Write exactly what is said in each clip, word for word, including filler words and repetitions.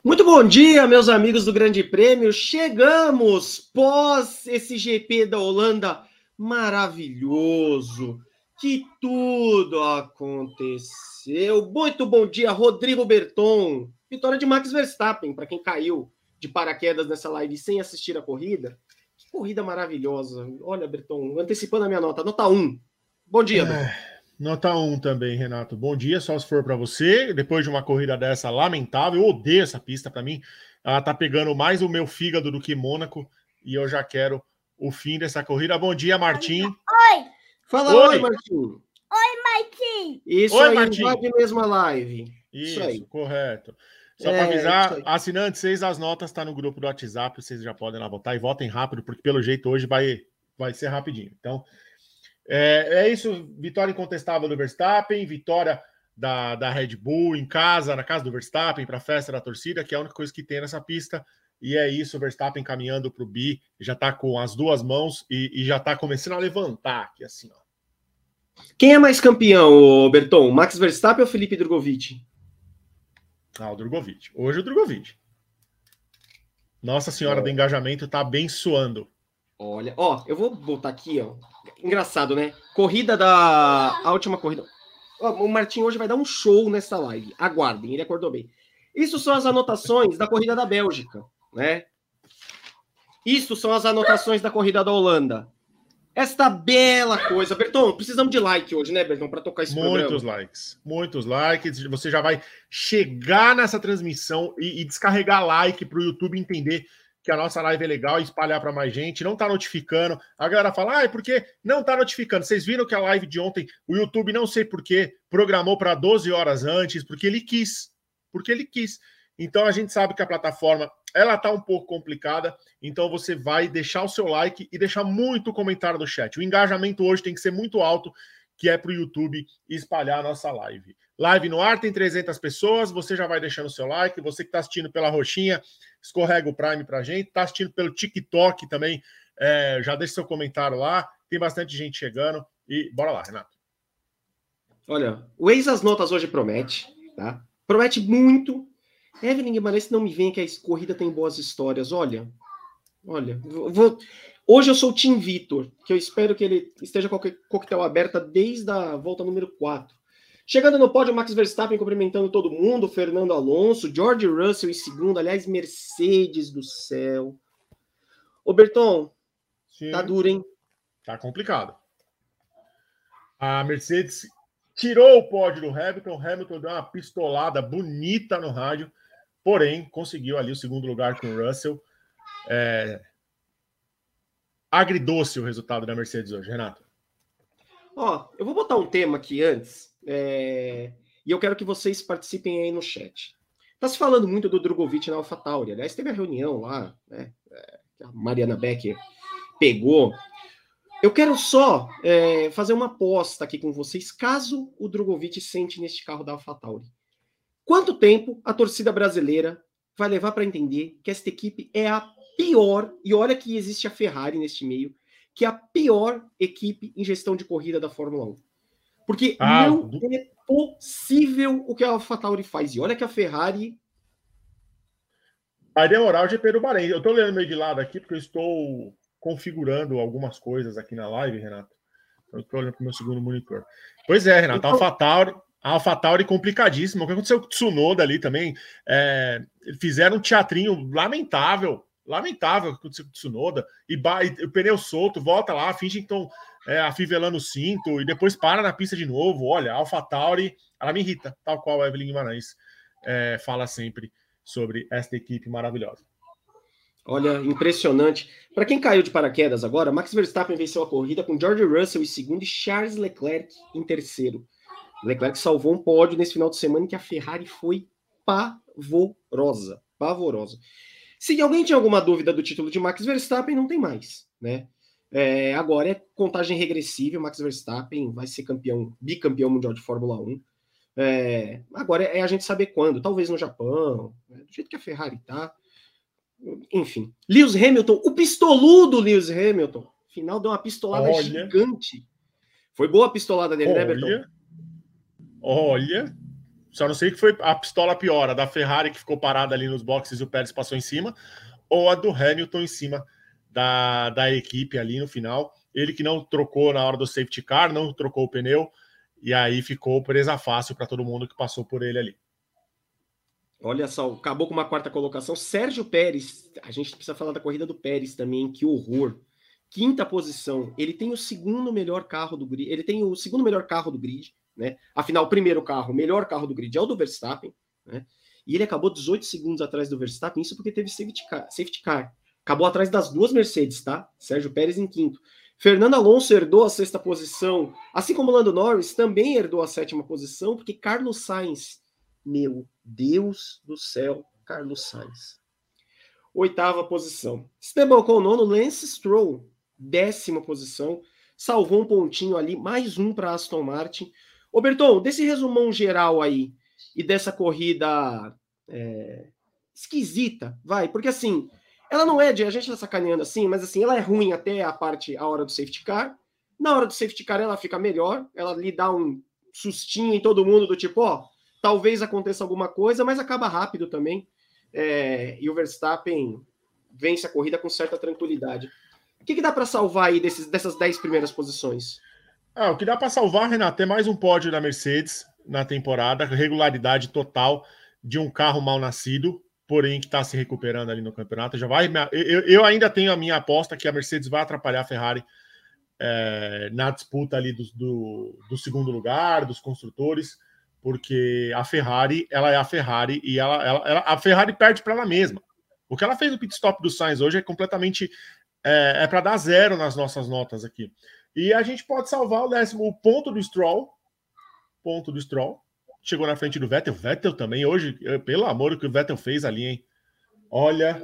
Muito bom dia, meus amigos do Grande Prêmio. Chegamos pós esse G P da Holanda maravilhoso. Que tudo aconteceu. Muito bom dia, Rodrigo Berton. Vitória de Max Verstappen, para quem caiu de paraquedas nessa live sem assistir a corrida. Que corrida maravilhosa. Olha, Berton, antecipando a minha nota, nota um. Bom dia, Berton. É... Nota um também, Renato. Bom dia, só se for para você. Depois de uma corrida dessa lamentável, eu odeio essa pista para mim. Ela tá pegando mais o meu fígado do que Mônaco e eu já quero o fim dessa corrida. Bom dia, Martim. Oi. Fala oi, oi Martim. Oi, Martim. Isso oi, aí, Martim. invade mesmo a live. Isso, isso aí. Correto. Só para é, avisar, assinantes, seis as notas tá no grupo do WhatsApp, vocês já podem lá votar e votem rápido, porque pelo jeito hoje vai, vai ser rapidinho. Então, É, é isso, vitória incontestável do Verstappen, vitória da, da Red Bull em casa, na casa do Verstappen, para a festa da torcida, que é a única coisa que tem nessa pista. E é isso, o Verstappen caminhando para o bi, já está com as duas mãos e, e já está começando a levantar aqui, assim, ó. Quem é mais campeão, Berton? Max Verstappen ou Felipe Drogovic? Ah, o Drogovic. Hoje o Drogovic. Nossa Senhora é. do Engajamento está abençoando. Olha, ó, eu vou botar aqui, ó. Engraçado, né? Corrida da... A última corrida... Ó, o Martim hoje vai dar um show nessa live. Aguardem, ele acordou bem. Isso são as anotações da corrida da Bélgica, né? Isso são as anotações da corrida da Holanda. Esta bela coisa. Berton, precisamos de like hoje, né, Berton, para tocar esse muitos programa. Muitos likes. Muitos likes. Você já vai chegar nessa transmissão e, e descarregar like para o YouTube entender que a nossa live é legal e espalhar para mais gente, não tá notificando. A galera fala, ah, é porque não tá notificando. Vocês viram que a live de ontem, o YouTube, não sei por quê, programou para doze horas antes, porque ele quis. Porque ele quis. Então a gente sabe que a plataforma, ela tá um pouco complicada, então você vai deixar o seu like e deixar muito comentário no chat. O engajamento hoje tem que ser muito alto, que é para o YouTube espalhar a nossa live. Live no ar, tem trezentas pessoas, você já vai deixando o seu like, você que está assistindo pela roxinha, escorrega o Prime pra gente, está assistindo pelo TikTok também, é, já deixa seu comentário lá, tem bastante gente chegando, e bora lá, Renato. Olha, o Ex as Notas hoje promete, tá? Promete muito. Evelyn Guimarães, não me vem que a corrida tem boas histórias, olha, olha, vou... Hoje eu sou o Team Vitor, que eu espero que ele esteja com a coquetel aberta desde a volta número quatro. Chegando no pódio, Max Verstappen cumprimentando todo mundo, Fernando Alonso, George Russell em segundo, aliás, Mercedes do céu. Ô, Berton, Sim. tá duro, hein? Tá complicado. A Mercedes tirou o pódio do Hamilton, o Hamilton deu uma pistolada bonita no rádio, porém, conseguiu ali o segundo lugar com o Russell. É... Agridoce o resultado da Mercedes hoje, Renato. Ó, eu vou botar um tema aqui antes, é... e eu quero que vocês participem aí no chat. Tá se falando muito do Drogovic na AlphaTauri, aliás, teve a reunião lá, né, que a Mariana Becker pegou. Eu quero só é, fazer uma aposta aqui com vocês, caso o Drogovic sente neste carro da AlphaTauri. Quanto tempo a torcida brasileira vai levar para entender que esta equipe é a pior, e olha que existe a Ferrari neste meio, que é a pior equipe em gestão de corrida da Fórmula um. Porque ah, não do... é possível o que a AlphaTauri faz. E olha que a Ferrari... Vai demorar o G P do Bahrein. Eu estou lendo meio de lado aqui, porque eu estou configurando algumas coisas aqui na live, Renato. Eu estou olhando para o meu segundo monitor. Pois é, Renato, então... a AlphaTauri... A AlphaTauri complicadíssima. O que aconteceu com o Tsunoda ali também? É... Fizeram um teatrinho lamentável. Lamentável o que aconteceu com o Tsunoda, e, e o pneu solto, volta lá, finge que estão é, afivelando o cinto, e depois para na pista de novo. Olha, a AlphaTauri, ela me irrita, tal qual a Evelyn Guimarães é, fala sempre sobre esta equipe maravilhosa. Olha, impressionante. Para quem caiu de paraquedas agora, Max Verstappen venceu a corrida com George Russell em segundo e Charles Leclerc em terceiro. Leclerc salvou um pódio nesse final de semana em que a Ferrari foi pavorosa, pavorosa. Se alguém tinha alguma dúvida do título de Max Verstappen, não tem mais, né? É, agora é contagem regressiva, Max Verstappen vai ser campeão, bicampeão mundial de Fórmula um. É, agora é a gente saber quando, talvez no Japão, né? Do jeito que a Ferrari tá. Enfim. Lewis Hamilton, o pistoludo Lewis Hamilton, final deu uma pistolada Olha. gigante. Foi boa a pistolada dele, Olha. né, Berton? Olha. Só não sei que foi a pistola pior, a da Ferrari que ficou parada ali nos boxes e o Pérez passou em cima, ou a do Hamilton em cima da, da equipe ali no final. Ele que não trocou na hora do safety car, não trocou o pneu, e aí ficou presa fácil para todo mundo que passou por ele ali. Olha só, acabou com uma quarta colocação. Sérgio Pérez, a gente precisa falar da corrida do Pérez também, que horror. Quinta posição, ele tem o segundo melhor carro do grid, ele tem o segundo melhor carro do grid, né? Afinal, o primeiro carro, o melhor carro do grid é o do Verstappen, né? E ele acabou dezoito segundos atrás do Verstappen, isso porque teve safety car, safety car. Acabou atrás das duas Mercedes, tá? Sérgio Pérez em quinto. Fernando Alonso herdou a sexta posição, assim como Lando Norris também herdou a sétima posição, porque Carlos Sainz, meu Deus do céu, Carlos Sainz. Oitava posição. Esteban Ocon, nono, Lance Stroll, décima posição, salvou um pontinho ali, mais um para Aston Martin. Ô Berton, desse resumão geral aí, e dessa corrida é, esquisita, vai, porque assim, ela não é de, a gente tá sacaneando assim, mas assim, ela é ruim até a parte, a hora do safety car. Na hora do safety car ela fica melhor, ela lhe dá um sustinho em todo mundo do tipo, ó, talvez aconteça alguma coisa, mas acaba rápido também. É, e o Verstappen vence a corrida com certa tranquilidade. O que, que dá para salvar aí desses, dessas dez primeiras posições? Ah, o que dá para salvar, Renato, é mais um pódio da Mercedes na temporada, regularidade total de um carro mal nascido, porém que está se recuperando ali no campeonato. Já vai. Eu, eu ainda tenho a minha aposta que a Mercedes vai atrapalhar a Ferrari é, na disputa ali do, do, do segundo lugar, dos construtores, porque a Ferrari, ela é a Ferrari e ela, ela, ela a Ferrari perde para ela mesma. O que ela fez no pit stop do Sainz hoje é completamente é, é para dar zero nas nossas notas aqui. E a gente pode salvar o décimo o ponto do Stroll, ponto do Stroll, chegou na frente do Vettel, Vettel também hoje, pelo amor do que o Vettel fez ali, hein? Olha,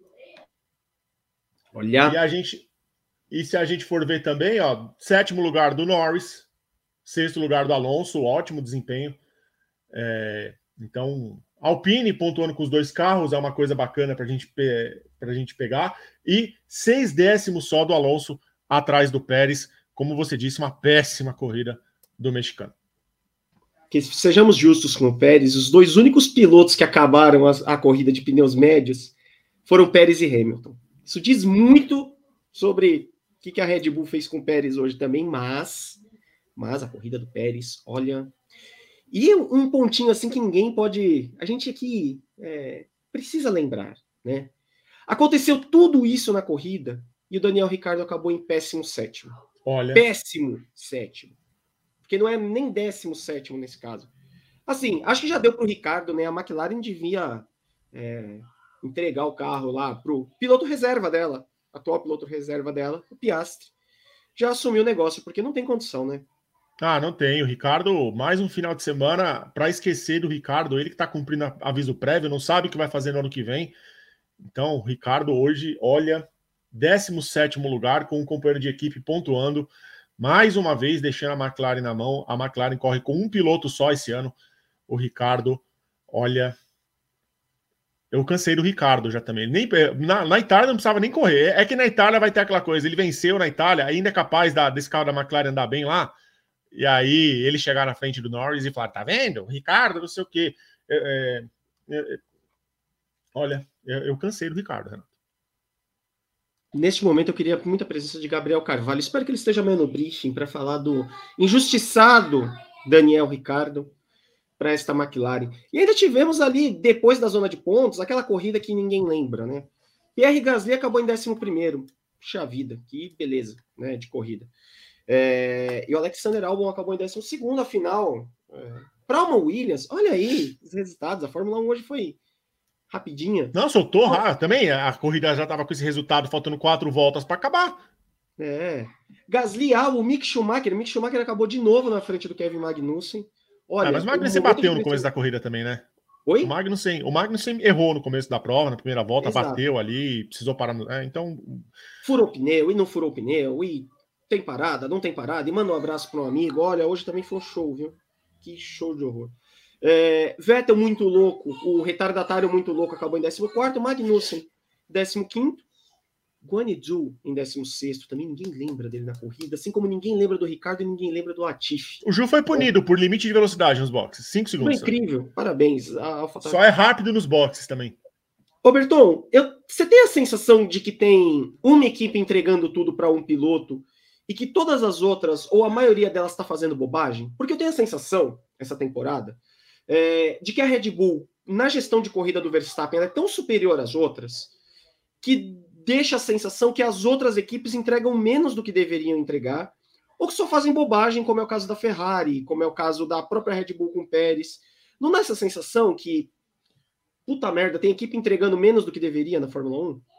olha. E a gente e se a gente for ver também, ó, sétimo lugar do Norris, sexto lugar do Alonso, ótimo desempenho. É, então, Alpine pontuando com os dois carros é uma coisa bacana para gente, a gente pegar. E seis décimos só do Alonso atrás do Pérez. Como você disse, uma péssima corrida do mexicano. Que sejamos justos com o Pérez, os dois únicos pilotos que acabaram a, a corrida de pneus médios foram Pérez e Hamilton. Isso diz muito sobre o que, que a Red Bull fez com o Pérez hoje também, mas, mas a corrida do Pérez, olha... E um pontinho assim que ninguém pode... A gente aqui é, precisa lembrar, né? Aconteceu tudo isso na corrida e o Daniel Ricciardo acabou em péssimo sétimo. Olha. Péssimo sétimo. Porque não é nem décimo sétimo nesse caso. Assim, acho que já deu para o Ricciardo, né? A McLaren devia é, entregar o carro lá para o piloto reserva dela, atual piloto reserva dela, o Piastri. Já assumiu o negócio, porque não tem condição, né? Ah, não tem. O Ricciardo, mais um final de semana para esquecer do Ricciardo. Ele que está cumprindo aviso prévio, não sabe o que vai fazer no ano que vem. Então, o Ricciardo hoje, olha, décimo sétimo lugar, com um companheiro de equipe pontuando, mais uma vez deixando a McLaren na mão. A McLaren corre com um piloto só esse ano. O Ricciardo, olha, eu cansei do Ricciardo já também. Nem, na, na Itália não precisava nem correr. É que na Itália vai ter aquela coisa, ele venceu na Itália, ainda é capaz da, desse carro da McLaren andar bem lá. E aí ele chegar na frente do Norris e falar, tá vendo? Ricciardo, não sei o quê. É, é, é, olha, eu, eu cansei do Ricciardo, Renato. Neste momento eu queria muita presença de Gabriel Carvalho. Espero que ele esteja amanhã no briefing para falar do injustiçado Daniel Ricciardo para esta McLaren. E ainda tivemos ali, depois da zona de pontos, aquela corrida que ninguém lembra, né? Pierre Gasly acabou em décimo primeiro. Puxa vida, que beleza, né, de corrida. É, e o Alexander Albon acabou em décimo segundo, afinal. É, para uma Williams, olha aí os resultados. A Fórmula um hoje foi rapidinha. Não, soltou ah, também. A corrida já estava com esse resultado, faltando quatro voltas para acabar. É. Gasly, Albon, Mick Schumacher. Mick Schumacher acabou de novo na frente do Kevin Magnussen. Olha, ah, mas o Magnussen bateu no começo da corrida também, né? Oi? O Magnussen, o Magnussen errou no começo da prova, na primeira volta, Exato. Bateu ali, precisou parar. No... É, então. Furou pneu e não furou pneu, e tem parada, não tem parada, e manda um abraço para um amigo. Olha, hoje também foi um show, viu? Que show de horror. É, Vettel muito louco, o retardatário muito louco acabou em décimo quarto, Magnussen décimo quinto. Guan Yu Zhou em décimo sexto, também ninguém lembra dele na corrida, assim como ninguém lembra do Ricardo e ninguém lembra do Latifi. O Ju foi punido é. por limite de velocidade nos boxes, cinco segundos. Foi incrível, parabéns. A Só é rápido nos boxes também. Ô Berton, eu, você tem a sensação de que tem uma equipe entregando tudo para um piloto e que todas as outras, ou a maioria delas, está fazendo bobagem? Porque eu tenho a sensação, essa temporada, é, de que a Red Bull, na gestão de corrida do Verstappen, ela é tão superior às outras que deixa a sensação que as outras equipes entregam menos do que deveriam entregar, ou que só fazem bobagem, como é o caso da Ferrari, como é o caso da própria Red Bull com o Pérez. Não dá essa sensação que, puta merda, tem equipe entregando menos do que deveria na Fórmula um?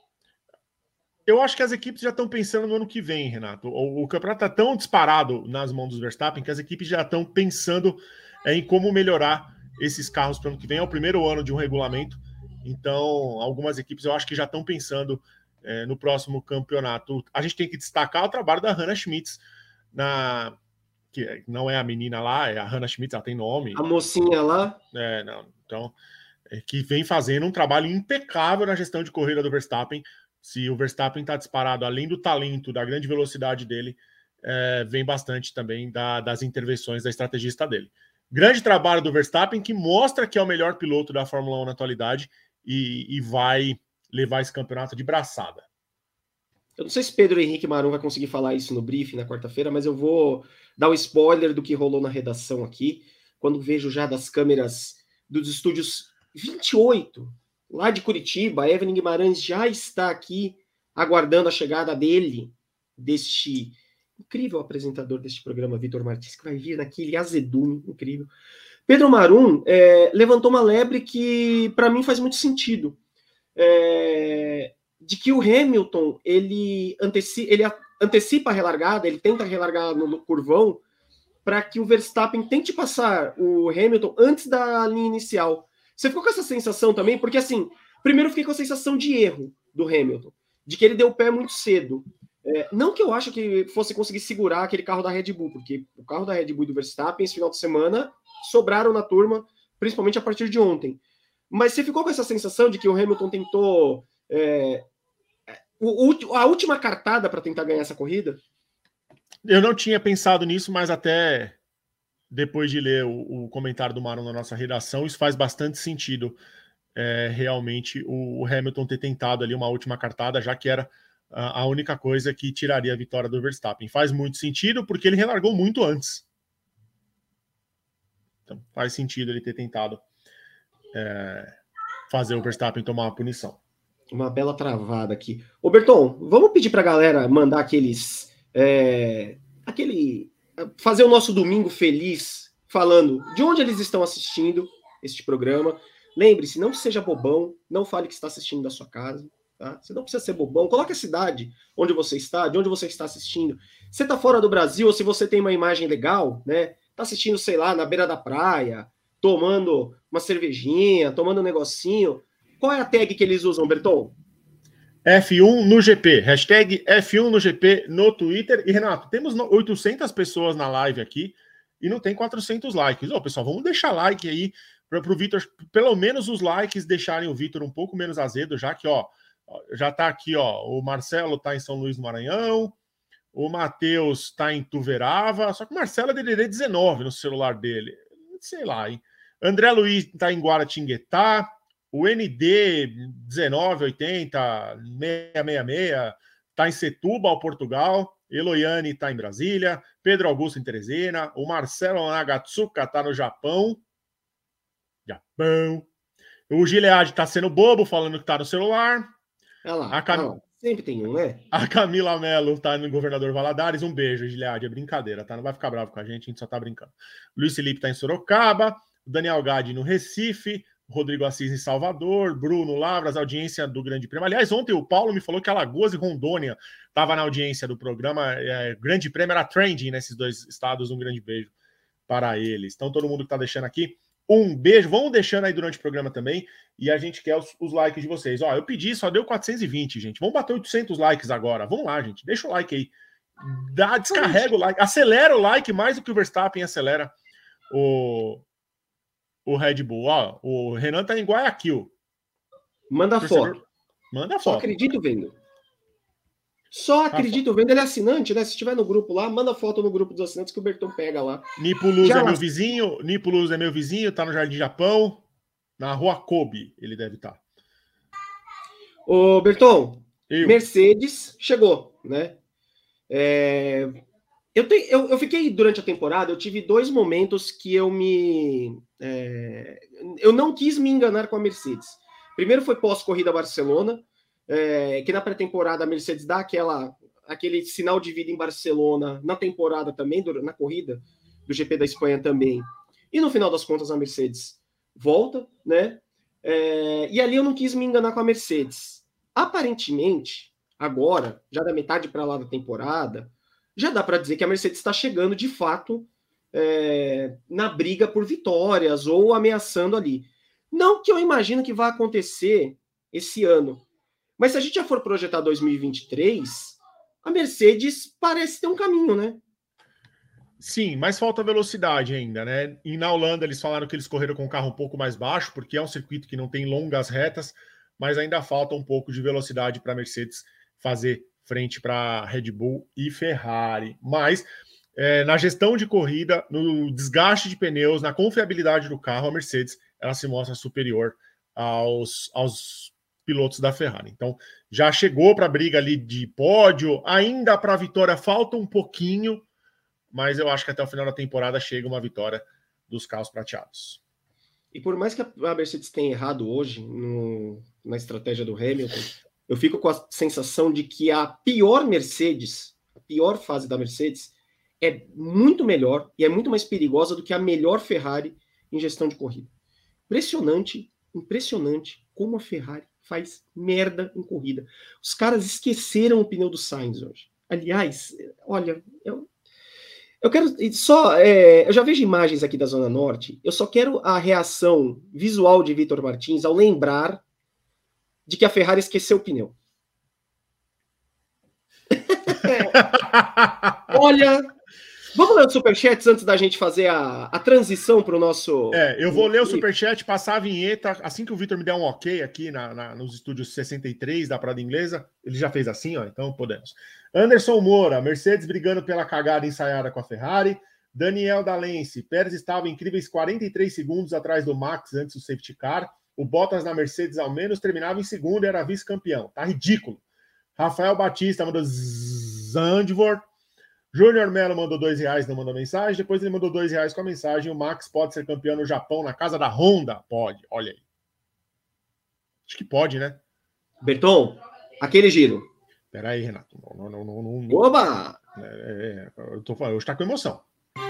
Eu acho que as equipes já estão pensando no ano que vem, Renato. O, o campeonato está tão disparado nas mãos dos Verstappen que as equipes já estão pensando é, em como melhorar esses carros para o ano que vem. É o primeiro ano de um regulamento, então algumas equipes eu acho que já estão pensando é, no próximo campeonato. A gente tem que destacar o trabalho da Hannah Schmitz, na... que não é a menina lá, é a Hannah Schmitz, ela tem nome. A mocinha lá? É, não, então, é, que vem fazendo um trabalho impecável na gestão de corrida do Verstappen. Se o Verstappen está disparado, além do talento, da grande velocidade dele, é, vem bastante também da, das intervenções da estrategista dele. Grande trabalho do Verstappen, que mostra que é o melhor piloto da Fórmula um na atualidade e, e vai levar esse campeonato de braçada. Eu não sei se Pedro Henrique Marum vai conseguir falar isso no briefing na quarta-feira, mas eu vou dar um spoiler do que rolou na redação aqui, quando vejo já das câmeras dos estúdios vinte e oito, lá de Curitiba, a Evelyn Guimarães já está aqui aguardando a chegada dele, deste incrível apresentador deste programa, Vitor Martins, que vai vir naquele azedume incrível. Pedro Marum é, levantou uma lebre que, para mim, faz muito sentido. É, de que o Hamilton, ele, anteci, ele antecipa a relargada, ele tenta relargar no, no curvão, para que o Verstappen tente passar o Hamilton antes da linha inicial. Você ficou com essa sensação também? Porque, assim, primeiro eu fiquei com a sensação de erro do Hamilton, de que ele deu o pé muito cedo. É, não que eu acho que fosse conseguir segurar aquele carro da Red Bull, porque o carro da Red Bull e do Verstappen, esse final de semana, sobraram na turma, principalmente a partir de ontem. Mas você ficou com essa sensação de que o Hamilton tentou é, o, o, a última cartada para tentar ganhar essa corrida? Eu não tinha pensado nisso, mas até depois de ler o, o comentário do Marum na nossa redação, isso faz bastante sentido, é, realmente, o, o Hamilton ter tentado ali uma última cartada, já que era a, a única coisa que tiraria a vitória do Verstappen. Faz muito sentido, porque ele relargou muito antes. Então, faz sentido ele ter tentado é, fazer o Verstappen tomar uma punição. Uma bela travada aqui. Ô Berton, vamos pedir para a galera mandar aqueles... É, aquele... fazer o nosso domingo feliz, falando de onde eles estão assistindo este programa. Lembre-se, não seja bobão, não fale que está assistindo da sua casa, tá? Você não precisa ser bobão, coloque a cidade onde você está, de onde você está assistindo. Você está fora do Brasil, ou se você tem uma imagem legal, né? Está assistindo, sei lá, na beira da praia, tomando uma cervejinha, tomando um negocinho. Qual é a tag que eles usam, Berton? F um no G P, hashtag F um no G P no Twitter. E, Renato, temos oitocentas pessoas na live aqui e não tem quatrocentos likes. Ô, pessoal, vamos deixar like aí para o Vitor, pelo menos os likes deixarem o Vitor um pouco menos azedo, já que, ó, já tá aqui, ó, o Marcelo tá em São Luís do Maranhão, o Matheus tá em Tuverava, só que o Marcelo é D D D dezenove no celular dele, sei lá, hein? André Luiz tá em Guaratinguetá, o N D dezenove oitenta seiscentos e sessenta e seis está em Setúbal, Portugal. Eloiane está em Brasília. Pedro Augusto em Teresina. O Marcelo Nagatsuka está no Japão. Japão. O Gilead está sendo bobo, falando que está no celular. Olha lá, a Cam... olha lá. Sempre tem um, né? A Camila Mello está no Governador Valadares. Um beijo, Gilead. É brincadeira, tá? Não vai ficar bravo com a gente, a gente só tá brincando. Luiz Felipe está em Sorocaba. O Daniel Gade no Recife. Rodrigo Assis em Salvador, Bruno Lavras, audiência do Grande Prêmio. Aliás, ontem o Paulo me falou que Alagoas e Rondônia estava na audiência do programa. É, Grande Prêmio era trending nesses dois estados. Um grande beijo para eles. Então, todo mundo que está deixando aqui, um beijo. Vão deixando aí durante o programa também. E a gente quer os, os likes de vocês. Ó, eu pedi, só deu quatrocentos e vinte, gente. Vamos bater oitocentos likes agora. Vamos lá, gente. Deixa o like aí. Dá, descarrega o like. Acelera o like mais do que o Verstappen acelera o... o Red Bull. Ó, o Renan tá em Guayaquil. Manda Torcedor... foto. Manda foto. Só acredito vendo. Só acredito vendo, ele é assinante, né? Se estiver no grupo lá, manda foto no grupo dos assinantes que o Berton pega lá. Nipuluz é meu vizinho, Nipuluz é meu vizinho, tá no Jardim Japão, na Rua Kobe, ele deve estar. Ô, Berton, Eu. Mercedes chegou, né? É... Eu, te... eu, eu fiquei, durante a temporada, eu tive dois momentos que eu me... É... Eu não quis me enganar com a Mercedes. Primeiro foi pós-corrida Barcelona, é... que na pré-temporada a Mercedes dá aquela... aquele sinal de vida em Barcelona, na temporada também, na corrida do G P da Espanha também. E no final das contas a Mercedes volta, né? É... E ali eu não quis me enganar com a Mercedes. Aparentemente, agora, já da metade para lá da temporada, já dá para dizer que a Mercedes está chegando de fato é, na briga por vitórias ou ameaçando ali. Não que eu imagino que vai acontecer esse ano, mas se a gente já for projetar dois mil e vinte e três, a Mercedes parece ter um caminho, né? Sim, mas falta velocidade ainda, né? E na Holanda eles falaram que eles correram com o carro um pouco mais baixo, porque é um circuito que não tem longas retas, mas ainda falta um pouco de velocidade para a Mercedes fazer frente para Red Bull e Ferrari. Mas é, na gestão de corrida, no desgaste de pneus, na confiabilidade do carro, a Mercedes ela se mostra superior aos, aos pilotos da Ferrari. Então já chegou para a briga ali de pódio, ainda para a vitória falta um pouquinho, mas eu acho que até o final da temporada chega uma vitória dos carros prateados. E por mais que a Mercedes tenha errado hoje no, na estratégia do Hamilton, eu fico com a sensação de que a pior Mercedes, a pior fase da Mercedes, é muito melhor e é muito mais perigosa do que a melhor Ferrari em gestão de corrida. Impressionante, impressionante como a Ferrari faz merda em corrida. Os caras esqueceram o pneu do Sainz hoje. Aliás, olha, eu, eu quero só... É, eu já vejo imagens aqui da Zona Norte, eu só quero a reação visual de Vitor Martins ao lembrar de que a Ferrari esqueceu o pneu. Olha, vamos ler os superchats antes da gente fazer a, a transição para o nosso... É, eu vou ler o superchat, passar a vinheta, assim que o Vitor me der um ok aqui na, na, nos estúdios sessenta e três da Prada Inglesa, ele já fez assim, ó, então podemos. Anderson Moura, Mercedes brigando pela cagada ensaiada com a Ferrari. Daniel Dalense, Pérez estava incríveis quarenta e três segundos atrás do Max antes do safety car. O Bottas na Mercedes ao menos terminava em segundo e era vice-campeão. Tá ridículo. Rafael Batista mandou Zandvoort. Júnior Melo mandou dois reais, não mandou mensagem. Depois ele mandou dois reais com a mensagem. O Max pode ser campeão no Japão na casa da Honda? Pode, olha aí. Acho que pode, né? Berton, aquele giro. Peraí, Renato. Não, não, não, não, não. Oba! É, é, eu tô falando, hoje tá com emoção.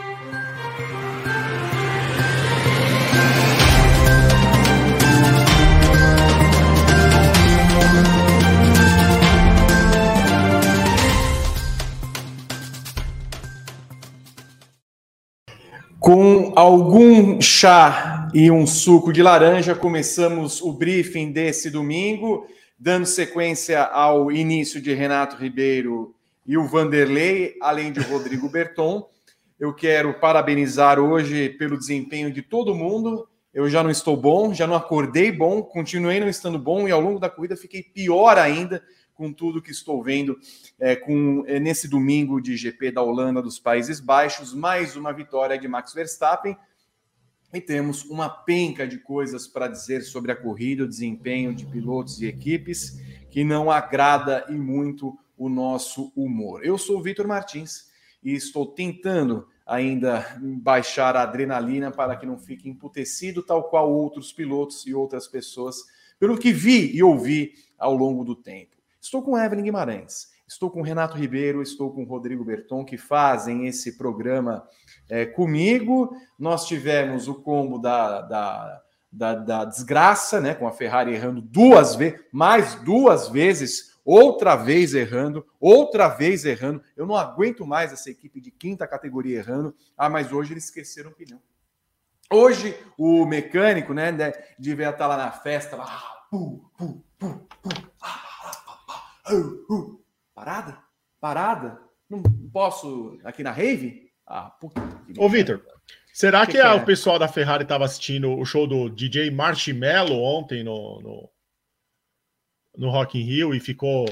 Com algum chá e um suco de laranja, começamos o briefing desse domingo, dando sequência ao início de Renato Ribeiro e o Vanderlei, além de Rodrigo Berton. Eu quero parabenizar hoje pelo desempenho de todo mundo. Eu já não estou bom, já não acordei bom, continuei não estando bom e ao longo da corrida fiquei pior ainda com tudo que estou vendo é, com, é, nesse domingo de G P da Holanda dos Países Baixos, mais uma vitória de Max Verstappen, e temos uma penca de coisas para dizer sobre a corrida, o desempenho de pilotos e equipes, que não agrada e muito o nosso humor. Eu sou o Vitor Martins e estou tentando ainda baixar a adrenalina para que não fique emputecido, tal qual outros pilotos e outras pessoas, pelo que vi e ouvi ao longo do tempo. Estou com Evelyn Guimarães, estou com Renato Ribeiro, estou com Rodrigo Berton, que fazem esse programa é, comigo. Nós tivemos o combo da, da, da, da desgraça, né, com a Ferrari errando duas vezes, mais duas vezes, outra vez errando, outra vez errando. Eu não aguento mais essa equipe de quinta categoria errando. Ah, mas hoje eles esqueceram o pneu. Hoje o mecânico, né, devia estar lá na festa, lá, pum, pum, pum, pum, ah, Uh, uh. Parada? Parada? Não posso aqui na rave? Ah, puta que... Ô, Vitor, será que, que, que é? é? O pessoal da Ferrari estava assistindo o show do D J Marshmello ontem no, no, no Rock in Rio e ficou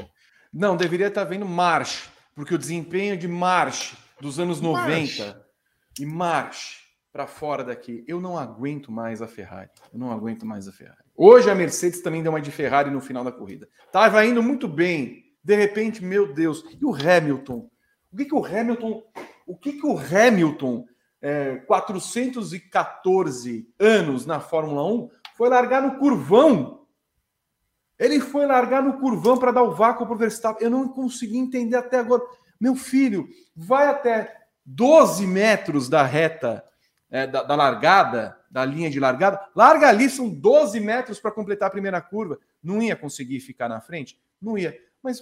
Não, deveria estar vendo March, porque o desempenho de March dos anos noventa March. e March para fora daqui, eu não aguento mais a Ferrari. Eu não aguento mais a Ferrari. Hoje a Mercedes também deu uma de Ferrari no final da corrida. Tava indo muito bem. De repente, meu Deus, e o Hamilton? O que que o Hamilton, o que que o Hamilton, é, quatrocentos e quatorze anos na Fórmula um, foi largar no curvão? Ele foi largar no curvão para dar o vácuo para o Verstappen. Eu não consegui entender até agora. Meu filho, vai até doze metros da reta, é, da, da largada, da linha de largada. Larga ali, são doze metros para completar a primeira curva. Não ia conseguir ficar na frente? Não ia. Mas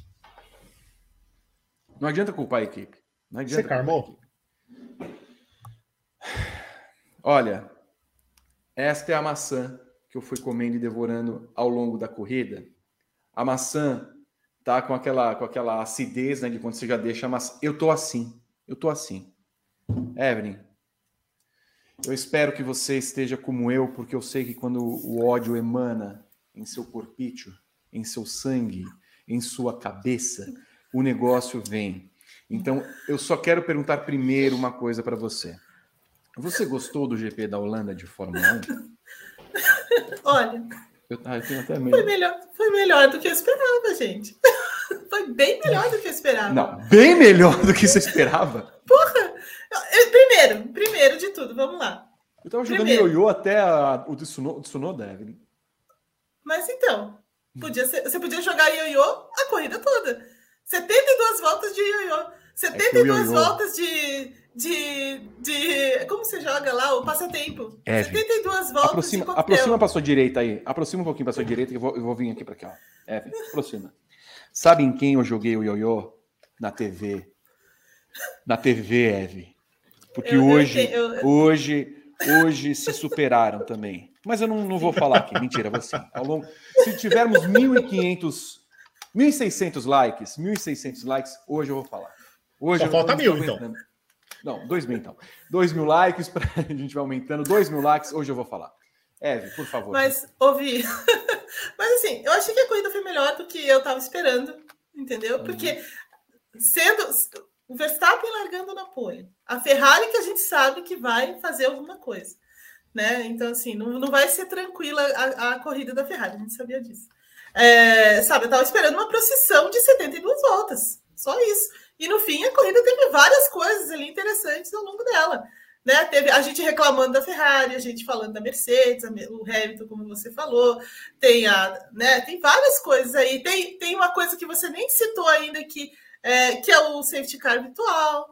não adianta culpar a equipe. Não adianta. Você carmou? Olha, esta é a maçã que eu fui comendo e devorando ao longo da corrida. A maçã tá com aquela, com aquela acidez, né, de quando você já deixa a maçã. Eu tô assim. Eu tô assim. Evelyn, eu espero que você esteja como eu, porque eu sei que quando o ódio emana em seu corpício, em seu sangue, em sua cabeça, o negócio vem. Então, eu só quero perguntar primeiro uma coisa para você. Você gostou do G P da Holanda de Fórmula um? Olha, eu, ah, eu tenho até medo. Foi melhor, foi melhor do que eu esperava, gente. Foi bem melhor do que eu esperava. Não, bem melhor do que você esperava? Porra! Eu, primeiro, primeiro de tudo, vamos lá. Eu tava jogando Primeiro. ioiô até a, o Tsunoda, Tsunoda, Evelyn. Mas então, podia ser, você podia jogar ioiô a corrida toda. setenta e duas voltas de ioiô. setenta e duas ioiô... voltas de, de, de... Como você joga lá? O passatempo. É, setenta e duas voltas aproxima, de coquetel. Aproxima para sua direita aí. Aproxima um pouquinho para sua direita que eu vou, eu vou vir aqui para cá. Ó. É, aproxima. Sabe em quem eu joguei o ioiô? Na T V. Na T V, Eve. Porque eu, hoje, eu, eu... hoje, hoje se superaram também. Mas eu não, não vou falar aqui. Mentira, você. Ao longo... Se tivermos mil e quinhentos, mil e seiscentos likes, mil e seiscentos likes, hoje eu vou falar. Hoje Só eu falta mil, aguentando. então. Não, dois mil, então. Dois mil likes, pra... a gente vai aumentando. Dois mil likes, hoje eu vou falar. Eve, por favor. Mas, ouvi. Mas, assim, eu achei que a corrida foi melhor do que eu estava esperando, entendeu? Porque, uhum. sendo o Verstappen largando na pole, a Ferrari que a gente sabe que vai fazer alguma coisa, né? Então, assim, não, não vai ser tranquila a, a corrida da Ferrari, a gente sabia disso. É, sabe, eu estava esperando uma procissão de setenta e duas voltas, só isso. E no fim, a corrida teve várias coisas ali interessantes ao longo dela. Né? Teve a gente reclamando da Ferrari, a gente falando da Mercedes, o Hamilton, como você falou. Tem, a, né? tem várias coisas aí. Tem, tem uma coisa que você nem citou ainda, que é, que é o safety car virtual.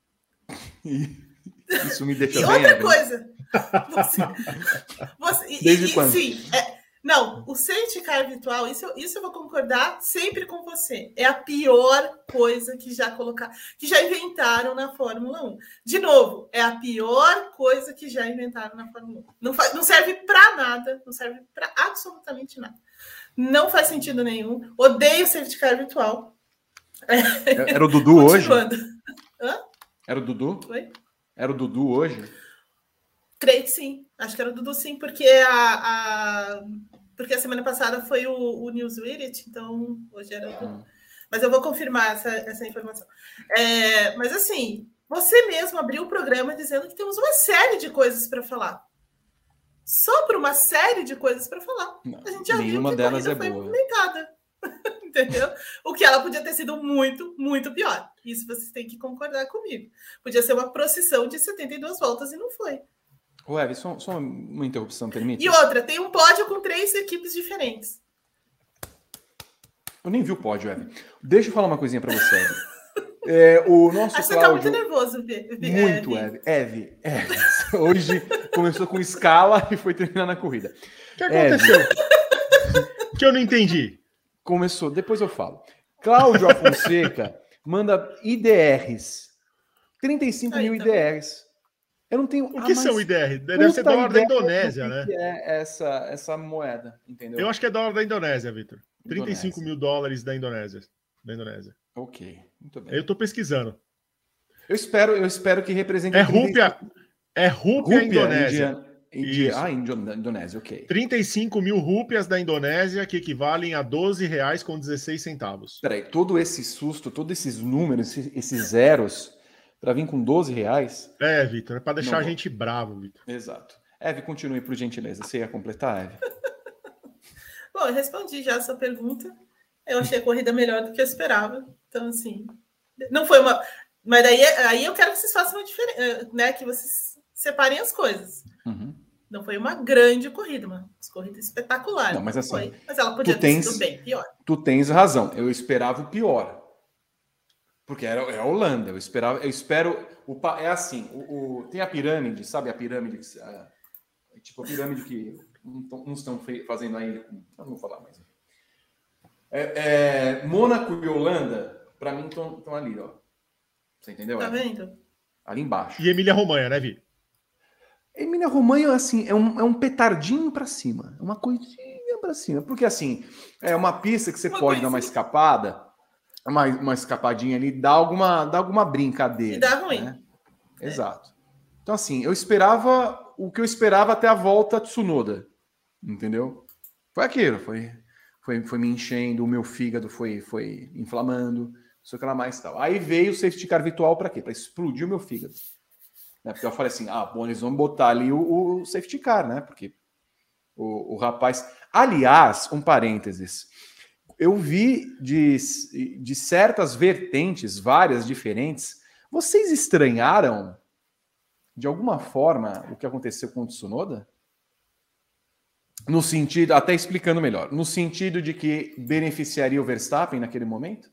Isso me deixa e bem. outra coisa. Você, você, Desde e, quando? E, sim, é, não, o safety car virtual, isso, isso eu vou concordar sempre com você. É a pior coisa que já colocar, que já inventaram na Fórmula um. De novo, é a pior coisa que já inventaram na Fórmula um. Não, faz, não serve para nada, não serve para absolutamente nada. Não faz sentido nenhum. Odeio o safety car virtual. Era o Dudu hoje? Hã? Era o Dudu? Oi? Era o Dudu hoje? Creio que sim. Acho que era o Dudu sim, porque a, a, porque a semana passada foi o, o Newsweek, então hoje era o Dudu. Mas eu vou confirmar essa, essa informação. É, mas assim, você mesmo abriu o programa dizendo que temos uma série de coisas para falar. Só por uma série de coisas para falar. Não, a gente já nenhuma viu que a delas corrida é foi boa. movimentada. Entendeu? O que ela podia ter sido muito, muito pior. Isso vocês têm que concordar comigo. Podia ser uma procissão de setenta e duas voltas e não foi. Ué, só, só uma interrupção, permite? E outra, tem um pódio com três equipes diferentes. Eu nem vi o pódio, Eve. Deixa eu falar uma coisinha para você, Eve. É, o nosso Acho que Cláudio... você tá muito nervoso, Vi. Muito, Eve. Eve, Eve. Hoje começou com escala e foi terminar na corrida. O que aconteceu? Que eu não entendi. Começou, depois eu falo. Cláudio Afonseca manda I D Rs. trinta e cinco mil I D Rs. Eu não tenho... O que são I D R? Deve ser dólar da Indonésia, né? Que é essa, essa moeda, entendeu? Eu acho que é dólar da Indonésia, Vitor. trinta e cinco mil dólares da Indonésia. Da Indonésia. Ok, muito bem. Eu tô pesquisando. Eu espero, eu espero que represente... É rúpia, é rúpia, rúpia indonésia. Indiana. Indi... Ah, Indonésia, ok. trinta e cinco mil rúpias da Indonésia, que equivalem a doze reais com dezesseis centavos. Peraí, todo esse susto, todos esses números, esses zeros, para vir com doze reais? É, Vitor, é para deixar Não a vou. gente bravo, Vitor. Exato. Eve, continue, por gentileza. Você ia completar, Eve? Bom, eu respondi já essa pergunta. Eu achei a corrida melhor do que eu esperava. Então, assim, não foi uma... Mas daí aí eu quero que vocês façam uma diferença, né? Que vocês separem as coisas. Uhum. Não foi uma grande corrida, uma corrida espetacular. Não, mas assim, foi. Mas ela podia tu ter tens, sido bem pior. Tu tens razão. Eu esperava o pior. Porque era, é a Holanda. Eu esperava, eu espero... O, é assim, o, o, tem a pirâmide, sabe a pirâmide? A, tipo a pirâmide que uns estão fazendo ainda. Eu não vou falar mais. É, é, Mônaco e Holanda, para mim, estão ali, ó. Você entendeu? Tá vendo? Ali embaixo. E Emília-Romanha, né, Vi? Emília-Romanha, assim, é um, é um petardinho para cima. É uma coisinha para cima. Porque, assim, é uma pista que você uma pode dar uma escapada, uma, uma escapadinha ali, dá alguma, dá alguma brincadeira. E dá ruim. Né? É. Exato. Então, assim, eu esperava o que eu esperava até a volta Tsunoda. Entendeu? Foi aquilo. Foi, foi, foi me enchendo, o meu fígado foi, foi inflamando. Sei que lá mais tal. Aí veio o safety car virtual para quê? Para explodir o meu fígado. Né? Porque eu falei assim, ah, bom, eles vão botar ali o, o safety car, né? Porque o, o rapaz... Aliás, um parênteses. Eu vi de, de certas vertentes, várias diferentes. Vocês estranharam, de alguma forma, o que aconteceu com o Tsunoda? No sentido, até explicando melhor, no sentido de que beneficiaria o Verstappen naquele momento?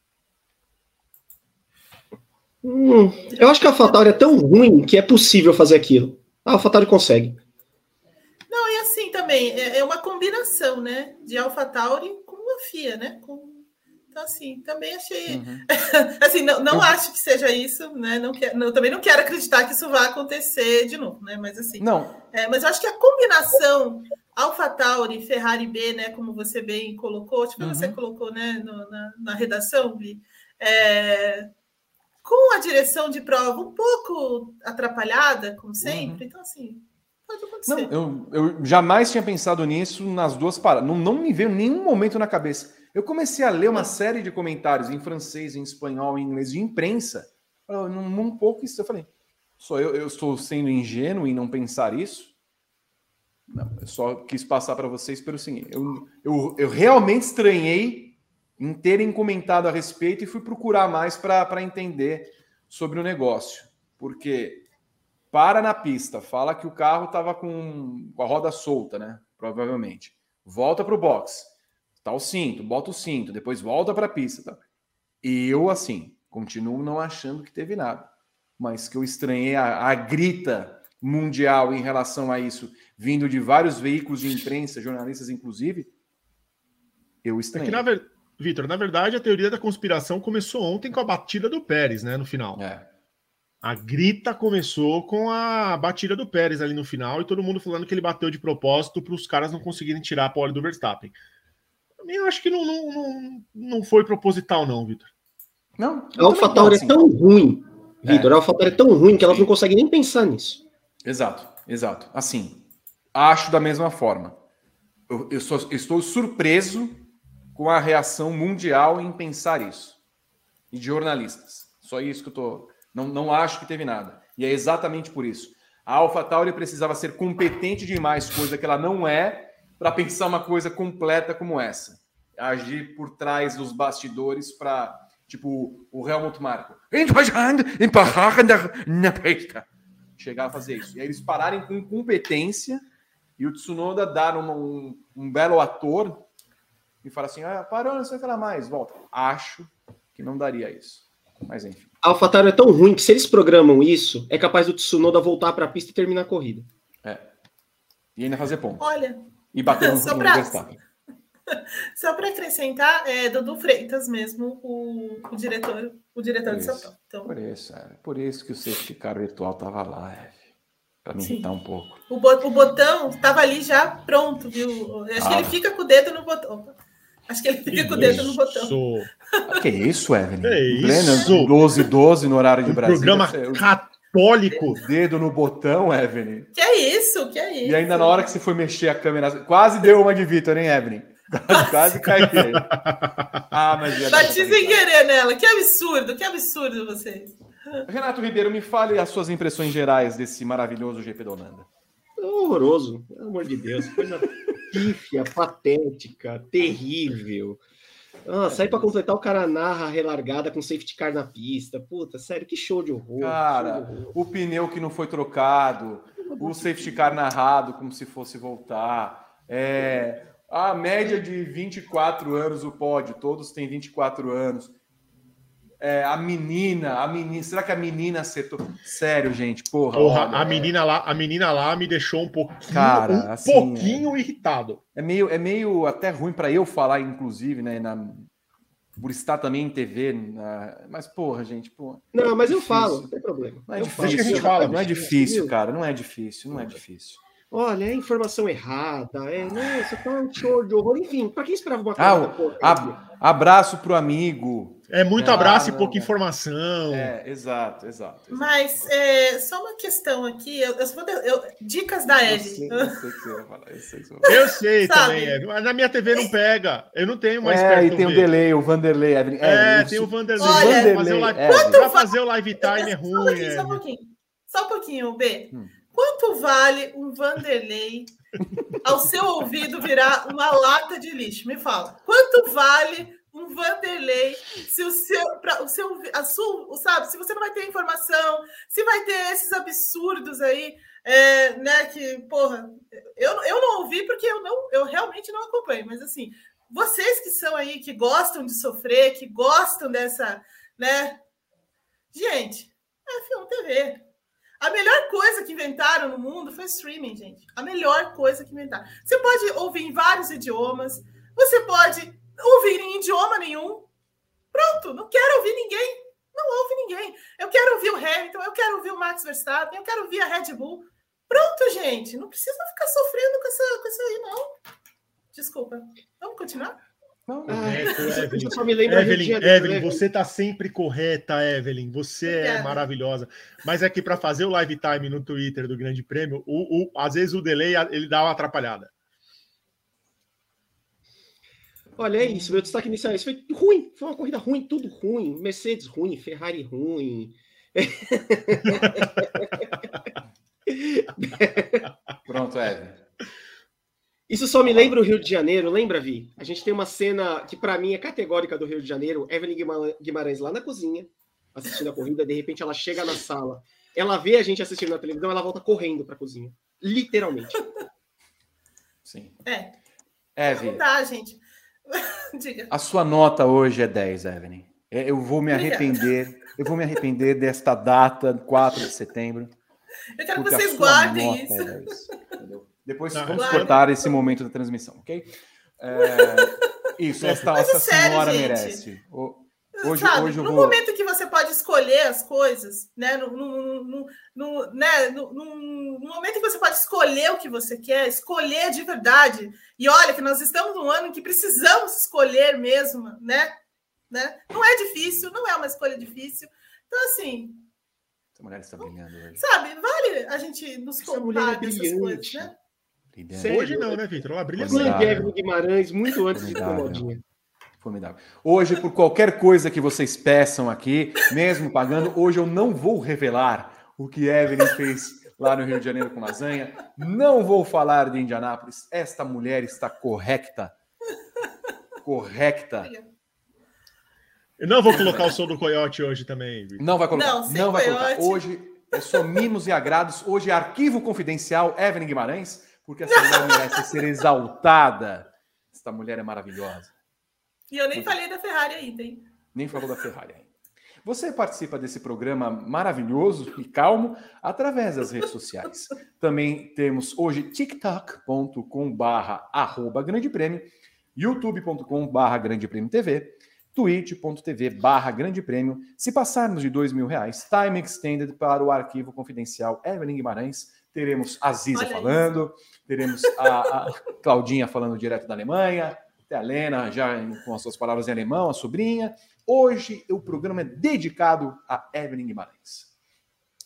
Hum, eu acho que a AlphaTauri é tão ruim que é possível fazer aquilo. A AlphaTauri consegue. Não, e assim também, é uma combinação, né? De AlphaTauri com a F I A, né? Com... Então, assim, também achei... Uhum. assim, não, não acho que seja isso, né? Não quero, não, também não quero acreditar que isso vai acontecer de novo, né? Mas assim... Não. É, mas eu acho que a combinação AlphaTauri, Ferrari B, né? Como você bem colocou, tipo, uhum. você colocou, né? No, na, na redação, Vi, é... com a direção de prova um pouco atrapalhada, como sempre. Uhum. Então, assim, pode acontecer. Não, eu, eu jamais tinha pensado nisso nas duas paradas. Não, não me veio nenhum momento na cabeça. Eu comecei a ler uma série de comentários em francês, em espanhol, em inglês, de imprensa. Num, um pouco isso. Eu falei, só eu, eu estou sendo ingênuo em não pensar isso? Não, eu só quis passar para vocês pelo seguinte. Eu, eu, eu realmente estranhei em terem comentado a respeito e fui procurar mais para entender sobre o negócio. Porque para na pista, fala que o carro estava com, com a roda solta, né? Provavelmente. Volta para o box. Tá o cinto, bota o cinto, depois volta para a pista. Tá? E eu, assim, continuo não achando que teve nada. Mas que eu estranhei a, a grita mundial em relação a isso, vindo de vários veículos de imprensa, jornalistas inclusive, eu estranhei. É que, na verdade, Vitor, na verdade, a teoria da conspiração começou ontem com a batida do Pérez, né, no final. É. A grita começou com a batida do Pérez ali no final e todo mundo falando que ele bateu de propósito para os caras não conseguirem tirar a pole do Verstappen. Eu acho que não, não, não, não foi proposital, não, Vitor. Não. A AlphaTauri é tão ruim, Vitor. É. A AlphaTauri é tão ruim que elas não conseguem nem pensar nisso. Exato, exato. Assim, acho da mesma forma. Eu, eu, sou, eu estou surpreso com a reação mundial em pensar isso. E de jornalistas. Só isso que eu tô... Não, não acho que teve nada. E é exatamente por isso. A AlphaTauri precisava ser competente demais, coisa que ela não é, para pensar uma coisa completa como essa. Agir por trás dos bastidores para, tipo, o Helmut Marko. Chegar a fazer isso. E aí eles pararem com competência e o Tsunoda dar uma, um, um belo ator e falar assim, ah, parou, não sei o que lá mais, volta. Acho que não daria isso. Mas enfim. A AlphaTauri é tão ruim que se eles programam isso, é capaz do Tsunoda voltar para a pista e terminar a corrida. É. E ainda fazer ponto. Olha... E bater no, só no pra, Verstappen. Só para acrescentar, é Dudu Freitas mesmo, o, o diretor, o diretor de São Paulo. Então... Por isso, é, por isso que o safety car virtual estava lá, é, para me irritar um pouco. O, bo, o botão estava ali já pronto, viu? Acho ah. que ele fica com o dedo no botão. Acho que ele fica que com o dedo no botão. Ah, que isso, Evelyn? Que isso? doze e doze no horário de um Brasília. Programa Diabólico. Dedo no botão, Evelyn. Que é isso? Que é isso? E ainda na hora que você foi mexer a câmera, quase deu uma de Vitor, hein, Evelyn? Quase, quase caiu. Ah, mas já Bati sem querer nela. Que absurdo, que absurdo vocês. Renato Ribeiro, me fale as suas impressões gerais desse maravilhoso G P da Holanda. Horroroso, pelo amor de Deus. Coisa pífia, patética, terrível. Nossa, aí pra completar, o cara narra a relargada com safety car na pista. Puta, sério, que show de horror. Cara, de horror. O pneu que não foi trocado, o safety car narrado como se fosse voltar. É, a média de vinte e quatro anos, o pódio, todos têm vinte e quatro anos. É, a menina, a menina, será que a menina acertou? Sério, gente, porra. Porra, olha, a menina lá, a menina lá me deixou um pouquinho, Cara, um assim, pouquinho irritado. É meio, é meio até ruim para eu falar, inclusive, né, na, por estar também em T V, na, mas porra, gente, porra. Não, mas eu difícil. falo, não tem problema. Não é Eu difícil, falo. Deixa que a gente fala, não é bicho. difícil, cara, não é difícil, não é difícil. Olha, é informação errada, é, nossa, tá um show de horror. Enfim, pra quem esperava uma Ah, coisa da o- porra? ab- abraço pro amigo. É muito Ah, abraço não, e pouca não. informação. É, exato, exato. exato. Mas é, só uma questão aqui. Eu, eu vou de- eu- dicas da Eu Ed. sei, eu sei que você vai falar, eu sei que você vai falar. Eu sei Sabe? também, Evelyn, mas na minha T V não pega. Eu não tenho mais É, e perto tem o V. delay, o Vanderlei, Evelyn. É, Evelyn, tem o isso- Vanderlei. Olha, Pra fazer o live, Evelyn. pra fazer o live time é Só um ruim. pouquinho, só um Evelyn. pouquinho. Só um pouquinho, B. Hum. Quanto vale um Vanderlei ao seu ouvido virar uma lata de lixo? Me fala. Quanto vale um Vanderlei se o seu, pra, o seu a sua, sabe, se você não vai ter informação, se vai ter esses absurdos aí, é, né, que, porra, eu, eu não ouvi porque eu não, eu realmente não acompanho, mas assim, vocês que são aí, que gostam de sofrer, que gostam dessa, né, gente, é F um T V. A melhor coisa que inventaram no mundo foi streaming, gente. A melhor coisa que inventaram. Você pode ouvir em vários idiomas, você pode ouvir em idioma nenhum. Pronto, não quero ouvir ninguém. Não ouve ninguém. Eu quero ouvir o Hamilton, eu quero ouvir o Max Verstappen, eu quero ouvir a Red Bull. Pronto, gente. Não precisa ficar sofrendo com, essa, com isso aí, não. Desculpa. Vamos continuar? Não, Correto, Evelyn. Eu só me lembro Rio de Evelyn, Janeiro, Evelyn, né? você tá sempre correta, Evelyn. Você é Obrigada. maravilhosa. Mas é que para fazer o live time no Twitter do Grande Prêmio, o, o, às vezes o delay ele dá uma atrapalhada. Olha, é isso. Meu destaque inicial é isso. Foi ruim. Foi uma corrida ruim, tudo ruim. Mercedes ruim, Ferrari ruim. Pronto, Evelyn. Isso só me lembra o Rio de Janeiro, lembra, Vi? A gente tem uma cena que, para mim, é categórica do Rio de Janeiro. Evelyn Guimarães lá na cozinha, assistindo a corrida. De repente, ela chega na sala. Ela vê a gente assistindo na televisão, ela volta correndo para a cozinha. Literalmente. Sim. É. Evelyn, Não dá, gente. Diga. a sua nota hoje é dez, Evelyn. É, Eu vou me Obrigada. arrepender. Eu vou me arrepender desta data, quatro de setembro. Eu quero que porque a vocês sua guardem nota isso. é dez, entendeu? Depois Não, vamos guarda. cortar esse momento da transmissão, ok? É, isso, esta, Mas é essa sério, senhora gente. merece. O- Hoje, Sabe, hoje eu no vou. momento que você pode escolher as coisas, né? No, no, no, no, né? No, no, no momento que você pode escolher o que você quer, escolher de verdade. E olha que nós estamos num ano em que precisamos escolher mesmo, né? né? Não é difícil, não é uma escolha difícil. Então, assim, Essa mulher está brilhando hoje. sabe, vale a gente nos Essa mulher é contar dessas brilhante. coisas, né? Brilhante. Sério? Hoje não, né, Vitor? Ela brilha Formidável. sempre. Fã de Evelyn Guimarães muito antes de Formidável. Comodinha. Formidável. Hoje, por qualquer coisa que vocês peçam aqui, mesmo pagando, hoje eu não vou revelar o que Evelyn fez lá no Rio de Janeiro com lasanha. Não vou falar de Indianápolis. Esta mulher está correta. Correta. Eu não vou colocar o som do Coyote hoje também, Vitor. Não vai colocar. Não, Não, sem vai colocar. coiote. Hoje é só mimos e agrados. Hoje é arquivo confidencial Evelyn Guimarães, porque essa mulher merece ser exaltada. Esta mulher é maravilhosa. E eu nem falei da Ferrari ainda, hein? Nem falou da Ferrari ainda. Você participa desse programa maravilhoso e calmo através das redes sociais. Também temos hoje tiktok ponto com barra arroba grande prêmio, youtube ponto com barra grande prêmio T V, twitch ponto tv barra grande prêmio. Se passarmos de dois mil reais, time extended para o arquivo confidencial Evelyn Guimarães. Teremos a Ziza Olha falando, teremos a, a Claudinha falando direto da Alemanha, até a Lena já com as suas palavras em alemão, a sobrinha. Hoje o programa é dedicado a Evelyn Guimarães.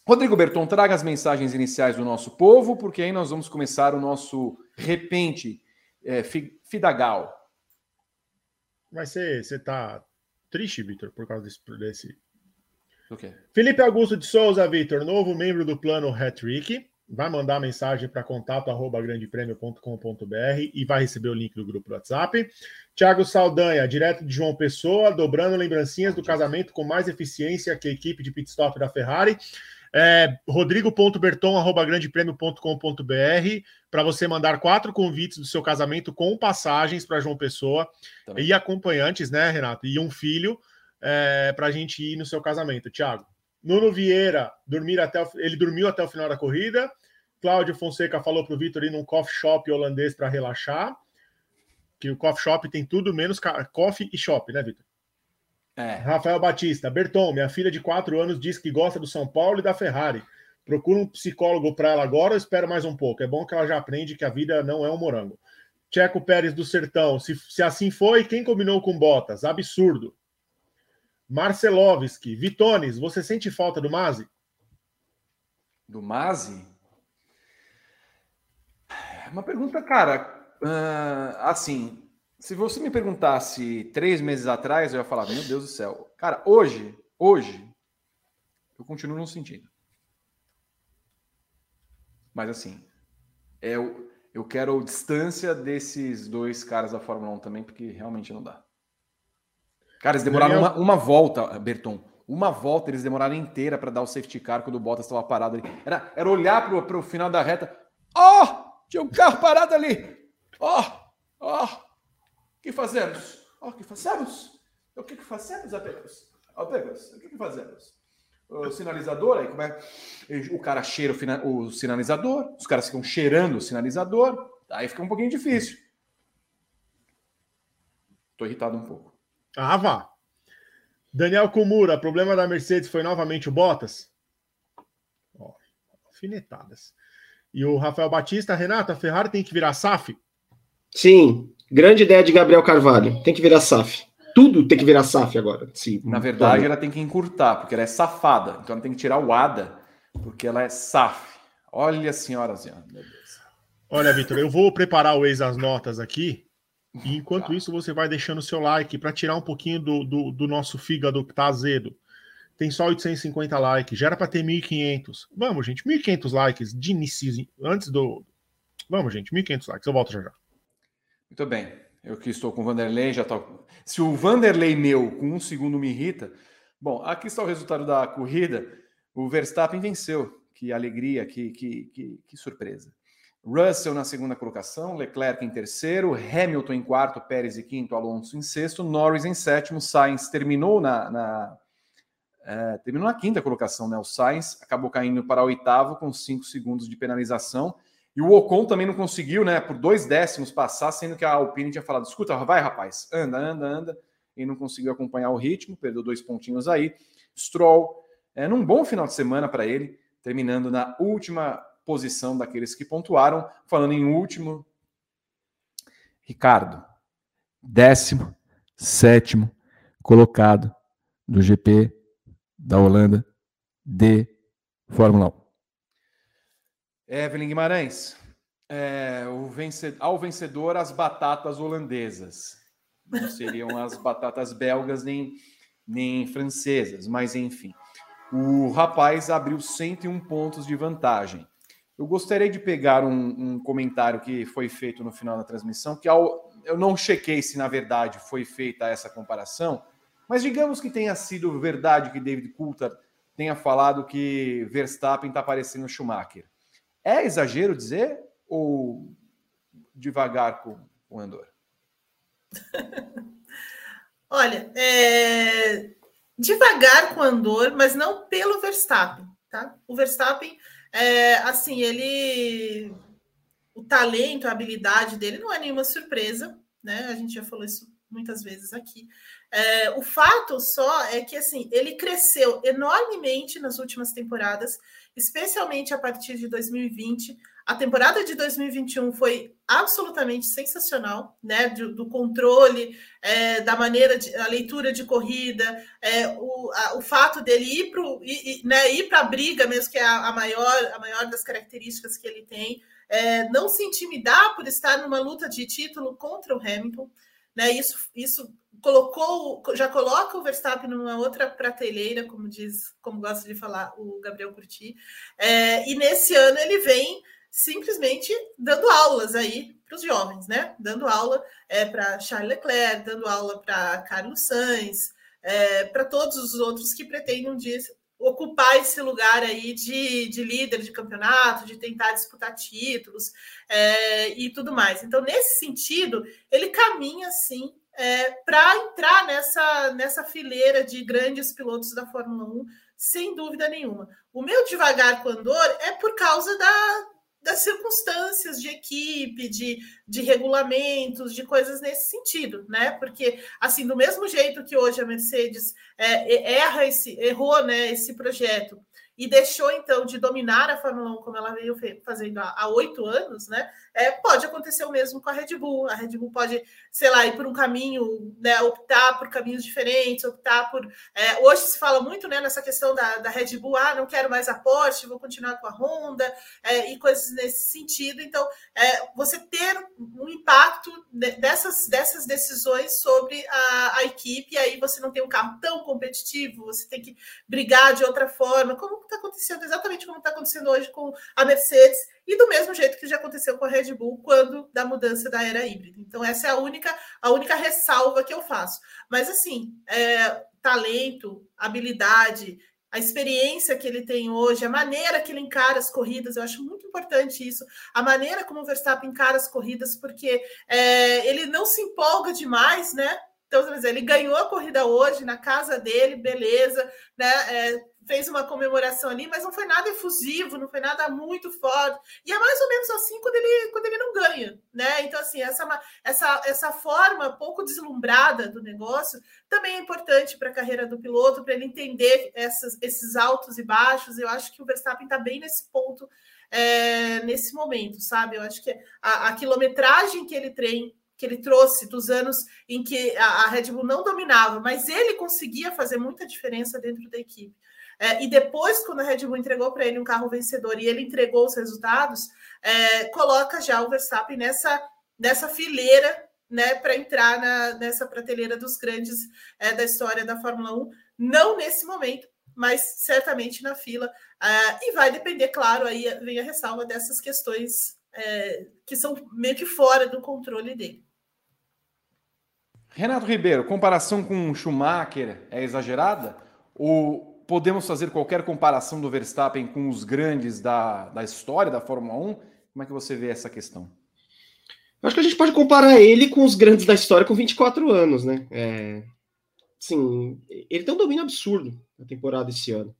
Rodrigo Berton, traga as mensagens iniciais do nosso povo, porque aí nós vamos começar o nosso repente é, Fidagal. Vai ser, você tá triste, Vitor, por causa desse... desse... Okay. Felipe Augusto de Souza, Vitor, novo membro do plano Hat-Trick, vai mandar mensagem para contato arroba grandepremio ponto com ponto b r e vai receber o link do grupo do WhatsApp. Thiago Saldanha, direto de João Pessoa, dobrando lembrancinhas do casamento com mais eficiência que a equipe de pitstop da Ferrari. É, rodrigo ponto berton arroba grandepremio ponto com ponto b r para você mandar quatro convites do seu casamento com passagens para João Pessoa Também. e acompanhantes, né, Renato? E um filho é, para a gente ir no seu casamento, Thiago. Nuno Vieira, dormir até o, ele dormiu até o final da corrida. Cláudio Fonseca falou para o Vitor ir num coffee shop holandês para relaxar. Que o coffee shop tem tudo menos coffee e shop, né, Vitor? É. Rafael Batista, Berton, minha filha de quatro anos diz que gosta do São Paulo e da Ferrari. Procura um psicólogo para ela agora ou espera mais um pouco? É bom que ela já aprende que a vida não é um morango. Tcheco Pérez do Sertão, se, se assim foi, quem combinou com Bottas? Absurdo. Marcelovski, Vitones, você sente falta do Masi? Do Masi? Uma pergunta, cara, uh, assim... Se você me perguntasse três meses atrás, eu ia falar, meu Deus do céu. Cara, hoje, hoje, eu continuo não sentindo. Mas assim, eu, eu quero distância desses dois caras da Fórmula um também, porque realmente não dá. Cara, eles demoraram uma, uma volta, Berton. Uma volta eles demoraram inteira para dar o safety car quando o Bottas estava parado ali. Era, era olhar para o final da reta. Ó! Oh, tinha um carro parado ali! Ó! Oh, ó! Oh. O que fazemos? Oh, o que fazemos? O que fazemos, apenas? Apenas, o que fazemos? O sinalizador, aí como é? O cara cheira o, o sinalizador, os caras ficam cheirando o sinalizador, aí fica um pouquinho difícil. Tô irritado um pouco. Ah, vá. Daniel Kumura, problema da Mercedes foi novamente o Bottas? Ó, alfinetadas. E o Rafael Batista, Renato, a Ferrari tem que virar S A F? Sim. Grande ideia de Gabriel Carvalho. Tem que virar S A F. Tudo tem que virar S A F agora. Sim, Na verdade, tá. Ela tem que encurtar, porque ela é safada. Então ela tem que tirar o A D A, porque ela é S A F. Olha, senhoras e senhores. Meu Deus. Olha, Vitor, eu vou preparar o ex as notas aqui. E enquanto tá. isso, você vai deixando o seu like para tirar um pouquinho do, do, do nosso fígado que tá azedo. Tem só oitocentos e cinquenta likes. Já era para ter mil e quinhentos. Vamos, gente. mil e quinhentos likes de início. Antes do... Vamos, gente. mil e quinhentos likes. Eu volto já já. Muito bem, eu que estou com o Vanderlei, já tô... Se o Vanderlei meu com um segundo me irrita... Bom, aqui está o resultado da corrida. O Verstappen venceu. Que alegria, que, que, que, que surpresa. Russell na segunda colocação, Leclerc em terceiro, Hamilton em quarto, Pérez em quinto, Alonso em sexto, Norris em sétimo, Sainz terminou na, na, é, terminou na quinta colocação, né? O Sainz acabou caindo para o oitavo com cinco segundos de penalização. E o Ocon também não conseguiu, né, por dois décimos passar, sendo que a Alpine tinha falado, escuta, vai, rapaz, anda, anda, anda, e não conseguiu acompanhar o ritmo, perdeu dois pontinhos aí. Stroll, é, num bom final de semana para ele, terminando na última posição daqueles que pontuaram. Falando em último, Ricardo, décimo sétimo colocado do G P da Holanda de Fórmula um. Evelyn Guimarães, é, o vencedor, ao vencedor as batatas holandesas. Não seriam as batatas belgas nem, nem francesas, mas enfim. O rapaz abriu cento e um pontos de vantagem. Eu gostaria de pegar um, um comentário que foi feito no final da transmissão, que ao, eu não chequei se na verdade foi feita essa comparação, mas digamos que tenha sido verdade que David Coulthard tenha falado que Verstappen está parecendo Schumacher. É exagero dizer ou devagar com o Andor? Olha, é... devagar com o Andor, mas não pelo Verstappen, tá? O Verstappen, é, assim, ele... o talento, a habilidade dele não é nenhuma surpresa, né? A gente já falou isso muitas vezes aqui. É, o fato só é que, assim, ele cresceu enormemente nas últimas temporadas, especialmente a partir de dois mil e vinte, A temporada de dois mil e vinte e um foi absolutamente sensacional, né? Do, do controle, é, da maneira de a leitura de corrida, é, o, a, o fato dele ir para né, ir para a briga, mesmo que é a, a, maior, a maior das características que ele tem, é, não se intimidar por estar numa luta de título contra o Hamilton, né? Isso, isso colocou, já coloca o Verstappen numa outra prateleira, como diz, como gosta de falar o Gabriel Curti, é, e nesse ano ele vem simplesmente dando aulas aí para os jovens, né? Dando aula é, para Charles Leclerc, dando aula para Carlos Sainz, é, para todos os outros que pretendem um dia ocupar esse lugar aí de, de líder de campeonato, de tentar disputar títulos é, e tudo mais. Então, nesse sentido, ele caminha, sim, é, para entrar nessa, nessa fileira de grandes pilotos da Fórmula um, sem dúvida nenhuma. O meu devagar com o Andor é por causa da das circunstâncias de equipe, de, de regulamentos, de coisas nesse sentido, né? Porque, assim, do mesmo jeito que hoje a Mercedes é, erra esse, errou, né, esse projeto e deixou, então, de dominar a Fórmula um como ela veio fazendo há oito anos, né? É, pode acontecer o mesmo com a Red Bull. A Red Bull pode, sei lá, ir por um caminho, né, optar por caminhos diferentes, optar por... É, hoje se fala muito, né, nessa questão da, da Red Bull, ah, não quero mais a Porsche, vou continuar com a Honda, é, e coisas nesse sentido. Então, é, você ter um impacto dessas, dessas decisões sobre a, a equipe, e aí você não tem um carro tão competitivo, você tem que brigar de outra forma, como está acontecendo, exatamente como está acontecendo hoje com a Mercedes, e do mesmo jeito que já aconteceu com a Red Bull quando da mudança da era híbrida. Então, essa é a única, a única ressalva que eu faço. Mas, assim, é, talento, habilidade, a experiência que ele tem hoje, a maneira que ele encara as corridas, eu acho muito importante isso, a maneira como o Verstappen encara as corridas, porque é, ele não se empolga demais, né? Então, ele ganhou a corrida hoje na casa dele, beleza, né? É, fez uma comemoração ali, mas não foi nada efusivo, não foi nada muito forte. E é mais ou menos assim quando ele, quando ele não ganha, né? Então, assim, essa, essa, essa forma pouco deslumbrada do negócio também é importante para a carreira do piloto, para ele entender essas, esses altos e baixos. Eu acho que o Verstappen está bem nesse ponto, é, nesse momento, sabe? Eu acho que a, a quilometragem que ele tem, que ele trouxe dos anos em que a, a Red Bull não dominava, mas ele conseguia fazer muita diferença dentro da equipe. É, e depois, quando a Red Bull entregou para ele um carro vencedor e ele entregou os resultados, é, coloca já o Verstappen nessa, nessa fileira, né, para entrar na, nessa prateleira dos grandes é, da história da Fórmula um, não nesse momento, mas certamente na fila. É, e vai depender, claro, aí vem a ressalva dessas questões é, que são meio que fora do controle dele. Renato Ribeiro, comparação com o Schumacher é exagerada? Ou podemos fazer qualquer comparação do Verstappen com os grandes da, da história da Fórmula um? Como é que você vê essa questão? Eu acho que a gente pode comparar ele com os grandes da história com vinte e quatro anos, né? É, sim, ele tem um domínio absurdo na temporada esse ano.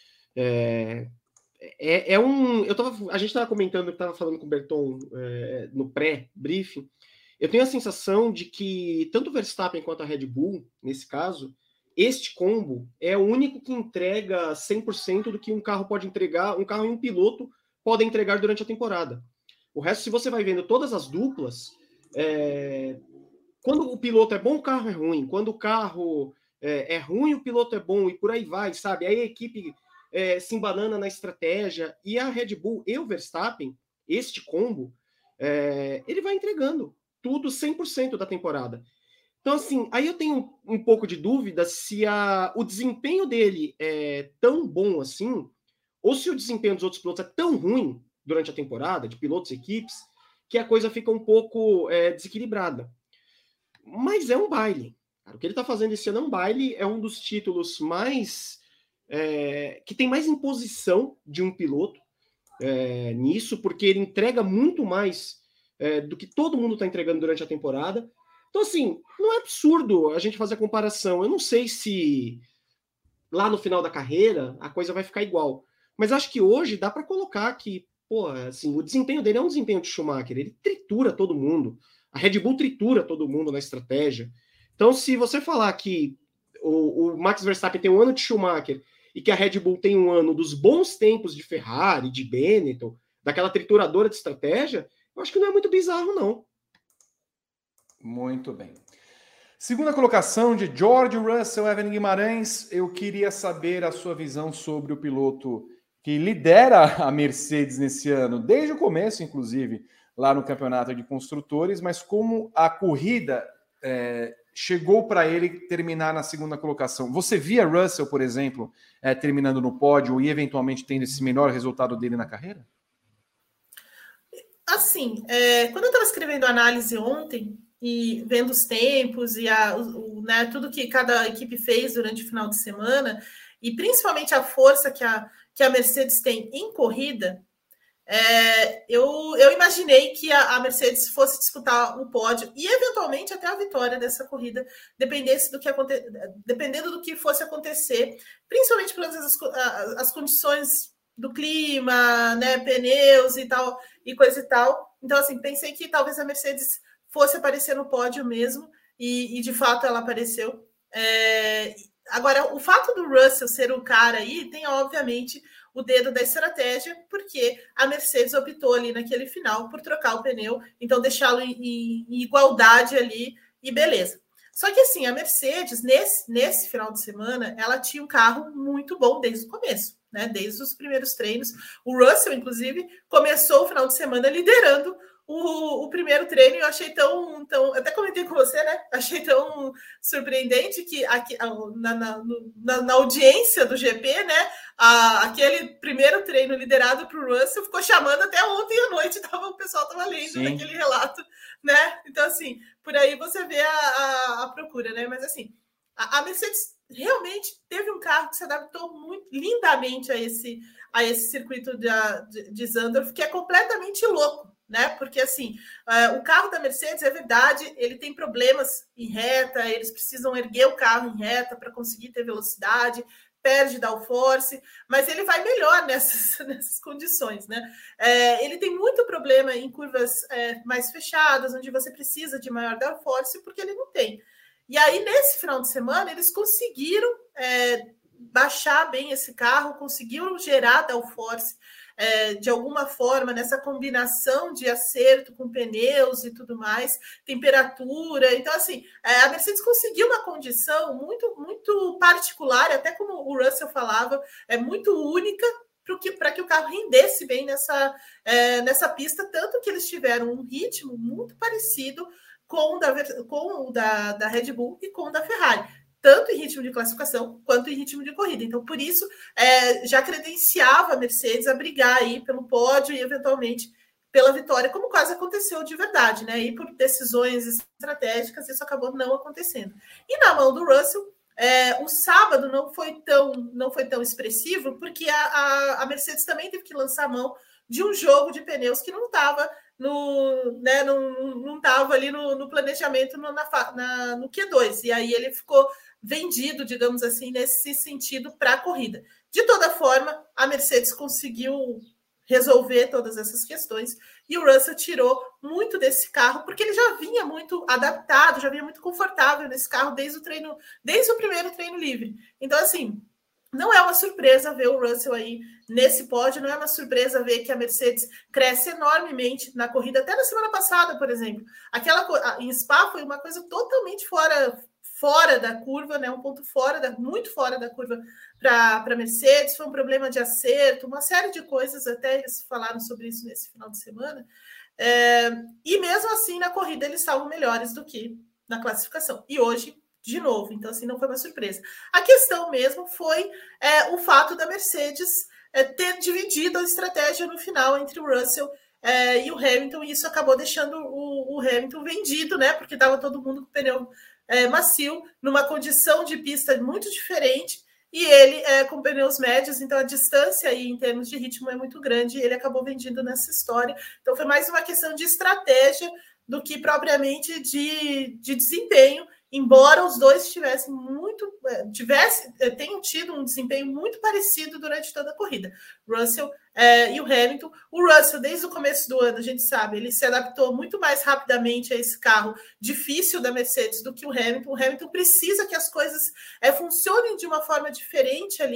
É, é, é um... Eu tava, a gente estava comentando, eu estava falando com o Berton é, no pré-briefing. Eu tenho a sensação de que tanto o Verstappen quanto a Red Bull, nesse caso, este combo é o único que entrega cem por cento do que um carro pode entregar, um carro e um piloto podem entregar durante a temporada. O resto, se você vai vendo todas as duplas, é... quando o piloto é bom, o carro é ruim. Quando o carro é, é ruim, o piloto é bom, e por aí vai, sabe? Aí a equipe é, se embanana na estratégia, e a Red Bull e o Verstappen, este combo, é... ele vai entregando tudo cem por cento da temporada. Então, assim, aí eu tenho um pouco de dúvida se a, o desempenho dele é tão bom assim, ou se o desempenho dos outros pilotos é tão ruim durante a temporada, de pilotos e equipes, que a coisa fica um pouco é, desequilibrada. Mas é um baile. Cara, o que ele está fazendo esse ano é um baile, é um dos títulos mais... É, que tem mais imposição de um piloto é, nisso, porque ele entrega muito mais é, do que todo mundo está entregando durante a temporada. Então, assim, não é absurdo a gente fazer a comparação. Eu não sei se lá no final da carreira a coisa vai ficar igual. Mas acho que hoje dá para colocar que, pô, assim, o desempenho dele é um desempenho de Schumacher. Ele tritura todo mundo. A Red Bull tritura todo mundo na estratégia. Então, se você falar que o, o Max Verstappen tem um ano de Schumacher e que a Red Bull tem um ano dos bons tempos de Ferrari, de Benetton, daquela trituradora de estratégia, eu acho que não é muito bizarro, não. Muito bem. Segunda colocação de George Russell, Evan Guimarães. Eu queria saber a sua visão sobre o piloto que lidera a Mercedes nesse ano, desde o começo, inclusive, lá no campeonato de construtores, mas como a corrida é, chegou para ele terminar na segunda colocação. Você via Russell, por exemplo, é, terminando no pódio e eventualmente tendo esse melhor resultado dele na carreira? Assim, é, quando eu estava escrevendo a análise ontem, e vendo os tempos e a, o, né, tudo que cada equipe fez durante o final de semana, e principalmente a força que a, que a Mercedes tem em corrida, é, eu, eu imaginei que a, a Mercedes fosse disputar o pódio e, eventualmente, até a vitória dessa corrida, dependesse do que aconte, dependendo do que fosse acontecer, principalmente pelas as, as condições do clima, né, pneus e tal, e coisa e tal. Então, assim, pensei que talvez a Mercedes fosse aparecer no pódio mesmo, e, e de fato ela apareceu. É, agora, o fato do Russell ser o cara aí tem, obviamente, o dedo da estratégia, porque a Mercedes optou ali naquele final por trocar o pneu, então deixá-lo em, em, em igualdade ali, e beleza. Só que assim, a Mercedes, nesse, nesse final de semana, ela tinha um carro muito bom desde o começo, né? Desde os primeiros treinos. O Russell, inclusive, começou o final de semana liderando O, o primeiro treino. Eu achei tão, tão... Até comentei com você, né? Achei tão surpreendente que aqui, na, na, na, na audiência do G P, né? A, aquele primeiro treino liderado para o Russell ficou chamando até ontem à noite. Tava, o pessoal estava lendo aquele relato, né? Então, assim, por aí você vê a, a, a procura, né? Mas, assim, a, a Mercedes realmente teve um carro que se adaptou muito lindamente a esse, a esse circuito de, de, de Zandvoort, que é completamente louco, né? Porque assim, uh, o carro da Mercedes, é verdade, ele tem problemas em reta, eles precisam erguer o carro em reta para conseguir ter velocidade, perde downforce, mas ele vai melhor nessas, nessas condições, né? É, ele tem muito problema em curvas é, mais fechadas, onde você precisa de maior downforce, porque ele não tem. E aí, nesse final de semana, eles conseguiram é, baixar bem esse carro, conseguiram gerar downforce é, de alguma forma, nessa combinação de acerto com pneus e tudo mais, temperatura. Então, assim, é, a Mercedes conseguiu uma condição muito, muito particular, até como o Russell falava, é muito única, para que o carro rendesse bem nessa, é, nessa pista, tanto que eles tiveram um ritmo muito parecido com o da, com o da, da Red Bull e com o da Ferrari, tanto em ritmo de classificação quanto em ritmo de corrida. Então, por isso, é, já credenciava a Mercedes a brigar aí pelo pódio e, eventualmente, pela vitória, como quase aconteceu de verdade, né? E por decisões estratégicas, isso acabou não acontecendo. E na mão do Russell, é, o sábado não foi tão, não foi tão expressivo, porque a, a, a Mercedes também teve que lançar mão de um jogo de pneus que não estava no, né, não, não estava ali no, no planejamento no, na, na, no Q dois, e aí ele ficou vendido, digamos assim, nesse sentido para a corrida. De toda forma, a Mercedes conseguiu resolver todas essas questões e o Russell tirou muito desse carro, porque ele já vinha muito adaptado, já vinha muito confortável nesse carro desde o treino, desde o primeiro treino livre. Então, assim, não é uma surpresa ver o Russell aí nesse pódio, não é uma surpresa ver que a Mercedes cresce enormemente na corrida, até na semana passada, por exemplo. Aquela em Spa foi uma coisa totalmente fora, fora da curva, né? Um ponto fora, da, muito fora da curva para a Mercedes, foi um problema de acerto, uma série de coisas, até eles falaram sobre isso nesse final de semana. É, e mesmo assim, na corrida, eles estavam melhores do que na classificação. E hoje, de novo, então assim, não foi uma surpresa. A questão mesmo foi é, o fato da Mercedes é, ter dividido a estratégia no final entre o Russell é, e o Hamilton, e isso acabou deixando o, o Hamilton vendido, né? Porque estava todo mundo com pneu é, macio, numa condição de pista muito diferente, e ele é, com pneus médios, então a distância aí em termos de ritmo é muito grande, e ele acabou vendido nessa história. Então foi mais uma questão de estratégia do que propriamente de, de desempenho, embora os dois tivessem muito, tivesse, tenham tido um desempenho muito parecido durante toda a corrida. Russell é, e o Hamilton. O Russell, desde o começo do ano, a gente sabe, ele se adaptou muito mais rapidamente a esse carro difícil da Mercedes do que o Hamilton. O Hamilton precisa que as coisas é, funcionem de uma forma diferente ali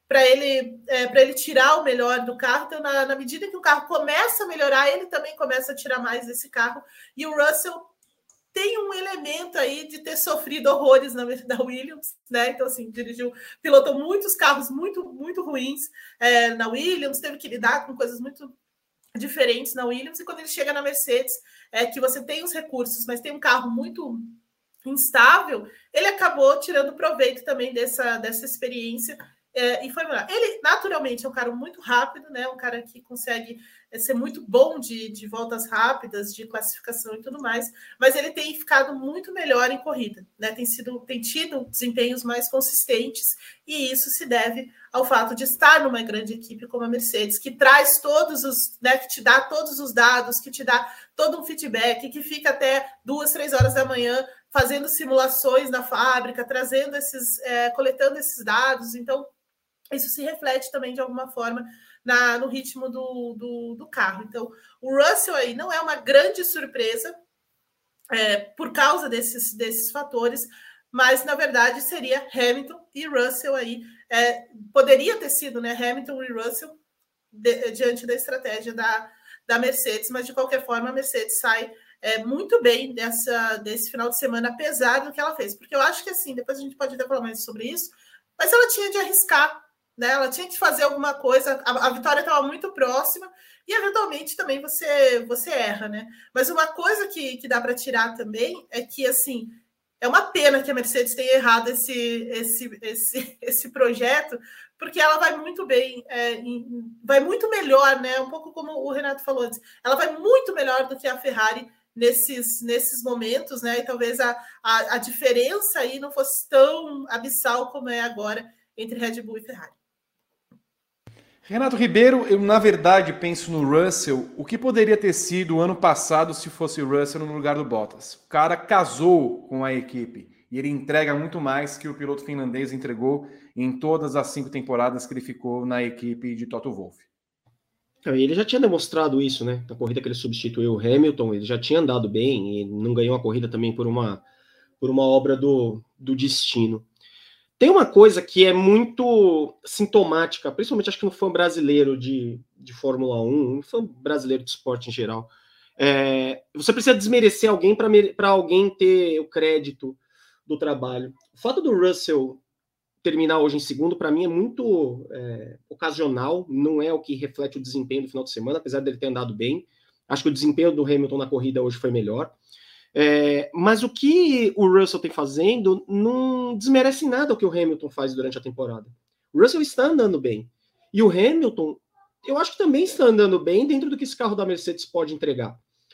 para ele, é, para ele tirar o melhor do carro. Então, na, na medida que o carro começa a melhorar, ele também começa a tirar mais desse carro. E o Russell tem um elemento aí de ter sofrido horrores na, na Williams, né? Então, assim, dirigiu, pilotou muitos carros muito, muito ruins é, na Williams, teve que lidar com coisas muito diferentes na Williams, e quando ele chega na Mercedes, é que você tem os recursos, mas tem um carro muito instável, ele acabou tirando proveito também dessa, dessa experiência. É, e foi melhor. Ele, naturalmente, é um cara muito rápido, né? Um cara que consegue ser muito bom de, de voltas rápidas, de classificação e tudo mais, mas ele tem ficado muito melhor em corrida, né? Tem sido, tem tido desempenhos mais consistentes, e isso se deve ao fato de estar numa grande equipe como a Mercedes, que traz todos os, né? Que te dá todos os dados, que te dá todo um feedback, que fica até duas, três horas da manhã fazendo simulações na fábrica, trazendo esses, é, coletando esses dados. Então, isso se reflete também, de alguma forma, na, no ritmo do, do, do carro. Então, o Russell aí não é uma grande surpresa é, por causa desses, desses fatores, mas, na verdade, seria Hamilton e Russell aí. É, poderia ter sido, né, Hamilton e Russell de, diante da estratégia da, da Mercedes, mas, de qualquer forma, a Mercedes sai é, muito bem dessa, desse final de semana, apesar do que ela fez. Porque eu acho que, assim, depois a gente pode até falar mais sobre isso, mas ela tinha de arriscar, né? Ela tinha que fazer alguma coisa, a, a vitória estava muito próxima, e eventualmente também você, você erra, né? Mas uma coisa que, que dá para tirar também é que, assim, é uma pena que a Mercedes tenha errado esse, esse, esse, esse projeto, porque ela vai muito bem, é, em, vai muito melhor, né? Um pouco como o Renato falou antes, ela vai muito melhor do que a Ferrari nesses, nesses momentos, né? E talvez a, a, a diferença aí não fosse tão abissal como é agora entre Red Bull e Ferrari. Renato Ribeiro, eu na verdade penso no Russell, o que poderia ter sido o ano passado se fosse o Russell no lugar do Bottas. O cara casou com a equipe e ele entrega muito mais que o piloto finlandês entregou em todas as cinco temporadas que ele ficou na equipe de Toto Wolff. Ele já tinha demonstrado isso, né? Na corrida que ele substituiu o Hamilton, ele já tinha andado bem e não ganhou a corrida também por uma, por uma obra do, do destino. Tem uma coisa que é muito sintomática, principalmente acho que no fã brasileiro de, de Fórmula um, no fã brasileiro de esporte em geral. É, você precisa desmerecer alguém para alguém ter o crédito do trabalho. O fato do Russell terminar hoje em segundo, para mim, é muito é, ocasional, não é o que reflete o desempenho do final de semana, apesar dele ter andado bem. Acho que o desempenho do Hamilton na corrida hoje foi melhor. É, mas o que o Russell tem fazendo não desmerece nada o que o Hamilton faz durante a temporada. O Russell está andando bem. E o Hamilton, eu acho que também está andando bem dentro do que esse carro da Mercedes pode entregar.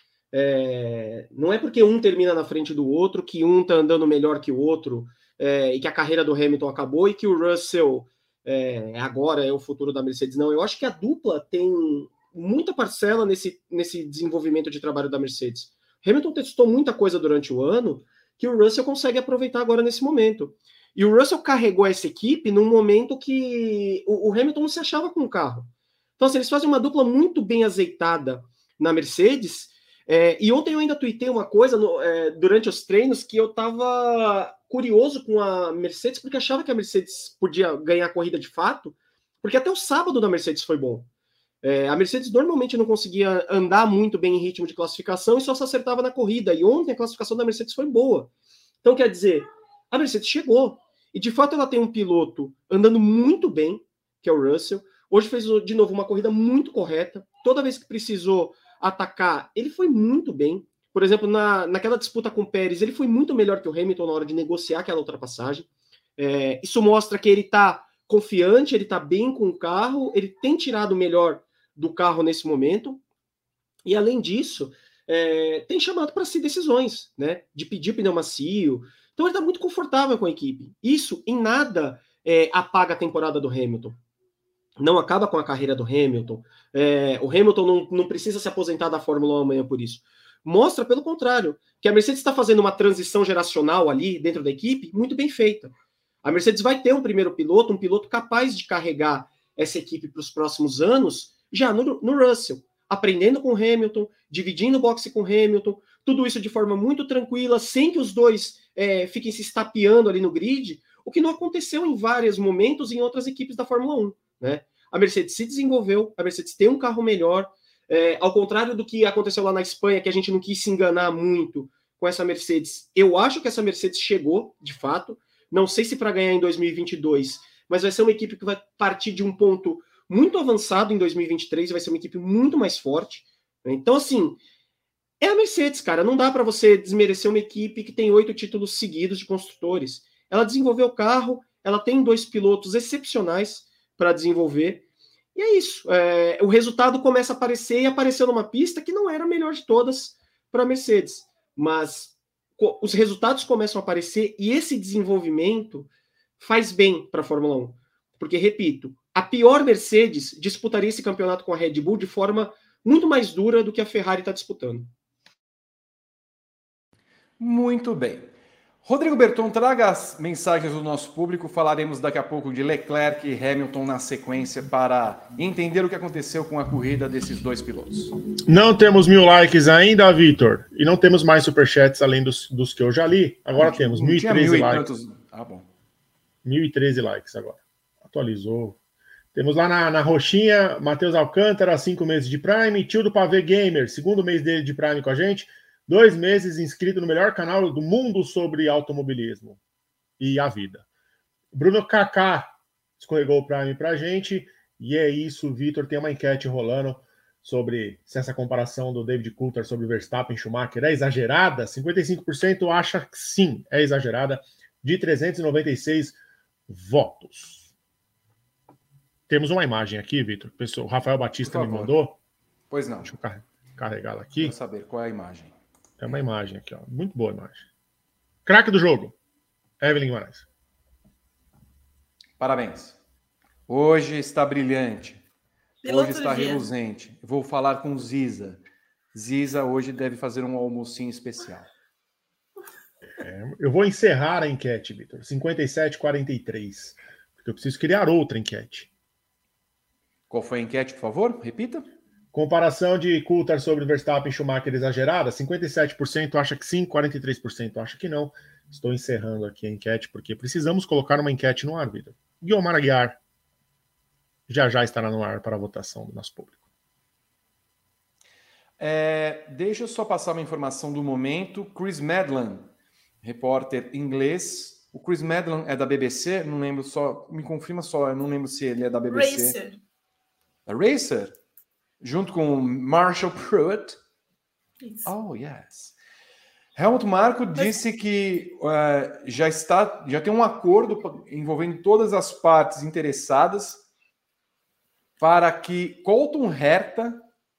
É, não é porque um termina na frente do outro que um está andando melhor que o outro é, e que a carreira do Hamilton acabou e que o Russell é, agora é o futuro da Mercedes. Não, eu acho que a dupla tem muita parcela nesse, nesse desenvolvimento de trabalho da Mercedes. Hamilton testou muita coisa durante o ano que o Russell consegue aproveitar agora nesse momento. E o Russell carregou essa equipe num momento que o, o Hamilton não se achava com o carro. Então, assim, eles fazem uma dupla muito bem azeitada na Mercedes. É, e ontem eu ainda tuitei uma coisa no, é, durante os treinos que eu estava curioso com a Mercedes, porque achava que a Mercedes podia ganhar a corrida de fato, porque até o sábado da Mercedes foi bom. É, a Mercedes normalmente não conseguia andar muito bem em ritmo de classificação e só se acertava na corrida. E ontem a classificação da Mercedes foi boa. Então, quer dizer, a Mercedes chegou. E, de fato, ela tem um piloto andando muito bem, que é o Russell. Hoje fez, de novo, uma corrida muito correta. Toda vez que precisou atacar, ele foi muito bem. Por exemplo, na, naquela disputa com o Pérez, ele foi muito melhor que o Hamilton na hora de negociar aquela ultrapassagem. É, isso mostra que ele está confiante, ele está bem com o carro, ele tem tirado o melhor do carro nesse momento, e além disso, é, tem chamado para si decisões, né, de pedir pneu macio, então ele está muito confortável com a equipe. Isso em nada é, apaga a temporada do Hamilton, não acaba com a carreira do Hamilton, é, o Hamilton não, não precisa se aposentar da Fórmula um amanhã por isso, mostra pelo contrário, que a Mercedes está fazendo uma transição geracional ali dentro da equipe muito bem feita. A Mercedes vai ter um primeiro piloto, um piloto capaz de carregar essa equipe para os próximos anos, já no, no Russell, aprendendo com o Hamilton, dividindo o boxe com o Hamilton, tudo isso de forma muito tranquila, sem que os dois é, fiquem se estapeando ali no grid, o que não aconteceu em vários momentos em outras equipes da Fórmula um, né? A Mercedes se desenvolveu, a Mercedes tem um carro melhor, é, ao contrário do que aconteceu lá na Espanha, que a gente não quis se enganar muito com essa Mercedes. Eu acho que essa Mercedes chegou, de fato, não sei se para ganhar em dois mil e vinte e dois, mas vai ser uma equipe que vai partir de um ponto muito avançado em dois mil e vinte e três, vai ser uma equipe muito mais forte. Então, assim, é a Mercedes, cara. Não dá para você desmerecer uma equipe que tem oito títulos seguidos de construtores. Ela desenvolveu o carro, ela tem dois pilotos excepcionais para desenvolver. E é isso. É, o resultado começa a aparecer e apareceu numa pista que não era a melhor de todas para a Mercedes. Mas co- os resultados começam a aparecer e esse desenvolvimento faz bem para a Fórmula um. Porque, repito, a pior Mercedes disputaria esse campeonato com a Red Bull de forma muito mais dura do que a Ferrari está disputando. Muito bem. Rodrigo Berton, traga as mensagens do nosso público. Falaremos daqui a pouco de Leclerc e Hamilton na sequência para entender o que aconteceu com a corrida desses dois pilotos. Não temos mil likes ainda, Vitor. E não temos mais superchats além dos, dos que eu já li. Agora não, temos mil e treze likes. Tantos... Ah, bom. mil e treze likes agora. Atualizou. Temos lá na, na roxinha, Matheus Alcântara, cinco meses de Prime. Tio do Pavê Gamer, segundo mês dele de Prime com a gente. Dois meses inscrito no melhor canal do mundo sobre automobilismo e a vida. Bruno Kaká escorregou o Prime pra gente. E é isso, Vitor. Tem uma enquete rolando sobre se essa comparação do David Coulthard sobre Verstappen e Schumacher é exagerada. cinquenta e cinco por cento acha que sim, é exagerada. De trezentos e noventa e seis votos. Temos uma imagem aqui, Vitor. O Rafael Batista me mandou. Pois não. Deixa eu carregá-la aqui. Vamos saber qual é a imagem. É uma imagem aqui, ó. Muito boa imagem. Craque do jogo. Evelyn Guimarães. Parabéns. Hoje está brilhante. Piloto Hoje está dia. reluzente. Vou falar com Ziza. Ziza hoje deve fazer um almocinho especial. É, eu vou encerrar a enquete, Vitor. cinquenta e sete a quarenta e três. Porque eu preciso criar outra enquete. Qual foi a enquete, por favor? Repita. Comparação de Coulthard sobre Verstappen e Schumacher exagerada. cinquenta e sete por cento acha que sim, quarenta e três por cento acha que não. Estou encerrando aqui a enquete, porque precisamos colocar uma enquete no ar, Vitor. Guilmar Aguiar já já estará no ar para a votação do nosso público. É, deixa eu só passar uma informação do momento. Chris Medland, repórter inglês. O Chris Medland é da B B C? Não lembro só. Me confirma só, eu não lembro se ele é da B B C. Racer. A Racer? Junto com Marshall Pruitt. Isso. Oh, yes. Helmut Marko Mas... disse que uh, já está, já tem um acordo envolvendo todas as partes interessadas para que Colton Herta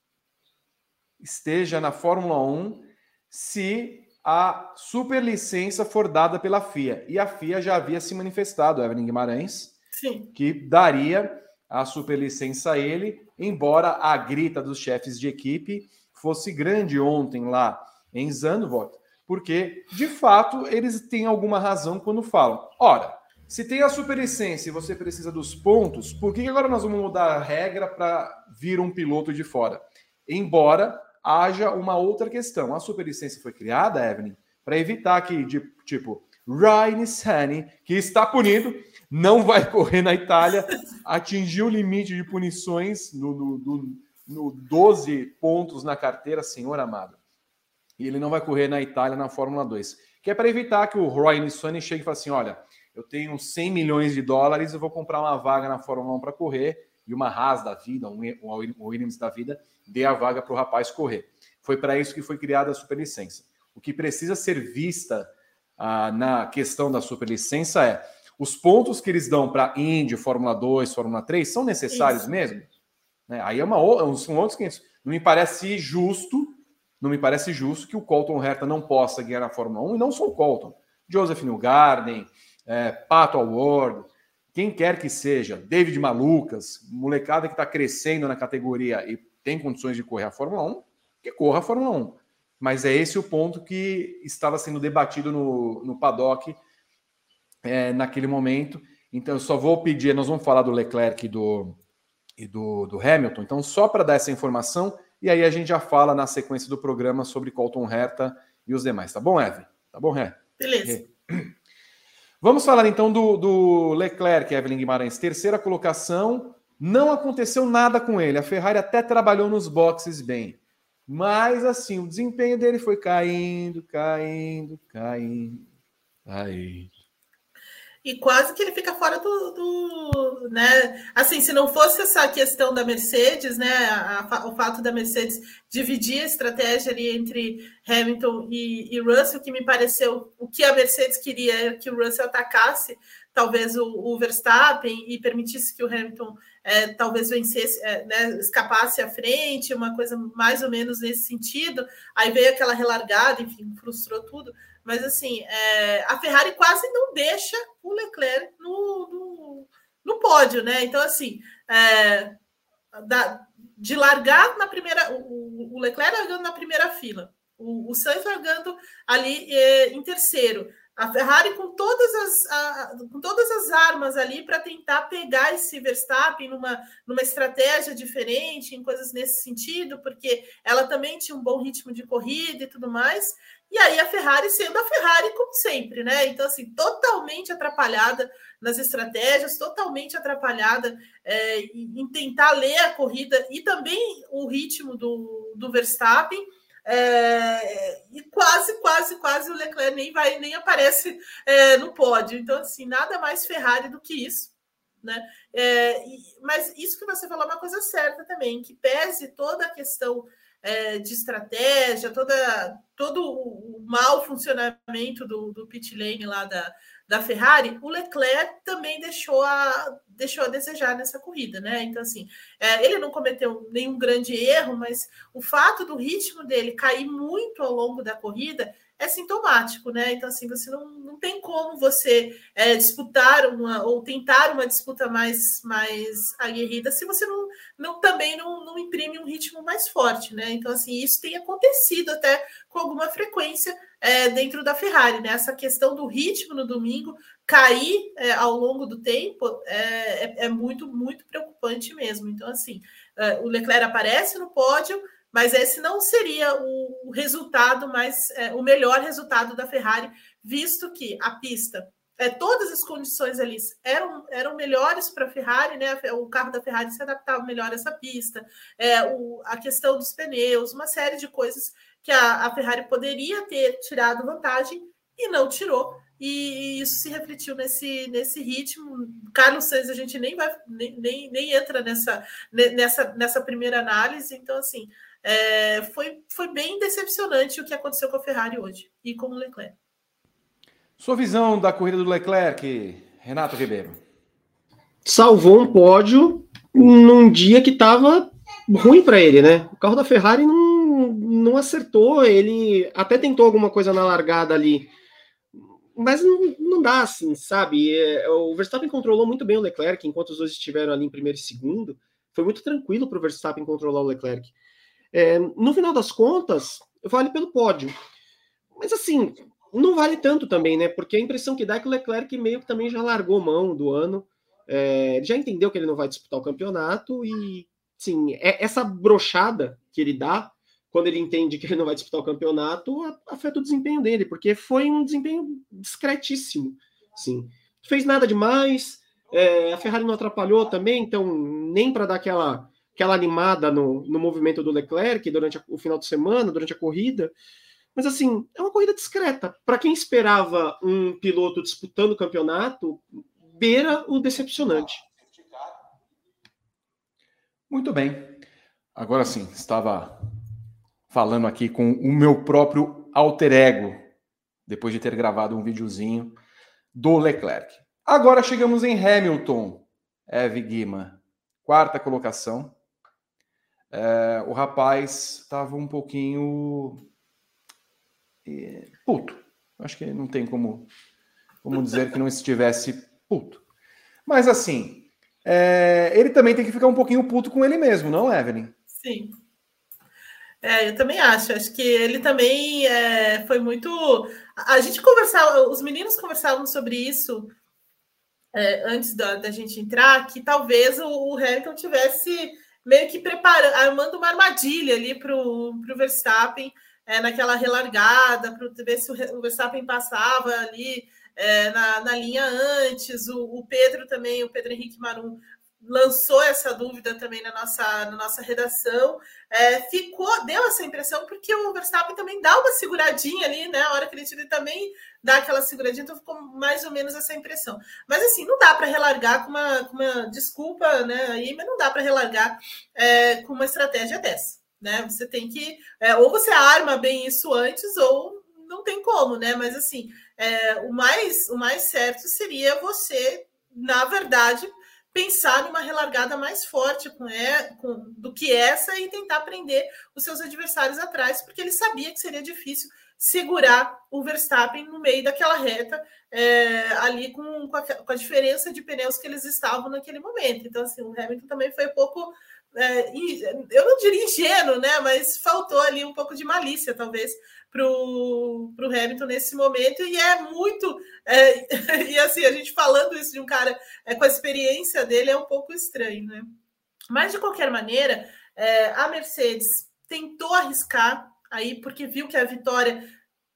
esteja na Fórmula um se a superlicença for dada pela F I A. E a F I A já havia se manifestado, Evelyn Guimarães, Sim. que daria a superlicença a ele, embora a grita dos chefes de equipe fosse grande ontem lá em Zandvoort, porque, de fato, eles têm alguma razão quando falam. Ora, se tem a superlicença e você precisa dos pontos, por que agora nós vamos mudar a regra para vir um piloto de fora? Embora haja uma outra questão. A superlicença foi criada, Evelyn, para evitar que, de, tipo, Ryan Nissany, que está punido, não vai correr na Itália, atingiu o limite de punições no, no, no, no doze pontos na carteira, senhor amado. E ele não vai correr na Itália na Fórmula dois. Que é para evitar que o Ryan Nissany chegue e fale assim, olha, eu tenho cem milhões de dólares, eu vou comprar uma vaga na Fórmula um para correr, e uma Haas da vida, um Williams da vida, dê a vaga para o rapaz correr. Foi para isso que foi criada a superlicença. O que precisa ser vista ah, na questão da superlicença é os pontos que eles dão para Indy, Fórmula dois, Fórmula três, são necessários Isso. mesmo? Né? Aí é uma, são outros quinhentos. Não me parece justo, não me parece justo que o Colton Herta não possa ganhar na Fórmula um, e não só o Colton. Joseph Newgarden, é, Pato O'Ward, quem quer que seja, David Malucas, molecada que está crescendo na categoria e tem condições de correr a Fórmula um, que corra a Fórmula um. Mas é esse o ponto que estava sendo debatido no, no paddock é, naquele momento. Então, eu só vou pedir, nós vamos falar do Leclerc e do, e do, do Hamilton, então só para dar essa informação, e aí a gente já fala na sequência do programa sobre Colton Herta e os demais. Tá bom, Evelyn? Tá bom, Ré? Beleza. Vamos falar então do, do Leclerc, Evelyn Guimarães. Terceira colocação, não aconteceu nada com ele. A Ferrari até trabalhou nos boxes bem. Mas, assim, o desempenho dele foi caindo, caindo, caindo, caindo. E quase que ele fica fora do, do, né? Assim, se não fosse essa questão da Mercedes, né? A, a, o fato da Mercedes dividir a estratégia ali entre Hamilton e, e Russell, que me pareceu o que a Mercedes queria que o Russell atacasse, talvez o, o Verstappen e permitisse que o Hamilton é, talvez vencesse, é, né, escapasse à frente, uma coisa mais ou menos nesse sentido. Aí veio aquela relargada, enfim, frustrou tudo. Mas, assim, é, a Ferrari quase não deixa o Leclerc no, no, no pódio, né? Então, assim, é, da, de largar na primeira... O, o Leclerc largando na primeira fila, o, o Sainz largando ali é, em terceiro. A Ferrari com todas as, a, com todas as armas ali para tentar pegar esse Verstappen numa, numa estratégia diferente, em coisas nesse sentido, porque ela também tinha um bom ritmo de corrida e tudo mais. E aí a Ferrari sendo a Ferrari como sempre, né? Então, assim, totalmente atrapalhada nas estratégias, totalmente atrapalhada é, em tentar ler a corrida e também o ritmo do, do Verstappen. É, e quase, quase, quase o Leclerc nem vai, nem aparece é, no pódio. Então, assim, nada mais Ferrari do que isso, né? É, e, mas isso que você falou é uma coisa certa também, que pese toda a questão É, de estratégia, toda, todo o mau funcionamento do, do pit lane lá da, da Ferrari, o Leclerc também deixou a, deixou a desejar nessa corrida, né? Então, assim, é, ele não cometeu nenhum grande erro, mas o fato do ritmo dele cair muito ao longo da corrida é sintomático, né? Então, assim, você não, não tem como você é, disputar uma ou tentar uma disputa mais, mais aguerrida se você não, não também não, não imprime um ritmo mais forte, né? Então, assim, isso tem acontecido até com alguma frequência é, dentro da Ferrari, né? Essa questão do ritmo no domingo cair é, ao longo do tempo é, é, é muito, muito preocupante mesmo. Então, assim, é, o Leclerc aparece no pódio, mas esse não seria o resultado mais, é, o melhor resultado da Ferrari, visto que a pista, é, todas as condições ali eram, eram melhores para a Ferrari, né? O carro da Ferrari se adaptava melhor a essa pista, é, o, a questão dos pneus, uma série de coisas que a, a Ferrari poderia ter tirado vantagem e não tirou. E isso se refletiu nesse, nesse ritmo. Carlos Sainz, a gente nem vai nem, nem, nem entra nessa, nessa, nessa primeira análise, então assim. É, foi, foi bem decepcionante o que aconteceu com a Ferrari hoje e com o Leclerc. Sua visão da corrida do Leclerc, Renato Ribeiro? Salvou um pódio num dia que estava ruim para ele, né? O carro da Ferrari não, não acertou, ele até tentou alguma coisa na largada ali, mas não, não dá assim, sabe? O Verstappen controlou muito bem o Leclerc enquanto os dois estiveram ali em primeiro e segundo. Foi muito tranquilo para o Verstappen controlar o Leclerc. É, no final das contas, vale pelo pódio. Mas assim, não vale tanto também, né? Porque a impressão que dá é que o Leclerc meio que também já largou mão do ano. É, ele já entendeu que ele não vai disputar o campeonato e, sim, é, essa brochada que ele dá quando ele entende que ele não vai disputar o campeonato afeta o desempenho dele, porque foi um desempenho discretíssimo. Sim. Não fez nada demais, é, a Ferrari não atrapalhou também, então nem para dar aquela... aquela animada no, no movimento do Leclerc durante a, o final de semana, durante a corrida. Mas, assim, é uma corrida discreta. Para quem esperava um piloto disputando o campeonato, beira o decepcionante. Muito bem. Agora sim, estava falando aqui com o meu próprio alter ego, depois de ter gravado um videozinho do Leclerc. Agora chegamos em Hamilton, Eve Guima. Quarta colocação. É, o rapaz estava um pouquinho é, puto. Acho que não tem como, como dizer que não estivesse puto. Mas assim, é, ele também tem que ficar um pouquinho puto com ele mesmo, não, Evelyn? Sim. É, eu também acho. Acho que ele também é, foi muito... A gente conversava, os meninos conversavam sobre isso é, antes da, da gente entrar, que talvez o, o Hamilton tivesse... meio que preparando, armando uma armadilha ali para o Verstappen, é, naquela relargada, para ver se o, o Verstappen passava ali é, na, na linha antes, o, o Pedro também, o Pedro Henrique Marum, lançou essa dúvida também na nossa, na nossa redação, é, ficou, deu essa impressão, porque o Verstappen também dá uma seguradinha ali, né? A hora que ele tira, ele também dá aquela seguradinha, então ficou mais ou menos essa impressão. Mas assim, não dá para relargar com uma, com uma desculpa, né? Aí, mas não dá para relargar é, com uma estratégia dessa, né? Você tem que, é, ou você arma bem isso antes, ou não tem como, né? Mas assim, é, o, mais, o mais certo seria você, na verdade, pensar numa relargada mais forte com, é, com, do que essa e tentar prender os seus adversários atrás, porque ele sabia que seria difícil segurar o Verstappen no meio daquela reta, é, ali com, com, a, com a diferença de pneus que eles estavam naquele momento. Então, assim, o Hamilton também foi um pouco, é, eu não diria ingênuo, né? Mas faltou ali um pouco de malícia, talvez, para o Hamilton nesse momento, e é muito, é, e assim, a gente falando isso de um cara é, com a experiência dele é um pouco estranho, né? Mas, de qualquer maneira, é, a Mercedes tentou arriscar aí, porque viu que a vitória,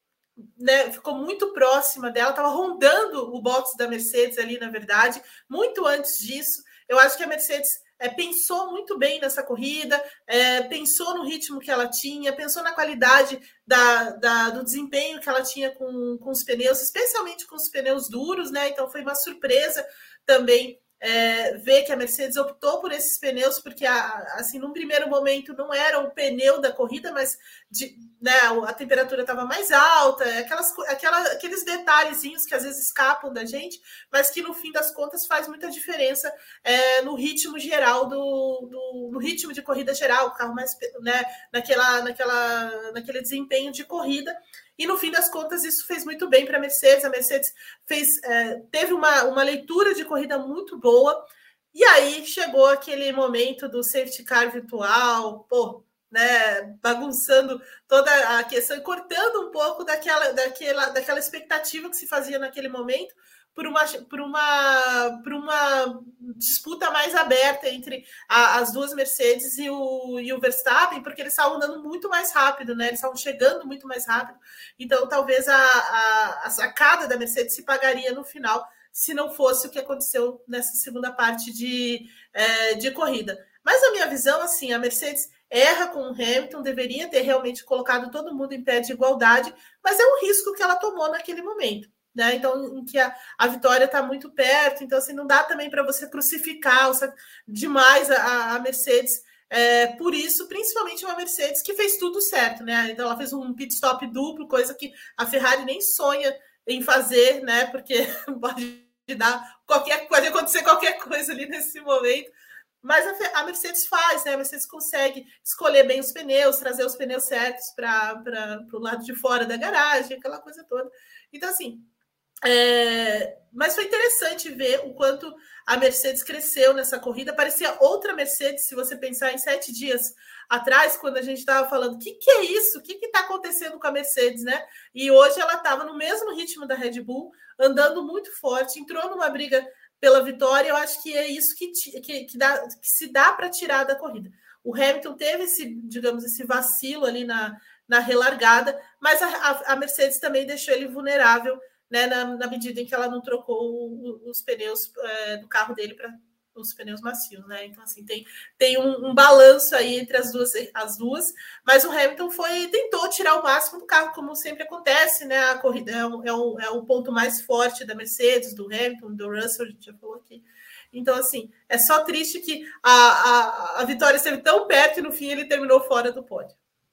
né, ficou muito próxima dela, estava rondando o box da Mercedes ali, na verdade, muito antes disso. Eu acho que a Mercedes É, pensou muito bem nessa corrida, é, pensou no ritmo que ela tinha, pensou na qualidade da, da, do desempenho que ela tinha com, com os pneus, especialmente com os pneus duros, né? Então foi uma surpresa também é, ver que a Mercedes optou por esses pneus, porque a, assim, num primeiro momento não era o pneu da corrida, mas de, né, a temperatura estava mais alta, aquelas, aquela, aqueles detalhezinhos que às vezes escapam da gente, mas que no fim das contas faz muita diferença é, no ritmo geral, do, do, no ritmo de corrida geral, o carro mais, né, naquela, naquela, naquele desempenho de corrida. E no fim das contas, isso fez muito bem para a Mercedes. A Mercedes fez, é, teve uma, uma leitura de corrida muito boa. E aí chegou aquele momento do safety car virtual, pô, né, bagunçando toda a questão e cortando um pouco daquela, daquela, daquela expectativa que se fazia naquele momento, por uma, por uma, por uma disputa mais aberta entre a, as duas Mercedes e o, e o Verstappen, porque eles estavam andando muito mais rápido, né? Eles estavam chegando muito mais rápido. Então, talvez a, a, a sacada da Mercedes se pagaria no final, se não fosse o que aconteceu nessa segunda parte de, é, de corrida. Mas, na minha visão, assim, a Mercedes erra com o Hamilton, deveria ter realmente colocado todo mundo em pé de igualdade, mas é um risco que ela tomou naquele momento. Né? Então, em que a, a vitória está muito perto, então assim, não dá também para você crucificar demais a, a Mercedes, é, por isso, principalmente uma Mercedes que fez tudo certo, né? Então ela fez um pit stop duplo, coisa que a Ferrari nem sonha em fazer, né? Porque pode dar qualquer, pode acontecer qualquer coisa ali nesse momento. Mas a, a Mercedes faz, né? A Mercedes consegue escolher bem os pneus, trazer os pneus certos para o lado de fora da garagem, aquela coisa toda. Então, assim, É, mas foi interessante ver o quanto a Mercedes cresceu nessa corrida. Parecia outra Mercedes, se você pensar em sete dias atrás, quando a gente estava falando, o que, que é isso? O que está acontecendo com a Mercedes, né? E hoje ela estava no mesmo ritmo da Red Bull, andando muito forte, entrou numa briga pela vitória. Eu acho que é isso que, que, que, dá, que se dá para tirar da corrida. O Hamilton teve esse, digamos, esse vacilo ali na, na relargada, mas a, a, a Mercedes também deixou ele vulnerável, né, na, na medida em que ela não trocou o, os pneus é, do carro dele para os pneus macios, né? Então, assim, tem, tem um, um balanço aí entre as duas, as duas, mas o Hamilton foi, tentou tirar o máximo do carro, como sempre acontece, né? A corrida é o, é o, é o ponto mais forte da Mercedes, do Hamilton, do Russell, a gente já falou aqui. Então, assim, é só triste que a, a, a vitória esteve tão perto e no fim ele terminou fora do pódio.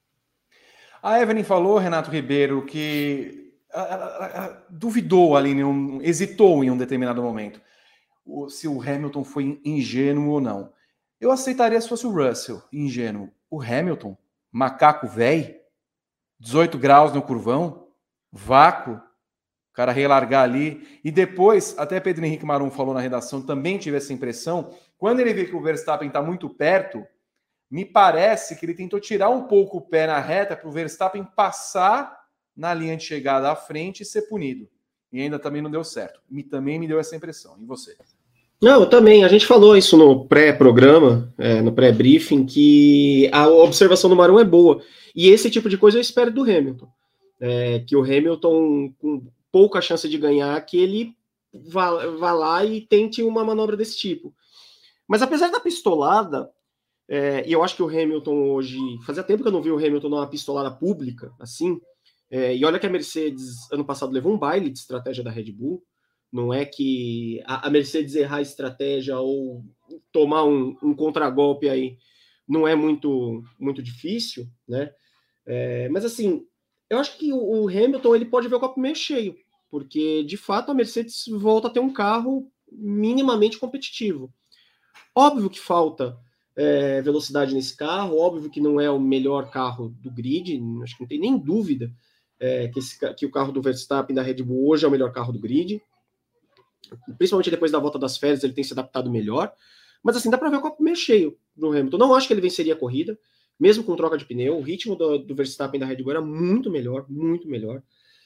A Evelyn falou, Renato Ribeiro, que Ela, ela, ela duvidou ali, um, hesitou em um determinado momento o, se o Hamilton foi ingênuo ou não. Eu aceitaria se fosse o Russell ingênuo. O Hamilton, macaco velho, dezoito graus no curvão, vácuo, o cara relargar ali. E depois, até Pedro Henrique Marum falou na redação, também tive essa impressão, quando ele vê que o Verstappen está muito perto, me parece que ele tentou tirar um pouco o pé na reta para o Verstappen passar na linha de chegada à frente e ser punido. E ainda também não deu certo. Me, também me deu essa impressão. E você? Não, eu também. A gente falou isso no pré-programa, é, no pré-briefing, que a observação do Marum é boa. E esse tipo de coisa eu espero do Hamilton. É, que o Hamilton, com pouca chance de ganhar, que ele vá, vá lá e tente uma manobra desse tipo. Mas apesar da pistolada, é, e eu acho que o Hamilton hoje... Fazia tempo que eu não vi o Hamilton dar uma pistolada pública, assim. É, e olha que a Mercedes, ano passado, levou um baile de estratégia da Red Bull. Não é que a, a Mercedes errar a estratégia ou tomar um, um contragolpe aí não é muito, muito difícil, né? É, mas assim, eu acho que o, o Hamilton ele pode ver o copo meio cheio, porque de fato a Mercedes volta a ter um carro minimamente competitivo. Óbvio que falta é, velocidade nesse carro, óbvio que não é o melhor carro do grid, acho que não tem nem dúvida é, que, esse, que o carro do Verstappen da Red Bull hoje é o melhor carro do grid. Principalmente depois da volta das férias, ele tem se adaptado melhor. Mas assim, dá para ver o copo meio cheio do Hamilton. Não acho que ele venceria a corrida, mesmo com troca de pneu. O ritmo do, do Verstappen da Red Bull era muito melhor, muito melhor.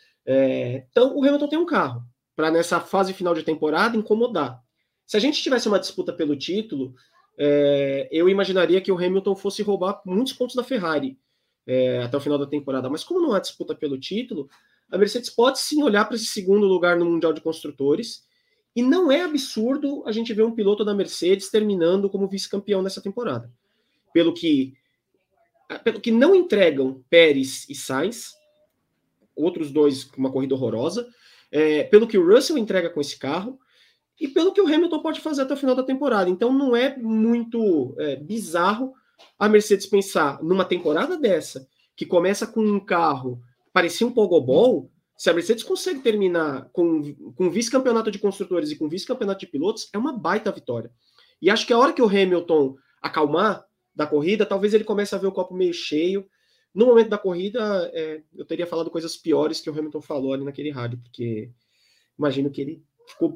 É, então, o Hamilton tem um carro para, nessa fase final de temporada, incomodar. Se a gente tivesse uma disputa pelo título, é, eu imaginaria que o Hamilton fosse roubar muitos pontos da Ferrari é, até o final da temporada. Mas como não há disputa pelo título, a Mercedes pode sim olhar para esse segundo lugar no Mundial de Construtores. E não é absurdo a gente ver um piloto da Mercedes terminando como vice-campeão nessa temporada. Pelo que, pelo que não entregam Pérez e Sainz, outros dois com uma corrida horrorosa, é, pelo que o Russell entrega com esse carro, e pelo que o Hamilton pode fazer até o final da temporada. Então não é muito é, bizarro a Mercedes pensar numa temporada dessa, que começa com um carro que parecia um pogobol. Se a Mercedes consegue terminar com, com vice-campeonato de construtores e com vice-campeonato de pilotos, é uma baita vitória. E acho que a hora que o Hamilton acalmar da corrida, talvez ele comece a ver o copo meio cheio. No momento da corrida, é, eu teria falado coisas piores que o Hamilton falou ali naquele rádio, porque imagino que ele ficou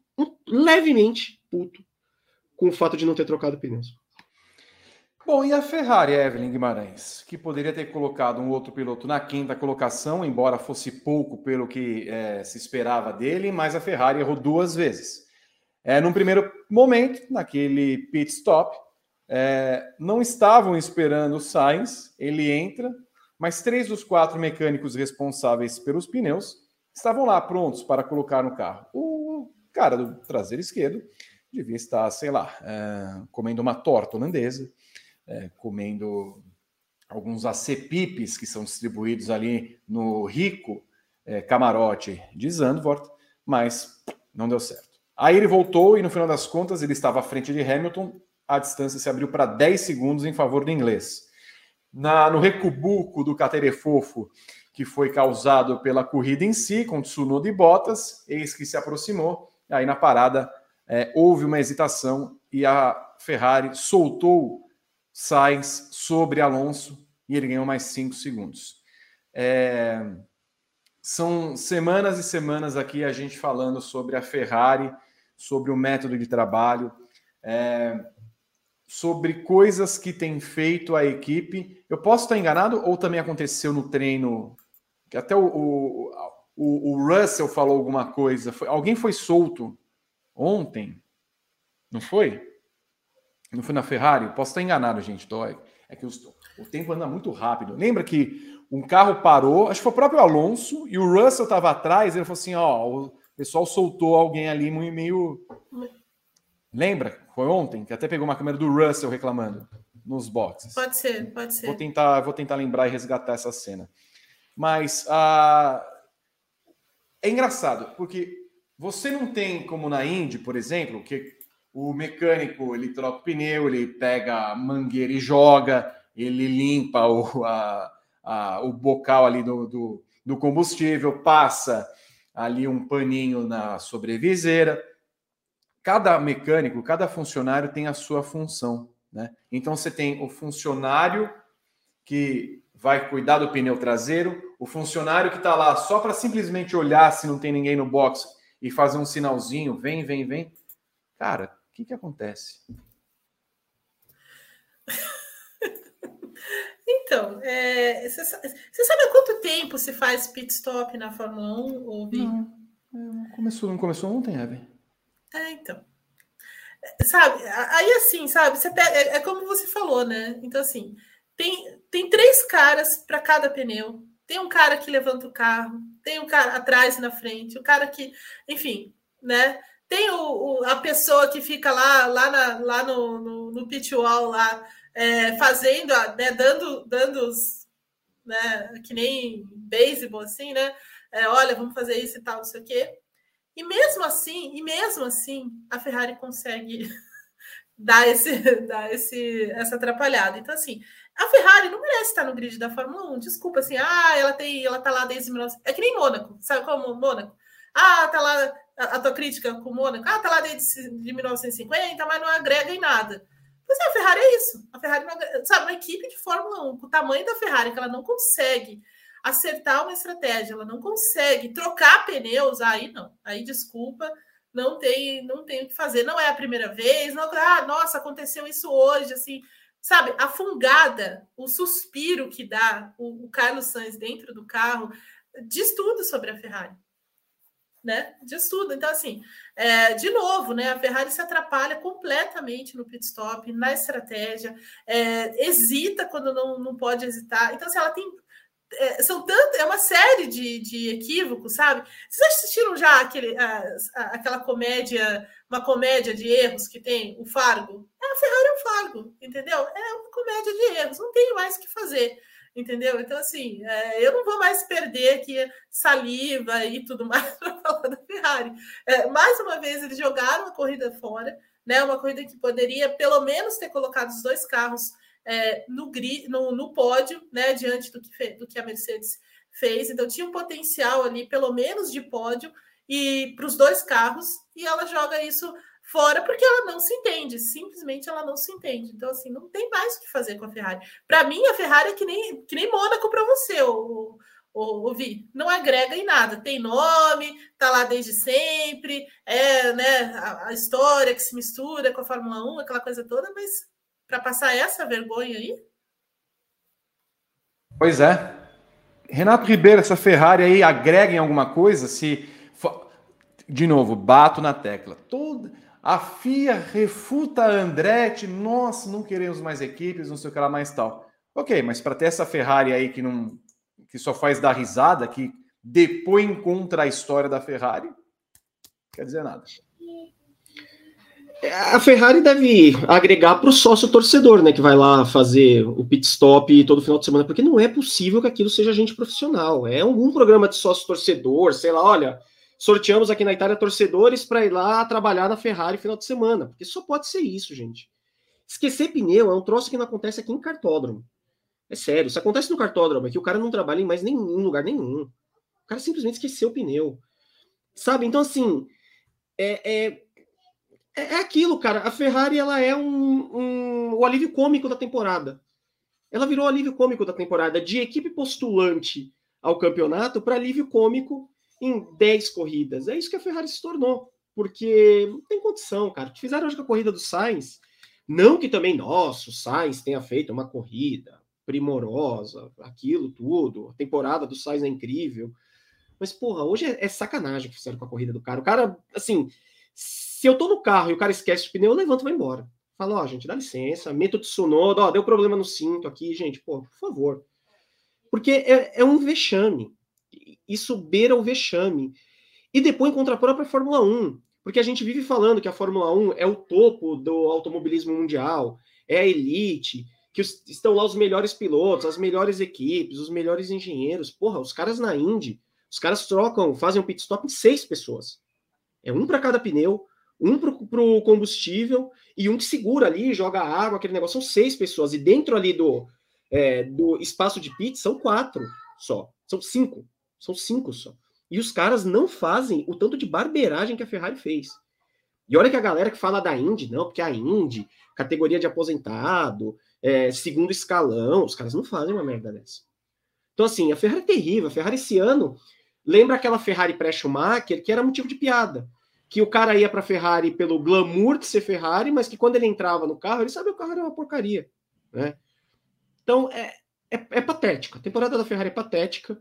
levemente puto com o fato de não ter trocado pneus. Bom, e a Ferrari, Evelyn Guimarães, que poderia ter colocado um outro piloto na quinta colocação, embora fosse pouco pelo que é, se esperava dele, mas a Ferrari errou duas vezes. É, num primeiro momento, naquele pit stop, é, não estavam esperando o Sainz, ele entra, mas três dos quatro mecânicos responsáveis pelos pneus estavam lá prontos para colocar no carro. O cara do traseiro esquerdo devia estar, sei lá, é, comendo uma torta holandesa, É, comendo alguns acepipes que são distribuídos ali no rico é, camarote de Zandvoort, mas não deu certo. Aí ele voltou e no final das contas ele estava à frente de Hamilton, a distância se abriu para dez segundos em favor do inglês. Na, no recubuco do caterefofo que foi causado pela corrida em si, com Tsunoda e Bottas, eis que se aproximou, aí na parada é, houve uma hesitação e a Ferrari soltou Sainz sobre Alonso e ele ganhou mais cinco segundos. É... São semanas e semanas aqui a gente falando sobre a Ferrari, sobre o método de trabalho, é... sobre coisas que tem feito a equipe. Eu posso estar enganado ou também aconteceu no treino, que até o, o, o, o Russell falou alguma coisa. Foi... Alguém foi solto ontem, não foi? Não foi na Ferrari? Posso estar enganado, gente. É que os, o tempo anda muito rápido. Lembra que um carro parou, acho que foi o próprio Alonso, e o Russell estava atrás, ele falou assim, ó, o pessoal soltou alguém ali meio... Lembra? Foi ontem, que até pegou uma câmera do Russell reclamando nos boxes. Pode ser, pode ser. Vou tentar, vou tentar lembrar e resgatar essa cena. Mas uh, é engraçado, porque você não tem, como na Indy, por exemplo, que o mecânico, ele troca o pneu, ele pega a mangueira e joga, ele limpa o, a, a, o bocal ali do, do, do combustível, passa ali um paninho na sobreviseira. Cada mecânico, cada funcionário tem a sua função, né? Então você tem o funcionário que vai cuidar do pneu traseiro, o funcionário que está lá só para simplesmente olhar se não tem ninguém no box e fazer um sinalzinho, vem, vem, vem. Cara, o que, que acontece? Então, é, você sabe há quanto tempo se faz pit stop na Fórmula um? Ou... Não, não começou, não começou ontem, Evan. É, então. Sabe, aí assim, sabe, você pega, é, é como você falou, né? Então, assim, tem, tem três caras para cada pneu, tem um cara que levanta o carro, tem um cara atrás e na frente, o cara que, enfim, né? Tem o, o, a pessoa que fica lá, lá, na, lá no, no, no pit wall, lá, é, fazendo, né, dando, dando os, né, que nem beisebol, assim, né? É, olha, vamos fazer isso e tal, não sei o quê. E mesmo assim, e mesmo assim, a Ferrari consegue dar, esse, dar esse, essa atrapalhada. Então, assim, a Ferrari não merece estar no grid da Fórmula um. Desculpa, assim, ah, ela tem, ela tá lá desde mil e novecentos. É que nem Mônaco, sabe como Mônaco? Ah, tá lá, a, a tua crítica com o Mônaco, ah, tá lá desde de mil novecentos e cinquenta, mas não agrega em nada. Pois é, a Ferrari é isso. A Ferrari não agrega, sabe, uma equipe de Fórmula um, com o tamanho da Ferrari, que ela não consegue acertar uma estratégia, ela não consegue trocar pneus, aí não, aí desculpa, não tem, não tem o que fazer, não é a primeira vez, não, ah, nossa, aconteceu isso hoje, assim, sabe, a fungada, o suspiro que dá o, o Carlos Sainz dentro do carro, diz tudo sobre a Ferrari, né, diz tudo. Então, assim, é, de novo, né, a Ferrari se atrapalha completamente no pit stop, na estratégia, é, hesita quando não, não pode hesitar, então, assim, ela tem É, são tanto, é uma série de, de equívocos, sabe? Vocês assistiram já aquele, a, a, aquela comédia, uma comédia de erros que tem, o Fargo? É, a Ferrari é o Fargo, entendeu? É uma comédia de erros, não tem mais o que fazer, entendeu? Então, assim, é, eu não vou mais perder aqui saliva e tudo mais para falar da Ferrari. É, mais uma vez, eles jogaram a corrida fora, né? Uma corrida que poderia, pelo menos, ter colocado os dois carros É, no, no, no pódio, né, diante do que, fe, do que a Mercedes fez. Então, tinha um potencial ali, pelo menos, de pódio e para os dois carros, e ela joga isso fora porque ela não se entende, simplesmente ela não se entende. Então, assim, não tem mais o que fazer com a Ferrari. Para mim, a Ferrari é que nem, que nem Mônaco para você, o, o, o Vi. Não agrega em nada. Tem nome, tá lá desde sempre, é, né, a, a história que se mistura com a Fórmula um, aquela coisa toda, mas para passar essa vergonha aí? Pois é. Renato Ribeiro, essa Ferrari aí agrega em alguma coisa? Se de novo, bato na tecla. Toda a F I A refuta a Andretti, nossa, não queremos mais equipes, não sei o que lá mais tal. Ok, mas para ter essa Ferrari aí que não que só faz dar risada, que depõe contra a história da Ferrari, quer dizer nada. A Ferrari deve agregar para o sócio torcedor, né, que vai lá fazer o pit stop todo final de semana, porque não é possível que aquilo seja gente profissional. É algum programa de sócio torcedor, sei lá, olha, sorteamos aqui na Itália torcedores para ir lá trabalhar na Ferrari final de semana, porque só pode ser isso, gente. Esquecer pneu é um troço que não acontece aqui em cartódromo. É sério, se acontece no cartódromo, é que o cara não trabalha em mais nenhum lugar nenhum. O cara simplesmente esqueceu o pneu. Sabe? Então, assim, é... é É aquilo, cara. A Ferrari, ela é um, um, o alívio cômico da temporada. Ela virou o alívio cômico da temporada, de equipe postulante ao campeonato para alívio cômico em dez corridas. É isso que a Ferrari se tornou, porque não tem condição, cara. O que fizeram hoje com a corrida do Sainz, não que também, nossa, o Sainz tenha feito uma corrida primorosa, aquilo tudo, a temporada do Sainz é incrível, mas, porra, hoje é, é sacanagem o que fizeram com a corrida do cara. O cara, assim... Se eu tô no carro e o cara esquece o pneu, eu levanto e vou embora. Falo, ó, oh, gente, dá licença, meto de Tsunoda, ó, deu problema no cinto aqui, gente, pô, por favor. Porque é, é um vexame. Isso beira o vexame. E depois contra a própria Fórmula um. Porque a gente vive falando que a Fórmula um é o topo do automobilismo mundial, é a elite, que os, estão lá os melhores pilotos, as melhores equipes, os melhores engenheiros. Porra, os caras na Indy, os caras trocam, fazem um pit stop em seis pessoas. É um para cada pneu, um para o combustível e um que segura ali, joga água, aquele negócio. São seis pessoas. E dentro ali do, é, do espaço de pit são quatro só. São cinco. São cinco só. E os caras não fazem o tanto de barbeiragem que a Ferrari fez. E olha que a galera que fala da Indy, não, porque a Indy, categoria de aposentado, é, segundo escalão, os caras não fazem uma merda dessa. Então, assim, a Ferrari é terrível. A Ferrari esse ano lembra aquela Ferrari pré-Schumacher que era motivo de piada. Que o cara ia para a Ferrari pelo glamour de ser Ferrari, mas que quando ele entrava no carro, ele sabia que o carro era uma porcaria. Né? Então, é, é, é patético. A temporada da Ferrari é patética.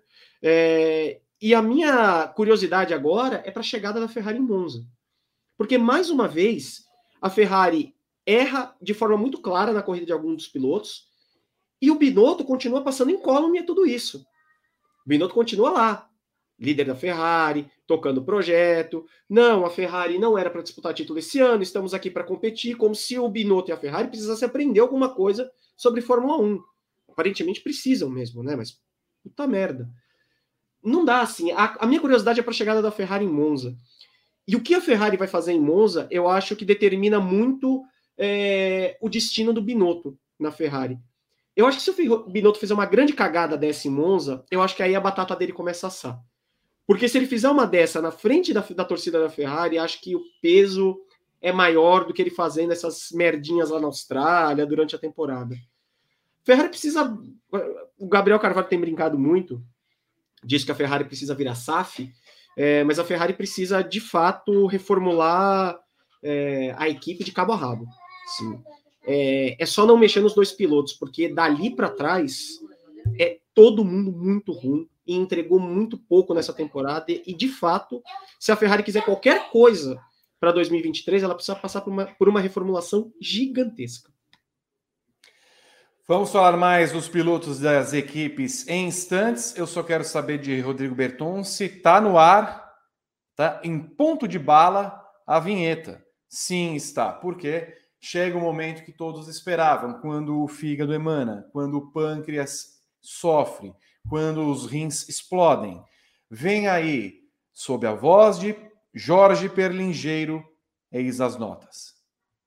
É, e a minha curiosidade agora é para a chegada da Ferrari em Monza. Porque, mais uma vez, a Ferrari erra de forma muito clara na corrida de alguns dos pilotos e o Binotto continua passando incólume a tudo isso. Binotto continua lá, líder da Ferrari, tocando o projeto. Não, a Ferrari não era para disputar título esse ano, estamos aqui para competir, como se o Binotto e a Ferrari precisassem aprender alguma coisa sobre Fórmula um. Aparentemente precisam mesmo, né? Mas puta merda. Não dá assim. A, a minha curiosidade é para a chegada da Ferrari em Monza. E o que a Ferrari vai fazer em Monza, eu acho que determina muito é, o destino do Binotto na Ferrari. Eu acho que se o Binotto fizer uma grande cagada dessa em Monza, eu acho que aí a batata dele começa a assar. Porque se ele fizer uma dessa na frente da, da torcida da Ferrari, acho que o peso é maior do que ele fazendo essas merdinhas lá na Austrália durante a temporada. Ferrari precisa... O Gabriel Carvalho tem brincado muito, diz que a Ferrari precisa virar S A F, é, mas a Ferrari precisa, de fato, reformular é, a equipe de cabo a rabo. Sim. É, é só não mexer nos dois pilotos, porque dali para trás é todo mundo muito ruim e entregou muito pouco nessa temporada. E, de fato, se a Ferrari quiser qualquer coisa para dois mil e vinte e três, ela precisa passar por uma, por uma reformulação gigantesca. Vamos falar mais dos pilotos das equipes em instantes. Eu só quero saber de Rodrigo Berton se está no ar, tá em ponto de bala a vinheta. Sim, está. Por quê? Chega o momento que todos esperavam, quando o fígado emana, quando o pâncreas sofre, quando os rins explodem. Vem aí, sob a voz de Jorge Perlingeiro, eis as notas.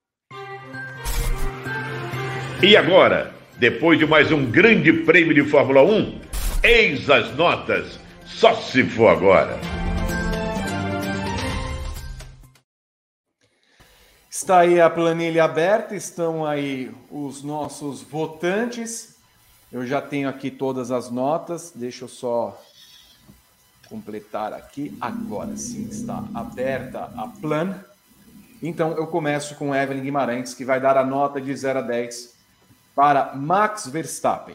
E agora, depois de mais um grande prêmio de Fórmula um, eis as notas, só se for agora. Está aí a planilha aberta, estão aí os nossos votantes. Eu já tenho aqui todas as notas, deixa eu só completar aqui. Agora sim está aberta a plan. Então eu começo com Evelyn Guimarães, que vai dar a nota de zero a dez para Max Verstappen.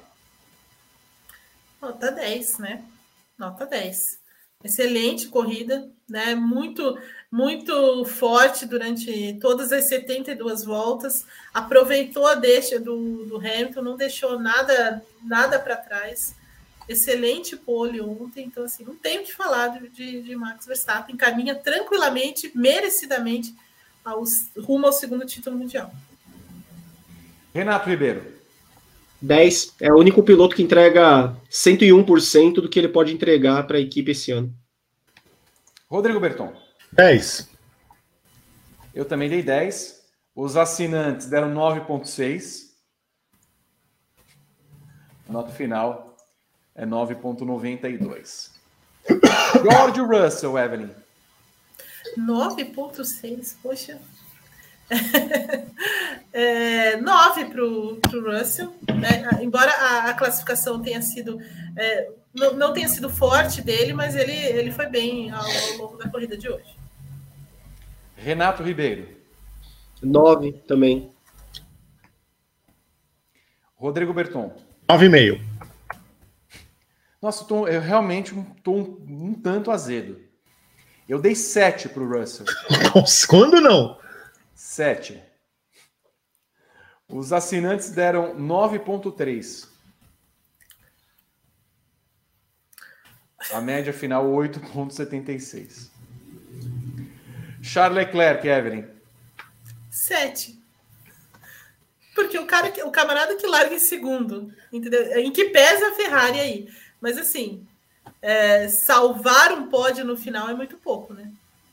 Nota dez, né? Nota dez. Excelente corrida, né? Muito, muito forte durante todas as setenta e duas voltas. Aproveitou a deixa do, do Hamilton, não deixou nada, nada para trás. Excelente pole ontem. Então, assim, não tenho o que falar de, de Max Verstappen. Caminha tranquilamente, merecidamente, ao, rumo ao segundo título mundial. Renato Ribeiro. dez. É o único piloto que entrega cento e um por cento do que ele pode entregar para a equipe esse ano. Rodrigo Berton. dez. Eu também dei dez. Os assinantes deram nove vírgula seis. A nota final é nove vírgula noventa e dois. George Russell, Evelyn. nove vírgula seis, poxa. É, nove para o Russell, né? Embora a, a classificação tenha sido é, não, não tenha sido forte dele, mas ele, ele foi bem ao, ao longo da corrida de hoje. Renato Ribeiro. nove também. Rodrigo Berton. nove vírgula cinco. Nossa, eu, tô, eu realmente estou um, um tanto azedo. Eu dei sete para o Russell. Nossa, quando não? sete. Os assinantes deram nove vírgula três. A média final, oito vírgula setenta e seis. Charles Leclerc, Evelyn. sete. Porque o, cara, o camarada que larga em segundo, entendeu? Em que pesa a Ferrari aí. Mas, assim, é, salvar um pódio no final é muito pouco, né?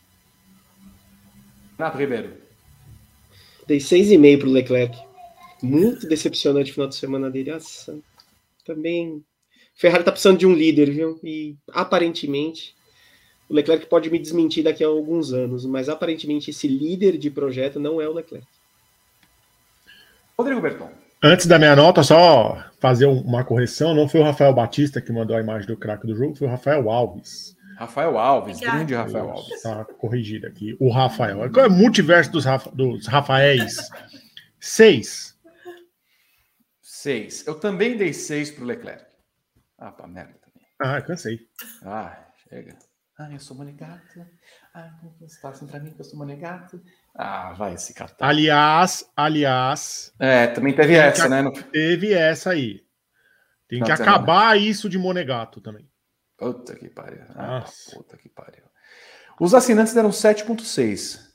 Renato Ribeiro. Dei seis vírgula cinco para o Leclerc. Muito decepcionante o final de semana dele. Nossa, também. Ferrari tá precisando de um líder, viu? E aparentemente, o Leclerc pode me desmentir daqui a alguns anos, mas aparentemente esse líder de projeto não é o Leclerc. Rodrigo Berton. Antes da minha nota, só fazer uma correção. Não foi o Rafael Batista que mandou a imagem do craque do jogo, foi o Rafael Alves. Rafael Alves, Obrigada. grande Rafael Alves. Tá corrigido aqui. O Rafael. É o multiverso dos, Rafa, dos Rafaéis. Seis. Seis. Eu também dei seis para o Leclerc. Ah, pra merda também. Ah, cansei. Ah, chega. Ah, eu sou monegato. Ah, você fala assim pra mim que eu sou monegato. Ah, vai se catar. Aliás, aliás... É, também teve essa, que, né? No... Teve essa aí. Tem Não, que acabar isso de monegato também. Puta que pariu. Ah, Nossa. puta que pariu. Os assinantes deram sete ponto seis.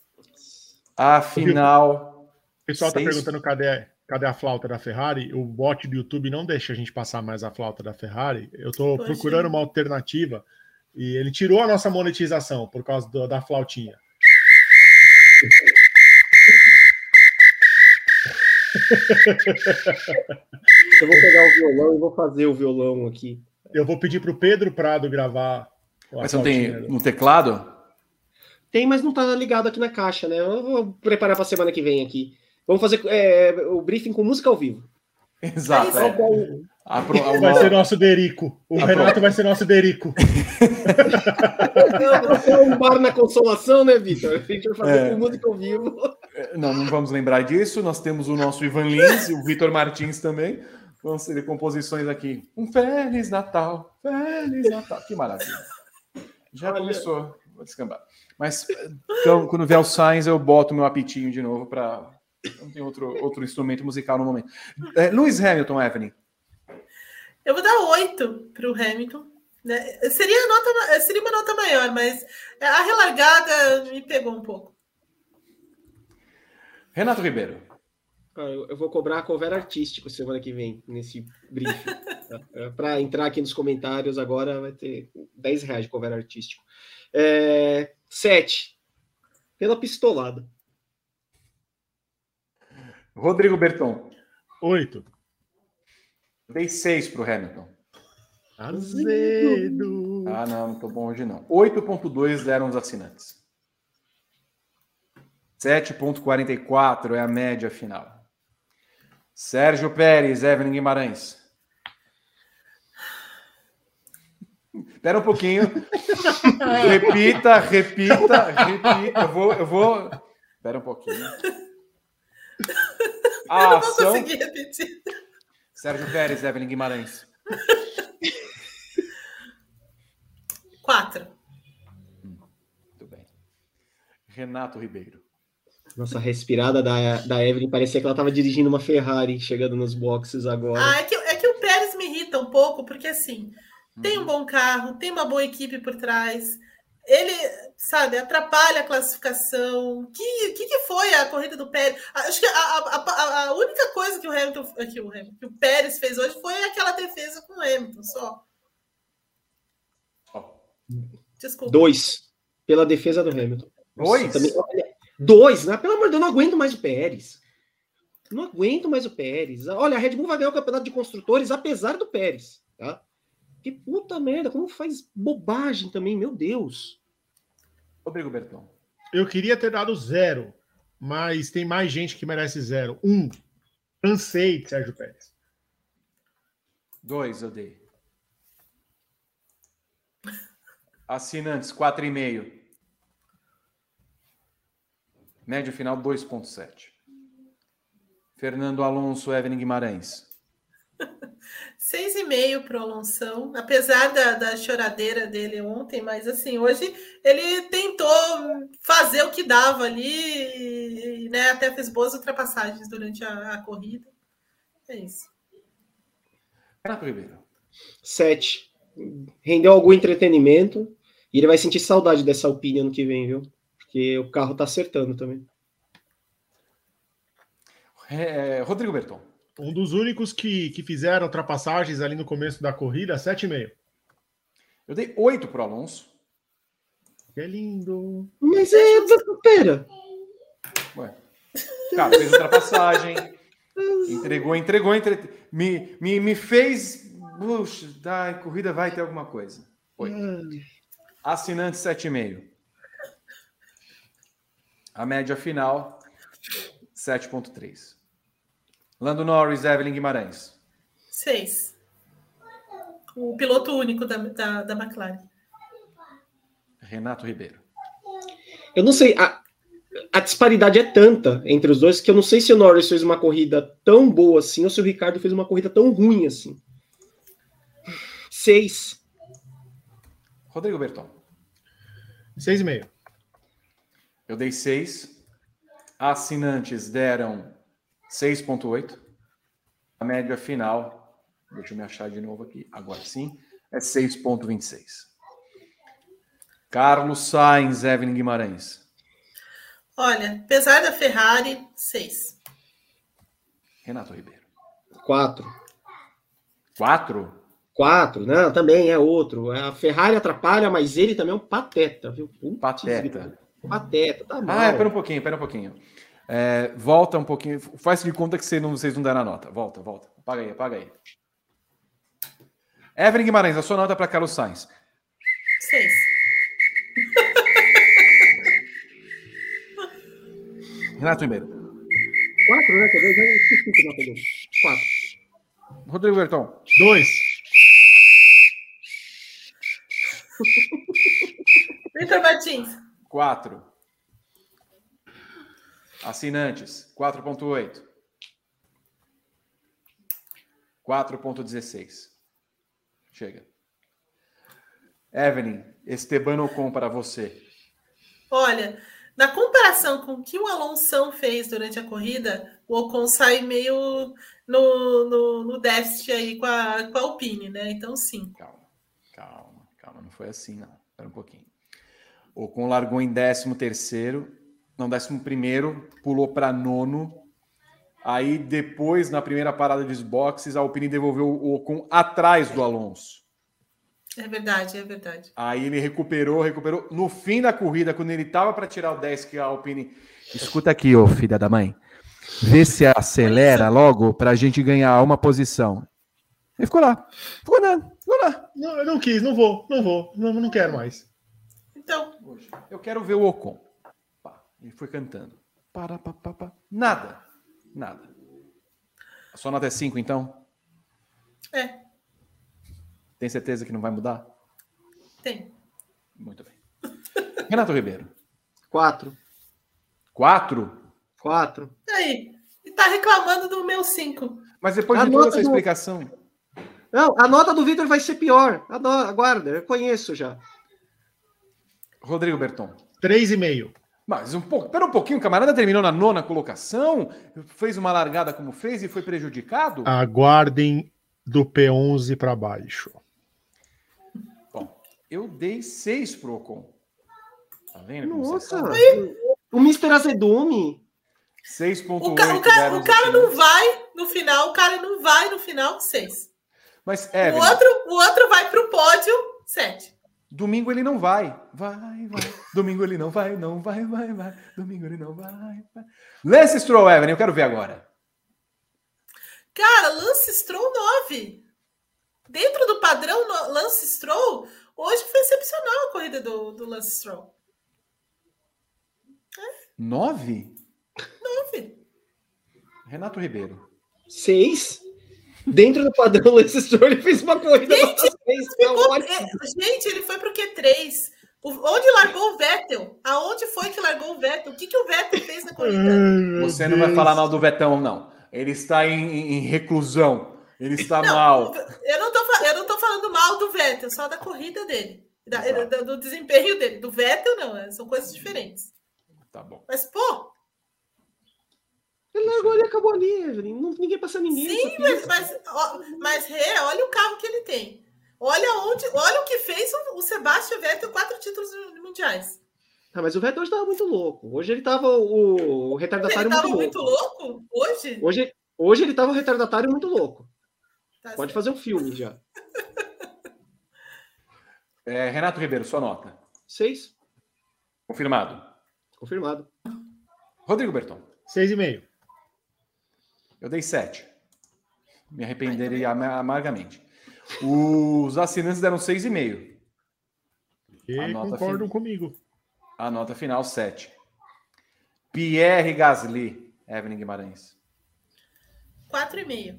Afinal... O pessoal está seis... perguntando cadê, cadê a flauta da Ferrari. O bot do YouTube não deixa a gente passar mais a flauta da Ferrari. Eu estou procurando uma alternativa e ele tirou a nossa monetização por causa do, da flautinha. Eu vou pegar o violão e vou fazer o violão aqui. Eu vou pedir para o Pedro Prado gravar. Mas você não tem no teclado? Tem, mas não tá ligado aqui na caixa, né? Eu vou preparar para a semana que vem aqui. Vamos fazer é, o briefing com música ao vivo. Exato. É. A pro, a vai ser nosso Derico. O a Renato pro... vai ser nosso Derico. É um bar na Consolação, né, Vitor? A gente vai fazer é. com música ao vivo. Não, não vamos lembrar disso. Nós temos o nosso Ivan Lins e o Vitor Martins também. Vão ser composições aqui. Um Feliz Natal. Feliz Natal. Que maravilha. Já Olha. começou. Vou descambar. Mas então, quando vier o Sainz, eu boto meu apitinho de novo para... Não tem outro, outro instrumento musical no momento. É, Lewis Hamilton, Evelyn. Eu vou dar oito para o Hamilton. Né? Seria, nota, seria uma nota maior, mas a relargada me pegou um pouco. Renato Ribeiro. Eu vou cobrar cover artístico semana que vem, nesse briefing. Tá? Para entrar aqui nos comentários agora vai ter dez reais de cover artístico. É, sete. Pela pistolada. Rodrigo Berton. Oito. Dei seis para o Hamilton. Azedo. Ah, não, não tô bom hoje não. oito ponto dois deram os assinantes. sete ponto quarenta e quatro é a média final. Sérgio Pérez, Evelyn Guimarães. Espera um pouquinho. repita, repita, repita. Eu vou, eu vou. Espera um pouquinho. A eu não ação... vou conseguir repetir. Sérgio Pérez, Evelyn Guimarães. Quatro. Muito bem. Renato Ribeiro. Nossa, a respirada da, da Evelyn parecia que ela estava dirigindo uma Ferrari chegando nos boxes agora. Ah, é que, é que o Pérez me irrita um pouco, porque assim, uhum. tem um bom carro, tem uma boa equipe por trás. Ele, sabe, atrapalha a classificação. O que, que, que foi a corrida do Pérez? Acho que a, a, a, a única coisa que o, Hamilton, que, o Hamilton, que o Pérez fez hoje foi aquela defesa com o Hamilton, só. Desculpa. Dois. Pela defesa do Hamilton. Dois? Também, dois, né? Pelo amor de Deus, eu não aguento mais o Pérez. Não aguento mais o Pérez. Olha, a Red Bull vai ganhar o campeonato de construtores apesar do Pérez, tá? Que puta merda, como faz bobagem também, meu Deus. Rodrigo Berton. Eu queria ter dado zero, mas tem mais gente que merece zero. Um. Cansei de Sérgio Pérez. Dois, eu dei. Assinantes, quatro e meio. Médio final, dois ponto sete. Fernando Alonso, Evelyn Guimarães. Seis e meio para o Alonso, apesar da, da choradeira dele ontem, mas assim, hoje ele tentou fazer o que dava ali, e, né, até fez boas ultrapassagens durante a, a corrida. É isso. Renato Ribeiro. Sete. Rendeu algum entretenimento e ele vai sentir saudade dessa Alpine ano que vem, viu? Porque o carro tá acertando também. É, Rodrigo Berton. Um dos únicos que, que fizeram ultrapassagens ali no começo da corrida, sete e meio. Eu dei oito para o Alonso. Que lindo. Mas é... Pera. Ué. Cara, fez ultrapassagem. entregou, entregou, entregou. Me, me, me fez... Puxa, da corrida vai ter alguma coisa. Foi. Assinante sete e meio. A média final, sete ponto três. Lando Norris, Evelyn Guimarães. Seis. O piloto único da, da, da McLaren. Renato Ribeiro. Eu não sei, a, a disparidade é tanta entre os dois que eu não sei se o Norris fez uma corrida tão boa assim ou se o Ricardo fez uma corrida tão ruim assim. Seis. Rodrigo Berton. Seis e meio. Eu dei seis. Assinantes deram seis ponto oito. A média final, deixa eu me achar de novo aqui, agora sim. é seis vírgula vinte e seis. Carlos Sainz, Evelyn Guimarães. Olha, apesar da Ferrari, seis. Renato Ribeiro. Quatro. Quatro? Quatro, não, também é outro. A Ferrari atrapalha, mas ele também é um pateta, viu? Um Pateta. Pateta, tá mal. Ah, espera um pouquinho, espera um pouquinho. É, volta um pouquinho. Faz de conta que vocês não, vocês não deram a nota. Volta, volta. Apaga aí, apaga aí. Evelyn Guimarães, a sua nota para Carlos Sainz. Seis. Renato Ribeiro. Quatro, né? Quer dizer, já esqueci que nota deu. Quatro. Rodrigo Berton. Dois. Vitor Martins. Quatro. Assinantes. quatro ponto oito. quatro ponto dezesseis. Chega. Evelyn, Esteban Ocon para você. Olha, na comparação com o que o Alonso fez durante a corrida, o Ocon sai meio no, no, no déficit aí com a, com a Alpine, né? Então, sim. Calma, calma, calma. Não foi assim, não. Espera um pouquinho. Ocon largou em décimo terceiro, não, décimo primeiro, pulou para nono. Aí, depois, na primeira parada dos boxes, a Alpine devolveu o Ocon atrás do Alonso. É verdade, é verdade. Aí ele recuperou, recuperou. No fim da corrida, quando ele tava para tirar o dez, que a Alpine... Escuta aqui, ô filha da mãe. Vê se acelera logo pra gente ganhar uma posição. Ele ficou lá. Ficou andando, ficou lá. Não, eu não quis, não vou, não vou, não, não quero mais. Então, Eu quero ver o Ocon. Pá, ele foi cantando. Para, pá, pá, pá. Nada. Nada. A sua nota é cinco, então? é, Tem certeza que não vai mudar? tem. Muito bem. Renato Ribeiro. Quatro. Quatro? Quatro. Aí, e tá reclamando do meu cinco. Mas depois A de toda nota essa do- explicação... Não, a nota do Vitor vai ser pior. Ado- Aguarda, eu conheço já. Rodrigo Berton. Três e meio. Mas um pouco, pera um pouquinho, o camarada terminou na nona colocação, fez uma largada como fez e foi prejudicado? Aguardem do P onze para baixo. Bom, eu dei seis pro Ocon. Tá vendo? como vocês Nossa, são? o mister Azedume. seis ponto O, oito ca- o cara, deram o os cara não assinantes. vai no final, o cara não vai no final, seis. Mas, O Evelyn, outro, o outro vai pro pódio, sete. domingo ele não vai. Vai, vai. Domingo ele não vai, não vai, vai, vai. Domingo ele não vai, vai. Lance Stroll, Evelyn, eu quero ver agora. Cara, Lance Stroll, nove. Dentro do padrão no- Lance Stroll, hoje foi excepcional a corrida do, do Lance Stroll. Nove? nove. Renato Ribeiro. Seis. Dentro do padrão Lance Stroll, ele fez uma corrida Gente, nota seis. Tá Ficou- ótimo. é, gente, ele foi pro Q três. O- onde largou o Vettel? Aonde foi que largou o Vettel? O que, que o Vettel fez na corrida? Você não vai falar mal do Vetão, não. Ele está em, em reclusão. Ele está Não, mal. o- eu, não tô, fa- eu não tô falando mal do Vettel, só da corrida dele. da- Exato. do, do desempenho dele. Do Vettel, não. é- São coisas diferentes. Tá bom. Mas, pô, Ele largou ali, acabou ali, Evelyn. Não, ninguém passa ninguém. sim, nessa mas, pista. mas, ó, mas Rê, olha o carro que ele tem. Olha onde, olha o que fez o, o Sebastian Vettel, quatro títulos mundiais. Ah, mas o Vettel hoje tava muito louco. Hoje ele tava o, o Ele retardatário estava muito, muito louco. louco hoje. Hoje, hoje ele tava o retardatário muito louco. Tá Pode certo. fazer um filme já. É, Renato Ribeiro, sua nota. Seis. Confirmado. Confirmado. Rodrigo Berton. Seis e meio. Eu dei sete. Me arrependeria ama- amargamente. Os assinantes deram seis e meio. E A nota concordam fina. comigo. A nota final, sete. Pierre Gasly. Evelyn Guimarães. Quatro e meio.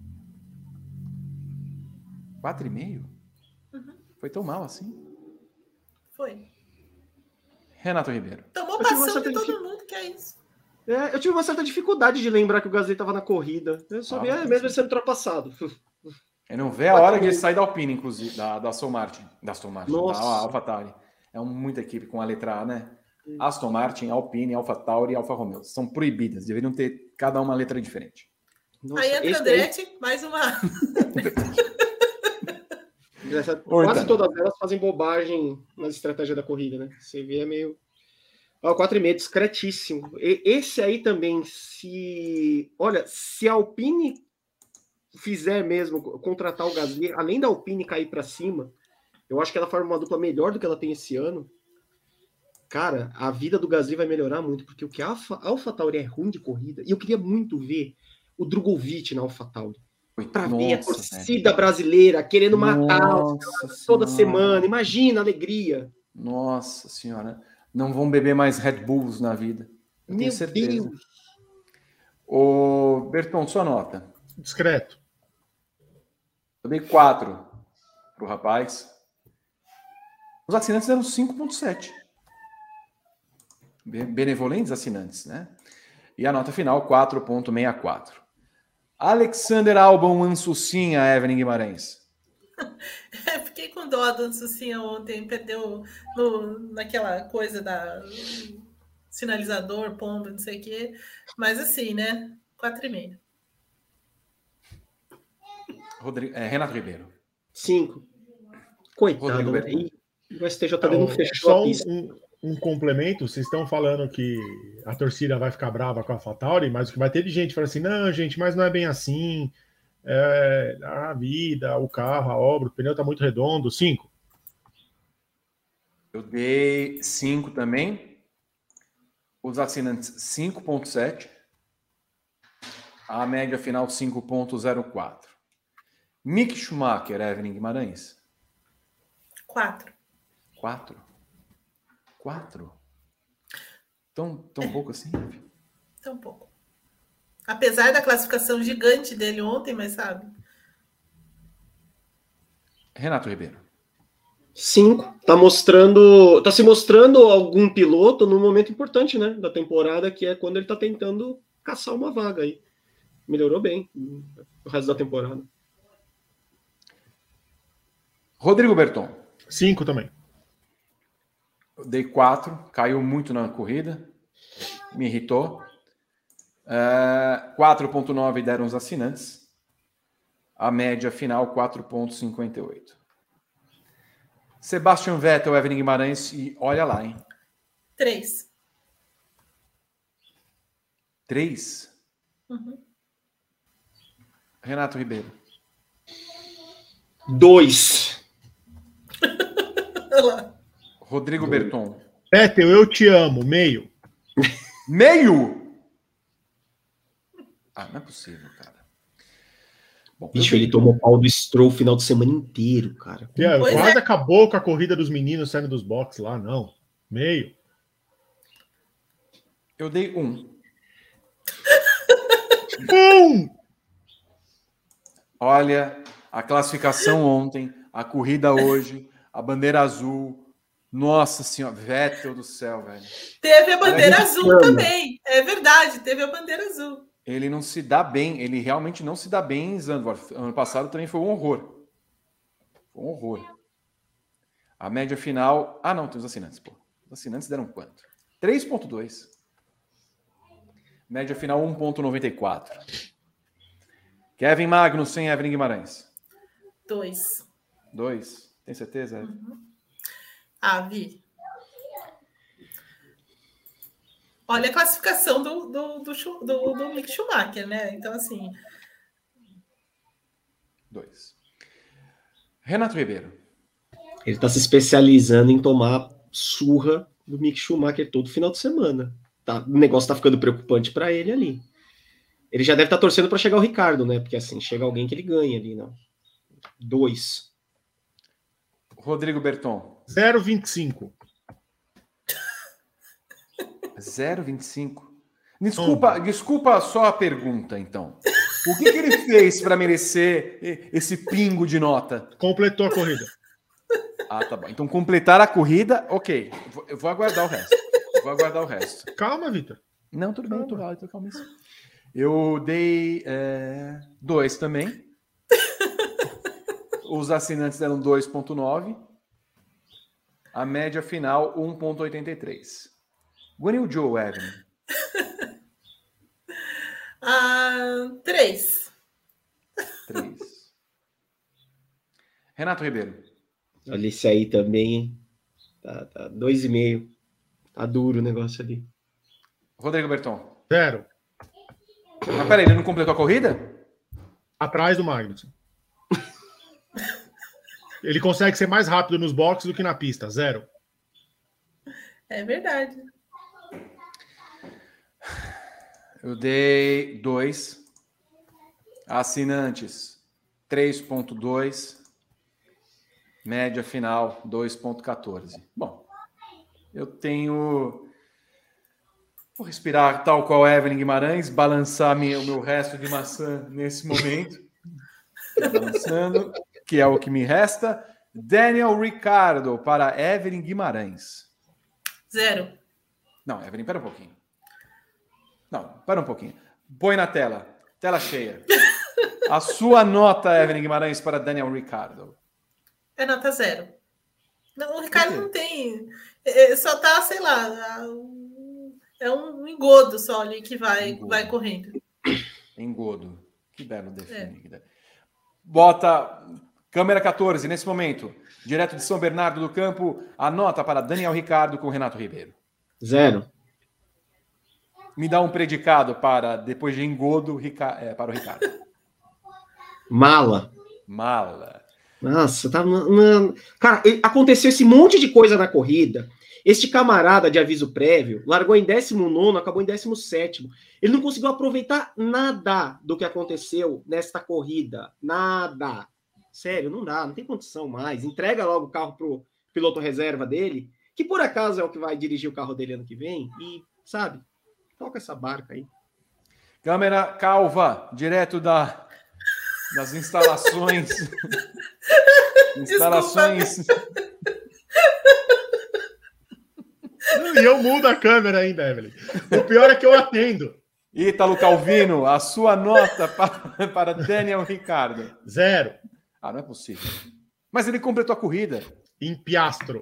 Quatro e meio? Uhum. Foi tão mal assim? Foi. Renato Ribeiro. Tomou Eu tive uma passão de certa todo dific- mundo, que é isso. É, eu tive uma certa dificuldade de lembrar que o Gasly estava na corrida. Eu sabia Ah, é, mesmo ele sendo ultrapassado. Eu não vê a hora de ele sair da Alpine, inclusive, da, da Aston Martin. Da Aston Martin, Nossa. da AlphaTauri. É um- muita equipe com a letra A, né? Aston Martin, Alpine, AlphaTauri e Alfa Romeo. São proibidas, deveriam ter cada uma letra diferente. Nossa, Aí entra esse Andretti, mais uma. Quase todas elas fazem bobagem nas estratégias da corrida, né? Você vê é meio... Ó, quatro e meio, discretíssimo. E, esse aí também, se... Olha, se a Alpine fizer mesmo, contratar o Gasly, além da Alpine cair para cima, eu acho que ela forma uma dupla melhor do que ela tem esse ano. Cara, a vida do Gasly vai melhorar muito, porque o que a Alpha, AlphaTauri é ruim de corrida, e eu queria muito ver o Drugovich na AlphaTauri, para ver a torcida velho. brasileira querendo matar toda semana. Imagina a alegria. Nossa senhora, não vão beber mais Red Bulls na vida. Eu Meu tenho certeza. Deus. Ô, Berton, sua nota. Discreto. Eu dei quatro pro rapaz. Os assinantes deram cinco ponto sete. Benevolentes assinantes, né? E a nota final, quatro ponto sessenta e quatro. Alexander Albon Ansucinha, Evelyn Guimarães. É, fiquei com dó do Ansucinha ontem, perdeu no, naquela coisa da sinalizador, pomba, não sei o quê. Mas assim, né? quatro e meio. Rodrigo, é, Renato Ribeiro. cinco. Coitado, né? O S T J tá não fechou só a pista. Um, um complemento, vocês estão falando que a torcida vai ficar brava com a AlphaTauri, mas o que vai ter de gente falando assim, não, gente, mas não é bem assim, é, a vida, o carro, a obra, o pneu tá muito redondo. Cinco. Eu dei cinco também. Os assinantes cinco ponto sete. A média final cinco ponto zero quatro. Mick Schumacher, Evelyn Guimarães. Quatro. Quatro? Quatro? Tão, tão é. pouco assim? Tão pouco. Apesar da classificação gigante dele ontem, mas sabe? Renato Ribeiro. Cinco. Tá mostrando. Tá se mostrando algum piloto num momento importante, né? Da temporada, que é quando ele tá tentando caçar uma vaga aí. Melhorou bem o resto da temporada. Rodrigo Berton. Cinco também. Eu dei quatro, caiu muito na corrida, me irritou. Uh, quatro ponto nove deram os assinantes. A média final, quatro ponto cinquenta e oito. Sebastian Vettel, Evelyn Guimarães, e olha lá, hein? Três. Três? Uhum. Renato Ribeiro. Dois. Olha lá. Rodrigo Berton. Vettel, eu te amo. Meio. Meio? Ah, não é possível, cara. Bom, Bicho, ele tomou pau do Stroll o final de semana inteiro, cara. Yeah, quase é. acabou com a corrida dos meninos saindo dos boxes lá, não. Meio. Eu dei um. Um! Olha, a classificação ontem, a corrida hoje, a bandeira azul. Nossa senhora, Vettel do céu, velho. Teve a bandeira azul ama. também. É verdade, teve a bandeira azul. Ele não se dá bem, ele realmente não se dá bem em Zandvoort. Ano passado também foi um horror. Foi um horror. A média final... Ah, não, tem os assinantes, pô. Os assinantes deram quanto? três ponto dois. Média final um ponto noventa e quatro. Kevin Magnussen, Evelyn Guimarães. Dois. Dois. Tem certeza? Uhum. Ah, vi. Olha a classificação do, do, do, do, do Mick Schumacher, né? Então, assim... Dois. Renato Ribeiro. Ele está se especializando em tomar surra do Mick Schumacher todo final de semana. Tá? O negócio está ficando preocupante para ele ali. Ele já deve estar tá torcendo para chegar o Ricardo, né? Porque assim, chega alguém que ele ganha ali, não. Dois. Rodrigo Berton. zero vírgula vinte e cinco. zero vírgula vinte e cinco. Desculpa, desculpa só a pergunta, então. O que, que ele fez para merecer esse pingo de nota? Completou a corrida. Ah, tá bom. Então, completar a corrida, ok. Eu vou, eu vou aguardar o resto. Eu vou aguardar o resto. Calma, Vitor. Não, tudo bem, eu tô, eu tô calmo. Eu dei é, dois também. Os assinantes deram dois ponto nove. A média final, um ponto oitenta e três. Guanil Joe, Evelyn. Ah, três. Três. Renato Ribeiro. Olha esse aí também, hein? Tá, tá dois e meio. Tá duro o negócio ali. Rodrigo Berton. Zero. Mas peraí, ele não completou a corrida? Atrás do Magnussen. Ele consegue ser mais rápido nos boxes do que na pista. Zero. É verdade. Eu dei dois. Assinantes, três ponto dois. Média final, dois ponto quatorze. Bom, eu tenho... Vou respirar tal qual Evelyn Guimarães, balançar minha, o meu resto de maçã nesse momento. Balançando, que é o que me resta. Daniel Ricciardo para Evelyn Guimarães. Zero. Não, Evelyn, pera um pouquinho. Não, pera um pouquinho. Põe na tela. Tela cheia. A sua nota, Evelyn Guimarães, para Daniel Ricciardo. É nota zero. Não, o Ricardo não tem... É, só tá, sei lá... É um engodo só ali que vai, Engodo. vai correndo. Engodo. Que belo definir. É. Bota... Câmera quatorze, nesse momento. Direto de São Bernardo do Campo. A nota para Daniel Ricciardo com Renato Ribeiro. Zero. Me dá um predicado para, depois de engodo, Rica... é, para o Ricardo. Mala. Mala. Nossa, tá. Mano. Cara, aconteceu esse monte de coisa na corrida. Este camarada de aviso prévio largou em décimo nono, acabou em décimo sétimo. Ele não conseguiu aproveitar nada do que aconteceu nesta corrida. Nada. Sério, não dá, não tem condição mais. Entrega logo o carro pro piloto reserva dele, que por acaso é o que vai dirigir o carro dele ano que vem, e, sabe, toca essa barca aí. Câmera calva, direto da, das instalações. instalações. E eu mudo a câmera ainda, Evelyn. O pior é que eu atendo. Ítalo Calvino, a sua nota para, para Daniel Ricciardo. Zero. Ah, não é possível. Mas ele completou a corrida. Em Piastro.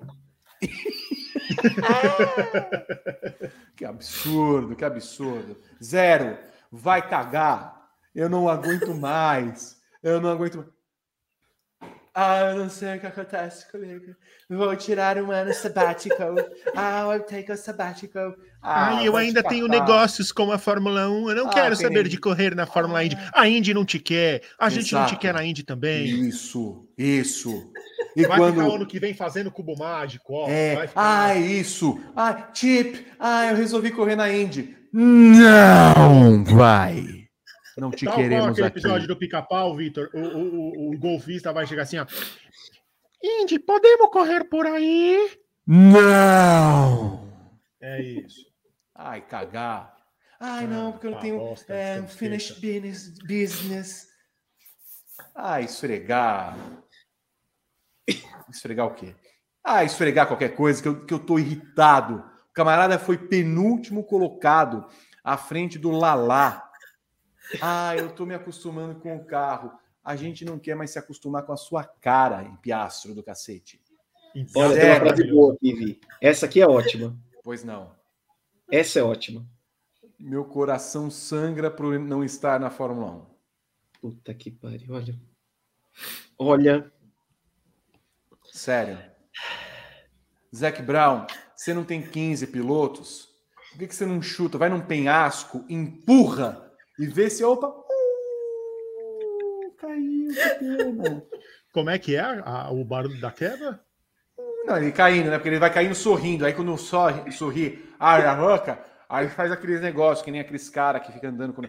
Que absurdo, que absurdo. Zero. Vai cagar. Eu não aguento mais. Eu não aguento mais. Ah, eu não sei o que acontece comigo. Vou tirar um ano sabbatical. Ah, I'll take a sabbatical. Ah, ah, eu ainda tenho negócios com a Fórmula um. Eu não ah, quero saber nem... de correr na Fórmula ah. Indy. A Indy não te quer. A Exato. gente não te quer na Indy também. Isso, isso. E vai quando... ficar o ano que vem fazendo cubo mágico, ó. É. Vai ficar... Ah, isso. Ah, Chip. Ah, eu resolvi correr na Indy. Não vai. Não te Tal queremos qual aquele aqui. Episódio do Pica-Pau, Vitor. O, o, o, o golfista vai chegar assim, ó. Indy, podemos correr por aí? Não. É isso. Ai, cagar. Ai, não, porque eu não tenho bosta, é, finished business, business. Ah, esfregar. Esfregar o quê? Ah, esfregar qualquer coisa, que eu, que eu tô irritado. O camarada foi penúltimo colocado à frente do Lalá. Ah, eu tô me acostumando com o carro. A gente não quer mais se acostumar com a sua cara, em Piastro do cacete. Olha, tem uma frase boa aqui, Vi. Essa aqui é ótima. Pois não. Essa é ótima. Meu coração sangra por não estar na Fórmula um. Puta que pariu, olha. Olha. Sério. Zac Brown, você não tem quinze pilotos? Por que, que você não chuta? Vai num penhasco, empurra e vê se, opa, uh, caiu, que pena. Como é que é a, o barulho da queda? Não, ele caindo, né? Porque ele vai caindo sorrindo. Aí quando sorri, sorri abre a boca, aí faz aqueles negócios, que nem aqueles caras que ficam andando com...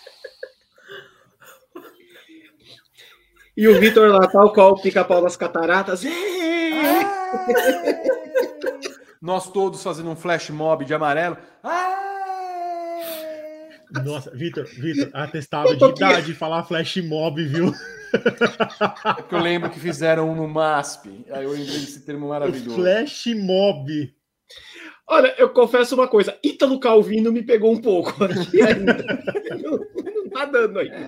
E o Vitor lá, tal qual o Pica-Pau das Cataratas. Ah, nós todos fazendo um flash mob de amarelo. Ah, nossa, Vitor, Vitor, atestado de idade falar flash mob, viu? É porque eu lembro que fizeram um no M A S P. Aí eu lembrei desse termo maravilhoso. Flash mob. Olha, eu confesso uma coisa. Ítalo Calvino me pegou um pouco aqui ainda. não, não tá dando aí.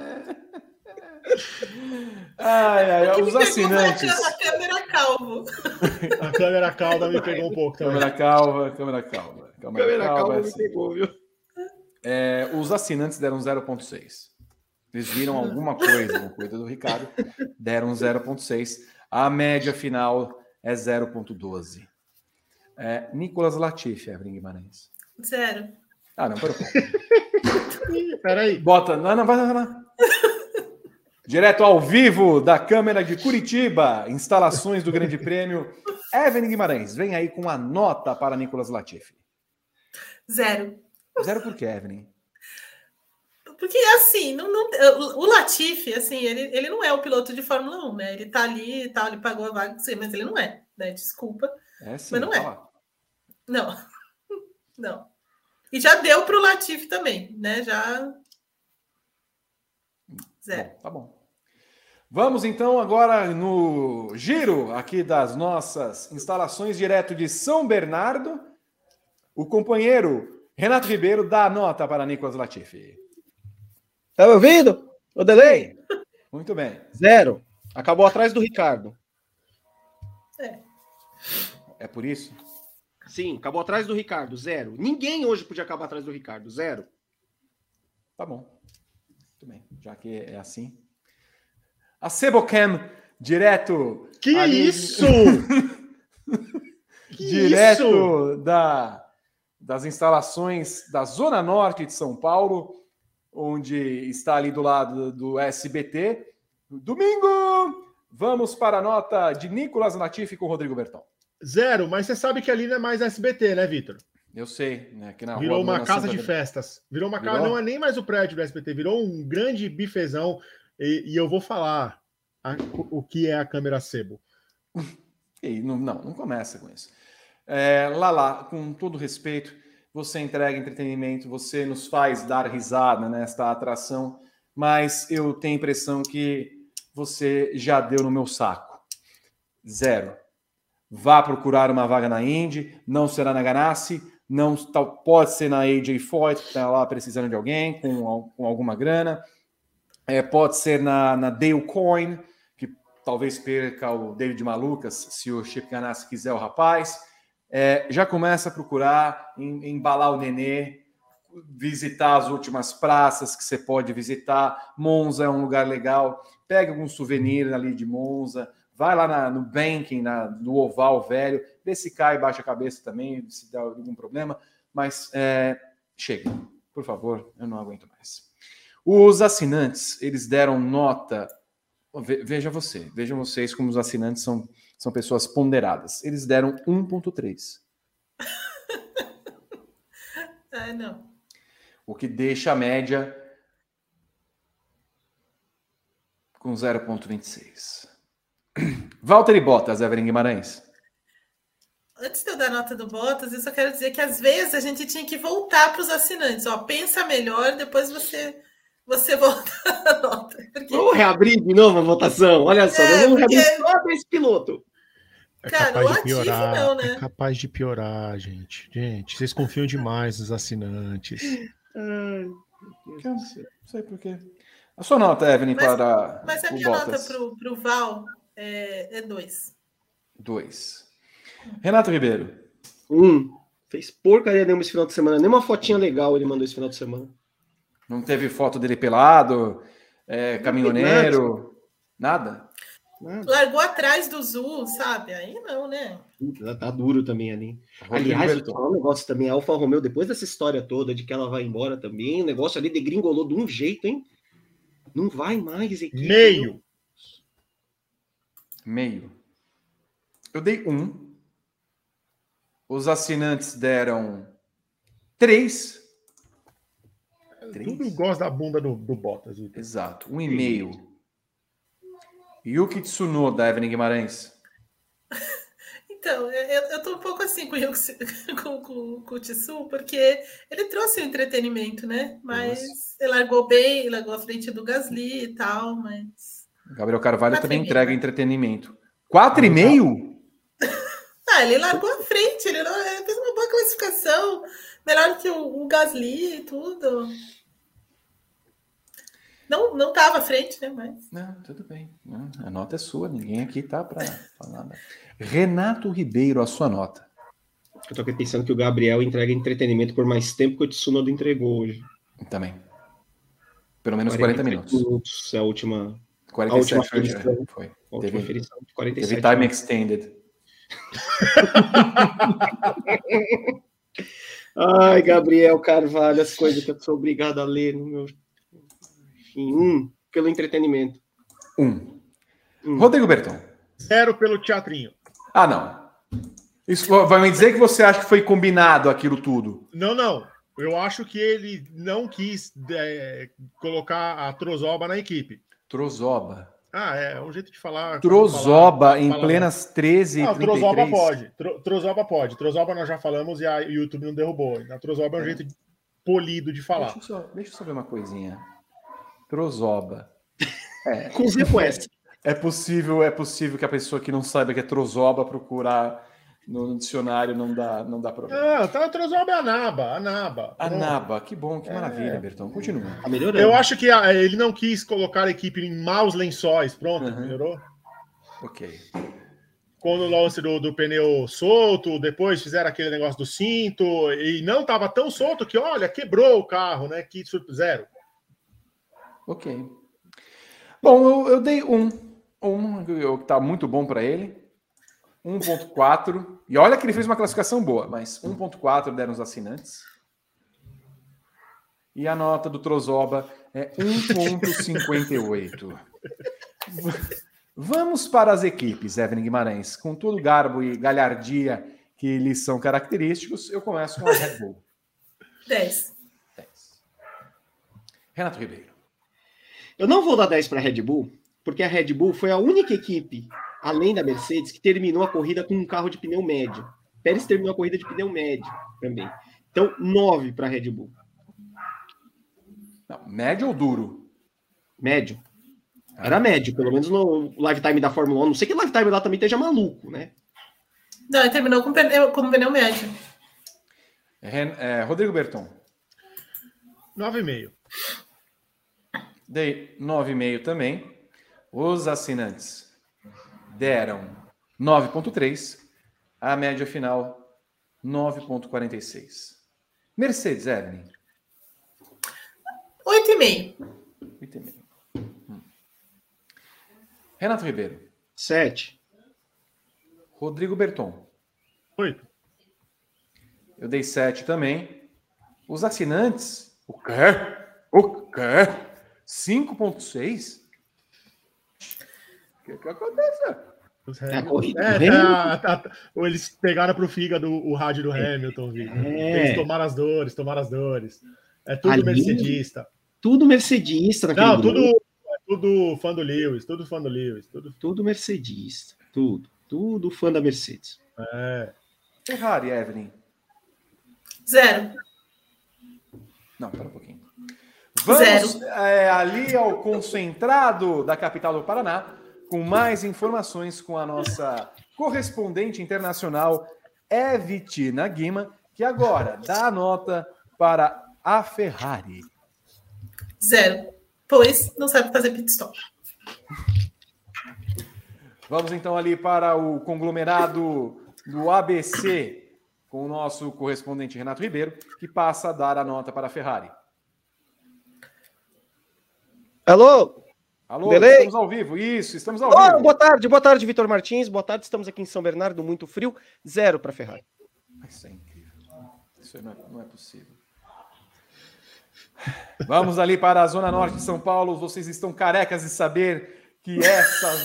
Ai, ai, os assinantes. A câmera calva. A câmera calva me pegou um pouco também. Câmera calva, câmera calva. Câmera, câmera calva, calva me pegou, viu? É, os assinantes deram zero ponto seis. Eles viram alguma coisa no coisa do Ricardo, deram zero ponto seis. A média final é zero vírgula doze. É, Nicolas Latifi, Evelyn Guimarães. Zero. Ah, não, pera um pouco. Peraí. Bota, não, não, vai, vai, vai. Direto ao vivo da câmera de Curitiba, instalações do Grande Prêmio. Evelyn Guimarães, vem aí com a nota para Nicolas Latifi. Zero. Zero por quê, Evelyn? Porque, assim, não, não, o Latifi, assim, ele, ele não é o piloto de Fórmula um, né? Ele tá ali e tal, ele pagou a vaga, mas ele não é, né? Desculpa. É sim, mas não é. Lá. Não. Não. E já deu para o Latifi também, né? Já... Zero. Bom, tá bom. Vamos, então, agora no giro aqui das nossas instalações direto de São Bernardo. O companheiro Renato Ribeiro dá a nota para Nicolas Latifi. Tá me ouvindo? O delay? Muito bem. Zero. Acabou atrás do Ricardo. É. É por isso? Sim, acabou atrás do Ricardo. Zero. Ninguém hoje podia acabar atrás do Ricardo. Zero. Tá bom. Muito bem. Já que é assim. A Sebocam, direto... Que ali... isso? que direto isso? Da, das instalações da Zona Norte de São Paulo, onde está ali do lado do S B T. Domingo! Vamos para a nota de Nicolas Latifi com Rodrigo Berton. Zero, mas você sabe que ali não é mais S B T, né, Vitor? Eu sei, né? Aqui na Virou rua, uma casa Santa... de festas. Virou uma Virou? casa, não é nem mais o prédio do S B T, virou um grande bifezão. E, e eu vou falar a, o, o que é a câmera Sebo. E não, não, não começa com isso. É, Lala, com todo respeito, você entrega entretenimento, você nos faz dar risada nesta atração, mas eu tenho a impressão que você já deu no meu saco. Zero. Vá procurar uma vaga na Indy, não será na Ganassi, não, pode ser na A J Foyt, que está lá precisando de alguém com, com alguma grana, é, pode ser na, na Dale Coyne, que talvez perca o David Malucas, se o Chip Ganassi quiser o rapaz. É, já começa a procurar, em, embalar o nenê, visitar as últimas praças que você pode visitar. Monza é um lugar legal, pega algum souvenir ali de Monza, vai lá na, no banking, na, no oval velho, vê se cai, baixa a cabeça também, se dá algum problema, mas é, chega, por favor, eu não aguento mais. Os assinantes, eles deram nota, veja você, vejam vocês como os assinantes são, são pessoas ponderadas, eles deram um ponto três. Ah, não. O que deixa a média com zero ponto vinte e seis. Valtteri Bottas, Evelyn Guimarães. Antes de eu dar nota do Bottas, eu só quero dizer que às vezes a gente tinha que voltar para os assinantes. Ó, pensa melhor, depois você, você volta a nota. Porque... Vamos reabrir de novo a votação. Olha só, É, vamos porque... reabrir só desse piloto. É Cara, capaz o de piorar, ativo não, né? é capaz de piorar, gente. Gente, vocês confiam demais nos assinantes. Ai, Não sei por quê. A sua nota, Evelyn, Mas, para mas a o minha Bottas? nota para o Val é, é dois. Dois. Renato Ribeiro. Um. Fez porcaria nenhuma esse final de semana. Nem uma fotinha legal ele mandou esse final de semana. Não teve foto dele pelado, é, caminhoneiro, nada? Nada. Largou atrás do Zul, sabe? Aí não, né? Tá, tá duro também ali. Rodrigo Aliás, Berton. vou falar um negócio também. A Alfa Romeo, depois dessa história toda de que ela vai embora também, o negócio ali degringolou de um jeito, hein? Não vai mais. Equipe, Meio. Meio. Eu dei um. Os assinantes deram três. Tudo gosta da bunda do, do Bottas. Vitor. Exato. Um e meio. Yuki Tsunoda, Evelyn Guimarães. Então, eu, eu tô um pouco assim com o, Yuki, com, com, com o Tsu, porque ele trouxe o entretenimento, né? Mas Nossa. ele largou bem, ele largou à frente do Gasly e tal, mas... Gabriel Carvalho Quatro também e meio, entrega né? entretenimento. Quatro e meio? Ah, ele largou à frente, ele, ele fez uma boa classificação, melhor que o, o Gasly e tudo. Não, não tava à frente, né? Mas... Não, tudo bem. Não, a nota é sua, ninguém aqui tá para falar nada. Renato Ribeiro, a sua nota. Eu tô aqui pensando que o Gabriel entrega entretenimento por mais tempo que o Tsunoda entregou hoje. Também. Pelo menos quarenta minutos. minutos é a última, quarenta e sete a última foi. aferição. foi. A última Teve, aferição de quarenta e teve sete. time extended. Ai, Gabriel Carvalho, as coisas que eu sou obrigado a ler no meu... Enfim, um, pelo entretenimento. Um. Um. Rodrigo Berton. Zero pelo teatrinho. Ah, não. Isso vai me dizer que você acha que foi combinado aquilo tudo? Não, não. Eu acho que ele não quis é, colocar a Trozoba na equipe. Trozoba. Ah, é um jeito de falar. Trozoba falar, em falar, plenas treze e não, trinta e três. Trozoba pode. Tro, Trozoba pode. Trozoba nós já falamos e a YouTube não derrubou. A Trozoba é um é. jeito polido de falar. Deixa eu só, deixa eu só ver uma coisinha. Trozoba. É, Com Z com S. é possível, é possível que a pessoa que não saiba que é Trozoba procurar no, no dicionário não dá, não dá problema. Ah, tá, a Trozoba é a Naba. A Naba. Anaba, que bom, que maravilha, É. Bertão. Continua. Tá melhorando. Eu acho que a, ele não quis colocar a equipe em maus lençóis. Pronto, Uhum. melhorou? Ok. Quando o lance do, do pneu solto, depois fizeram aquele negócio do cinto, e não estava tão solto que, olha, quebrou o carro, né? Que zero. Ok. Bom, eu, eu dei um. Um que tá muito bom para ele. um ponto quatro. E olha que ele fez uma classificação boa, mas um ponto quatro deram os assinantes. E a nota do Trozoba é um ponto cinquenta e oito. Vamos para as equipes, Evelyn Guimarães. Com todo o garbo e galhardia que lhes são característicos, eu começo com a Red Bull. dez. dez. Renato Ribeiro. Eu não vou dar dez para a Red Bull, porque a Red Bull foi a única equipe, além da Mercedes, que terminou a corrida com um carro de pneu médio. Pérez terminou a corrida de pneu médio também. Então, nove para a Red Bull. Não, médio ou duro? Médio. Era médio, pelo menos no lifetime da Fórmula um. Não sei que o lifetime lá também esteja maluco, né? Não, ele terminou com pneu, com pneu médio. Ren, é, Rodrigo Berton. nove vírgula cinco. Dei nove vírgula cinco também. Os assinantes deram nove vírgula três. A média final, nove vírgula quarenta e seis. Mercedes, Evelyn. oito vírgula cinco. oito vírgula cinco. Hum. Renato Ribeiro. Sete. Rodrigo Berton. oito. Eu dei sete também. Os assinantes. O quê? O quê? cinco vírgula seis? O que, que acontece? É a corrida. É, do tá, tá, tá. Eles pegaram pro fígado o rádio do Hamilton, Vitor. É. Eles tomaram as dores, tomaram as dores. É tudo Ali- mercedista. Tudo mercedista naquele Não, grupo. tudo, é tudo fã do Lewis, tudo fã do Lewis. Tudo, Tudo mercedista. Tudo. Tudo fã da Mercedes. é. Ferrari, Evelyn. Zero. Não, pera um pouquinho. Vamos Zero. é, ali ao concentrado da capital do Paraná, com mais informações com a nossa correspondente internacional, Evitina Guima, que agora dá a nota para a Ferrari. Zero. Pois não sabe fazer pit stop. Vamos então ali para o conglomerado do A B C, com o nosso correspondente Renato Ribeiro, que passa a dar a nota para a Ferrari. Alô? Alô, Beleza? estamos ao vivo. Isso, estamos ao Oh, vivo. boa tarde, boa tarde, Vitor Martins. Boa tarde, estamos aqui em São Bernardo, muito frio. Zero para Ferrari. Isso é incrível. Isso não é, não é possível. Vamos ali para a Zona Norte de São Paulo. Vocês estão carecas de saber que essa...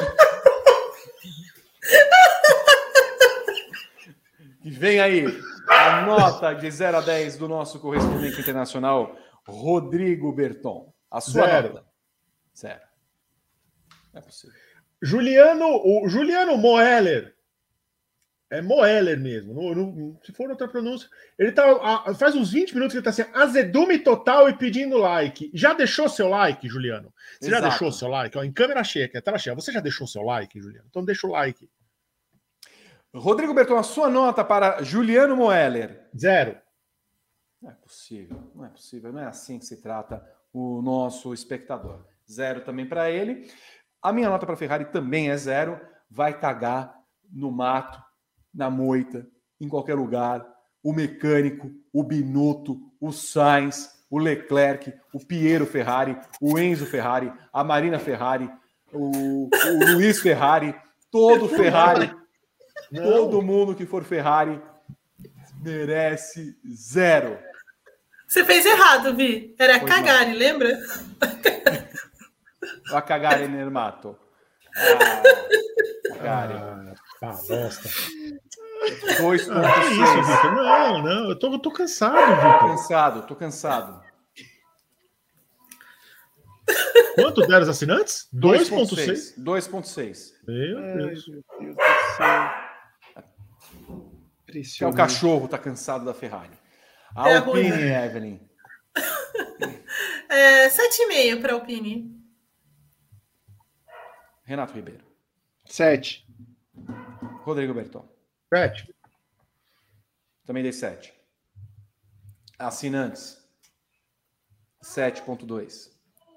que vem aí a nota de zero a dez do nosso correspondente internacional, Rodrigo Berton. A sua Zero. nota? Zero. Não é possível. Juliano, o Juliano Moeller. É Moeller mesmo. No, no, se for outra pronúncia. Ele tá. a- faz uns vinte minutos que ele tá assim, azedume total e pedindo like. Já deixou seu like, Juliano? Você já Exato. deixou seu like? Ó, em câmera cheia, que é tela cheia. Você já deixou seu like, Juliano? Então deixa o like. Rodrigo Berton, a sua nota para Juliano Moeller. Zero. Não é possível, não é possível, não é assim que se trata o nosso espectador. Zero também para ele. A minha nota para a Ferrari também é zero. Vai cagar no mato, na moita, em qualquer lugar. O mecânico, o Binotto, o Sainz, o Leclerc, o Piero Ferrari, o Enzo Ferrari, a Marina Ferrari, o, o Luiz Ferrari, todo Ferrari, não. Todo mundo que for Ferrari merece zero. Você fez errado, Vi. Era pois Cagari, não. Lembra? A Cagari Nermato. Ah, Cagari. Ah, ah, bosta. dois ponto seis. Ah, isso, Vitor? Não, não. Eu tô, eu tô cansado, Vitor. Tô cansado, tô cansado. Quanto deram os assinantes? dois ponto seis. dois ponto seis. Meu Deus. Ai, meu Deus do céu. Que é o cachorro tá cansado da Ferrari. A é Alpine, ruim. Evelyn. É, sete e meio para a Alpine. Renato Ribeiro. sete. Rodrigo Berton. sete. Também dei sete. Assinantes. sete ponto dois.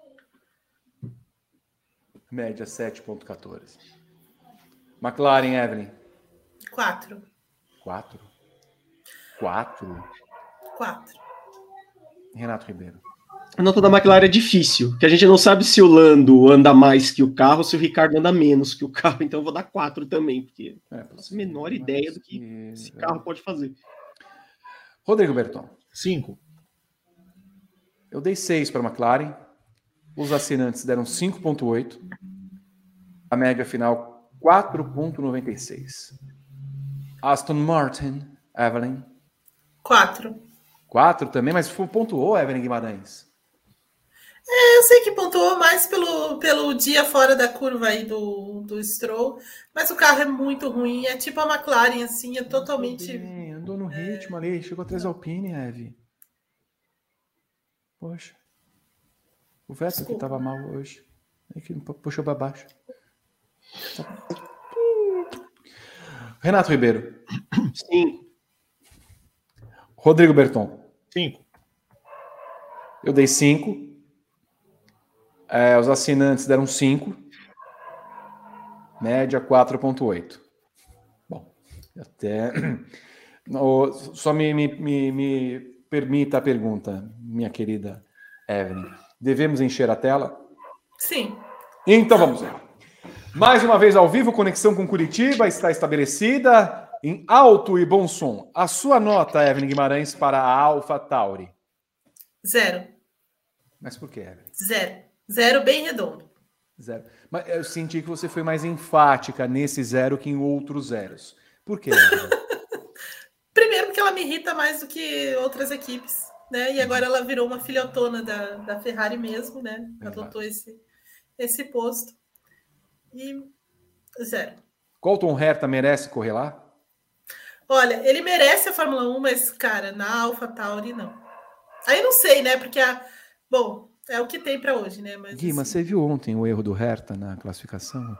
Média sete ponto quatorze. McLaren, Evelyn. quatro. quatro. quatro. quatro. Renato Ribeiro. A nota da McLaren é difícil, porque a gente não sabe se o Lando anda mais que o carro, se o Ricardo anda menos que o carro, então eu vou dar quatro também, porque é, não faço a menor ideia do que é... esse carro pode fazer. Rodrigo Berton. cinco. Eu dei seis para a McLaren, os assinantes deram cinco ponto oito, a média final quatro ponto noventa e seis. Aston Martin, Evelyn. quatro. quatro também, mas pontuou, Evelyn Guimarães. É, eu sei que pontuou mais pelo, pelo dia fora da curva aí do, do Stroll, mas o carro é muito ruim, é tipo a McLaren, assim, é totalmente... Bem, andou no ritmo é... ali, chegou atrás da Alpine, Eve. Poxa. O Vettel Desculpa. Que tava mal hoje. Aí que puxou para baixo. Renato Ribeiro. Sim. Rodrigo Berton. cinco. Eu dei cinco. É, os assinantes deram cinco. Média quatro ponto oito. Bom, até... Só me, me, me, me permita a pergunta, minha querida Evelyn. Devemos encher a tela? Sim. Então vamos lá. Mais uma vez ao vivo, conexão com Curitiba está estabelecida em alto e bom som. A sua nota, Evelyn Guimarães, para a AlphaTauri? Zero. Mas por que, Evelyn? Zero. Zero bem redondo. Zero. Mas eu senti que você foi mais enfática nesse zero que em outros zeros. Por quê, Evelyn? Primeiro porque ela me irrita mais do que outras equipes, né? E agora ela virou uma filhotona da, da Ferrari mesmo, né? Adotou esse, esse posto. E zero. Colton Herta merece correr lá? Olha, ele merece a Fórmula um, mas, cara, na AlphaTauri, não. Aí não sei, né? Porque, a... bom, é o que tem para hoje, né? Mas, Gui, assim... mas você viu ontem o erro do Herta na classificação?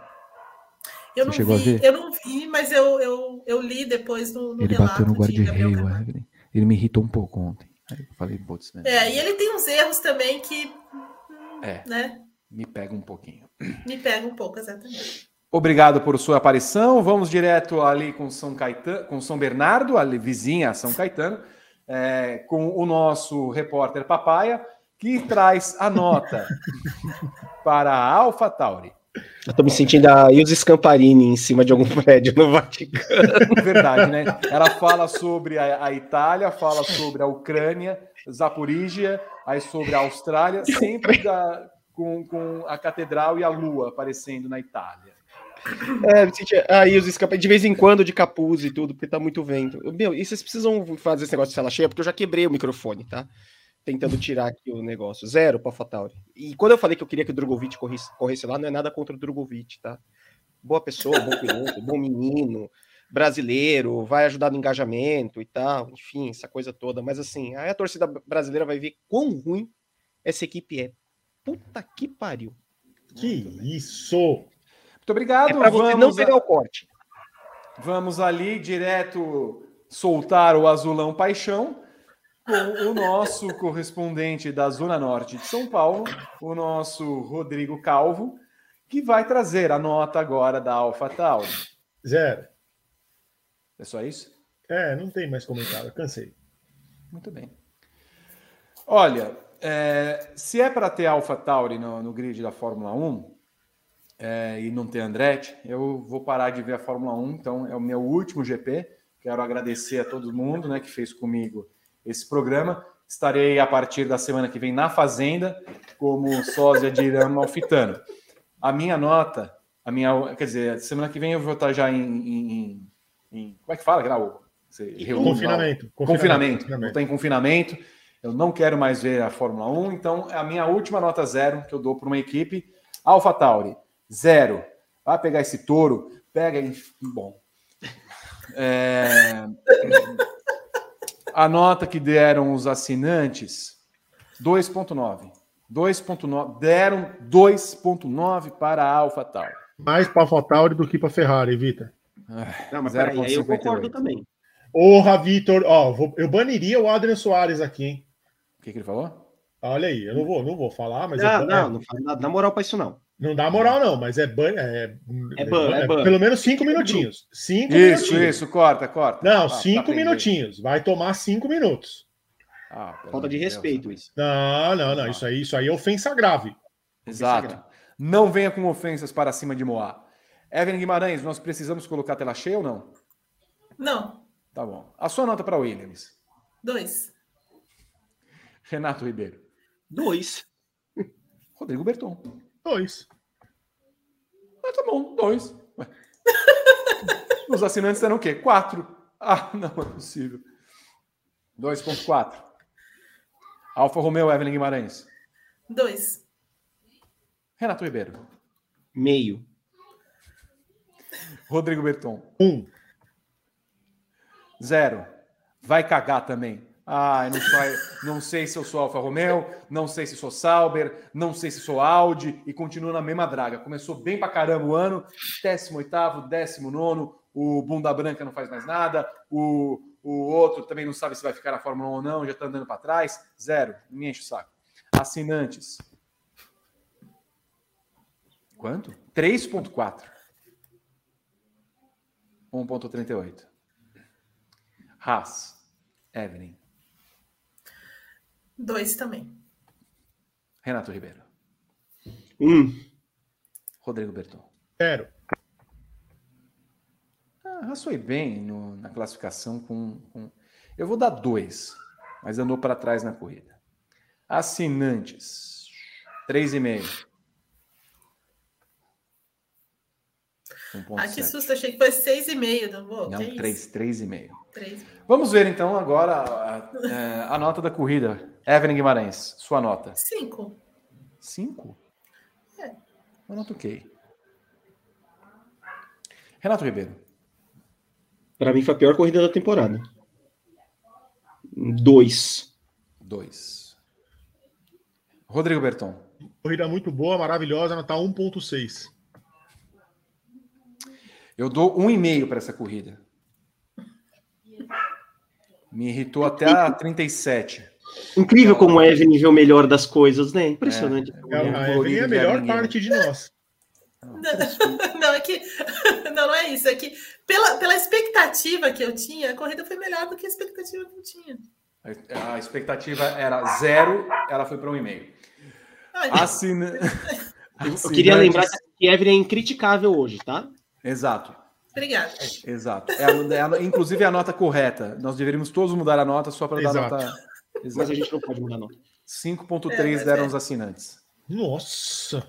Eu não, vi, eu não vi, mas eu, eu, eu li depois no, no ele relato. Ele bateu no guarda-reio, Evelyn. Ele me irritou um pouco ontem. Aí eu falei, putz, né? É, e ele tem uns erros também que... É, né? Me pega um pouquinho. Me pega um pouco, exatamente. Obrigado por sua aparição. Vamos direto ali com São Caetano, com São Bernardo, ali vizinha a São Caetano, é, com o nosso repórter Papaya, que traz a nota para a AlphaTauri. Eu tô me sentindo a Ilse Scamparini em cima de algum prédio no Vaticano. Verdade, né? Ela fala sobre a, a Itália, fala sobre a Ucrânia, Zaporígia, aí sobre a Austrália, sempre da, com, com a catedral e a lua aparecendo na Itália. É, me senti a Ilse Scamparini de vez em quando de capuz e tudo, porque tá muito vento. Meu, e vocês precisam fazer esse negócio de sala cheia, porque eu já quebrei o microfone, tá? Tentando tirar aqui o negócio. Zero para AlphaTauri. E quando eu falei que eu queria que o Drogovic corresse, corresse lá, não é nada contra o Drogovic, tá? Boa pessoa, bom piloto, bom menino, brasileiro, vai ajudar no engajamento e tal, enfim, essa coisa toda. Mas assim, aí a torcida brasileira vai ver quão ruim essa equipe é. Puta que pariu. Que isso! Muito obrigado. É pra você Vamos não pegar a... o corte. Vamos ali direto soltar o Azulão Paixão com o nosso correspondente da Zona Norte de São Paulo, o nosso Rodrigo Calvo, que vai trazer a nota agora da AlphaTauri. Zero. É só isso? É, não tem mais comentário, cansei. Muito bem. Olha, é, se é para ter AlphaTauri no, no grid da Fórmula um é, e não ter Andretti, eu vou parar de ver a Fórmula um, então é o meu último G P. Quero agradecer a todo mundo, né, que fez comigo esse programa. Estarei a partir da semana que vem na Fazenda como sósia de Irã Malfitano. A minha nota, a minha, quer dizer, semana que vem eu vou estar já em, em, em como é que fala, Grau? Confinamento, confinamento. Confinamento. Vou estar em confinamento. Eu não quero mais ver a Fórmula um, então a minha última nota zero que eu dou para uma equipe, AlphaTauri, zero. Vai pegar esse touro, pega em... Bom. É... A nota que deram os assinantes, dois ponto nove. dois ponto nove. Deram dois ponto nove para a AlphaTauri. Mais para a AlphaTauri do que para a Ferrari, Vitor. Não, mas peraí, aí eu concordo também. Porra, Vitor, ó, vou, eu baniria o Adrian Soares aqui, hein? O que, que ele falou? Olha aí, eu não vou, não vou falar, mas... Não, é, não, não, não dá moral para isso, não. Não dá moral, não, mas é ban... É, é, ban, é, é ban. Pelo menos cinco minutinhos. Cinco isso, minutinhos. Isso, corta, corta. Não, ah, cinco minutinhos. Vai tomar cinco minutos. Ah, falta de respeito isso. Não, não, não. Isso aí, isso aí é ofensa grave. Exato. Ofensa grave. Não venha com ofensas para cima de Moá. Evelyn Guimarães, nós precisamos colocar a tela cheia ou não? Não. Tá bom. A sua nota para Williams? Dois. Renato Ribeiro? Dois. Rodrigo Berton? Dois. Ah, tá bom, dois. Os assinantes eram o quê? Quatro. Ah, não é possível. dois ponto quatro. Alfa Romeo, Evelyn Guimarães? Dois. Renato Ribeiro? Meio. Rodrigo Berton? Um. Zero. Vai cagar também. Ah, não, sou, não sei se eu sou Alfa Romeo, não sei se sou Sauber, não sei se sou Audi e continuo na mesma draga. Começou bem pra caramba o ano, décimo oitavo, décimo nono, o bunda branca não faz mais nada, o, o outro também não sabe se vai ficar na Fórmula um ou não, já tá andando para trás. Zero, me enche o saco. Assinantes. Quanto? três ponto quatro. um ponto trinta e oito. Haas. Evelyn. Dois também. Renato Ribeiro. Um. Rodrigo Berton. Zero. Ah, raçoei bem no, na classificação com, com... Eu vou dar dois, mas andou para trás na corrida. Assinantes. Três e meio. Ah, que susto, achei que foi seis e meio, não vou? Não, três, três e meio. Três. Vamos ver então agora a, a, a nota da corrida. Evelyn Guimarães, sua nota. Cinco. Cinco? É. Uma nota ok. Renato Ribeiro. Para mim foi a pior corrida da temporada. Dois. Dois. Rodrigo Berton. Corrida muito boa, maravilhosa, nota um ponto seis. Eu dou um e meio para essa corrida. Me irritou até a trinta e sete. Incrível como a Evelyn vê o melhor das coisas, né? Impressionante. É, é, a Evelyn é a melhor parte de nós. Não, não, é que não, não é isso. É que pela, pela expectativa que eu tinha, a corrida foi melhor do que a expectativa que eu tinha. A, a expectativa era zero, ela foi para um e meio. Assina... Eu, eu queria lembrar que a Evelyn é incriticável hoje, tá? Exato. Obrigada. Exato. É a, é a, inclusive é a nota correta. Nós deveríamos todos mudar a nota só para dar a nota. Exato. Mas a gente não pode mudar a nota. cinco ponto três é, deram é. os assinantes. Nossa!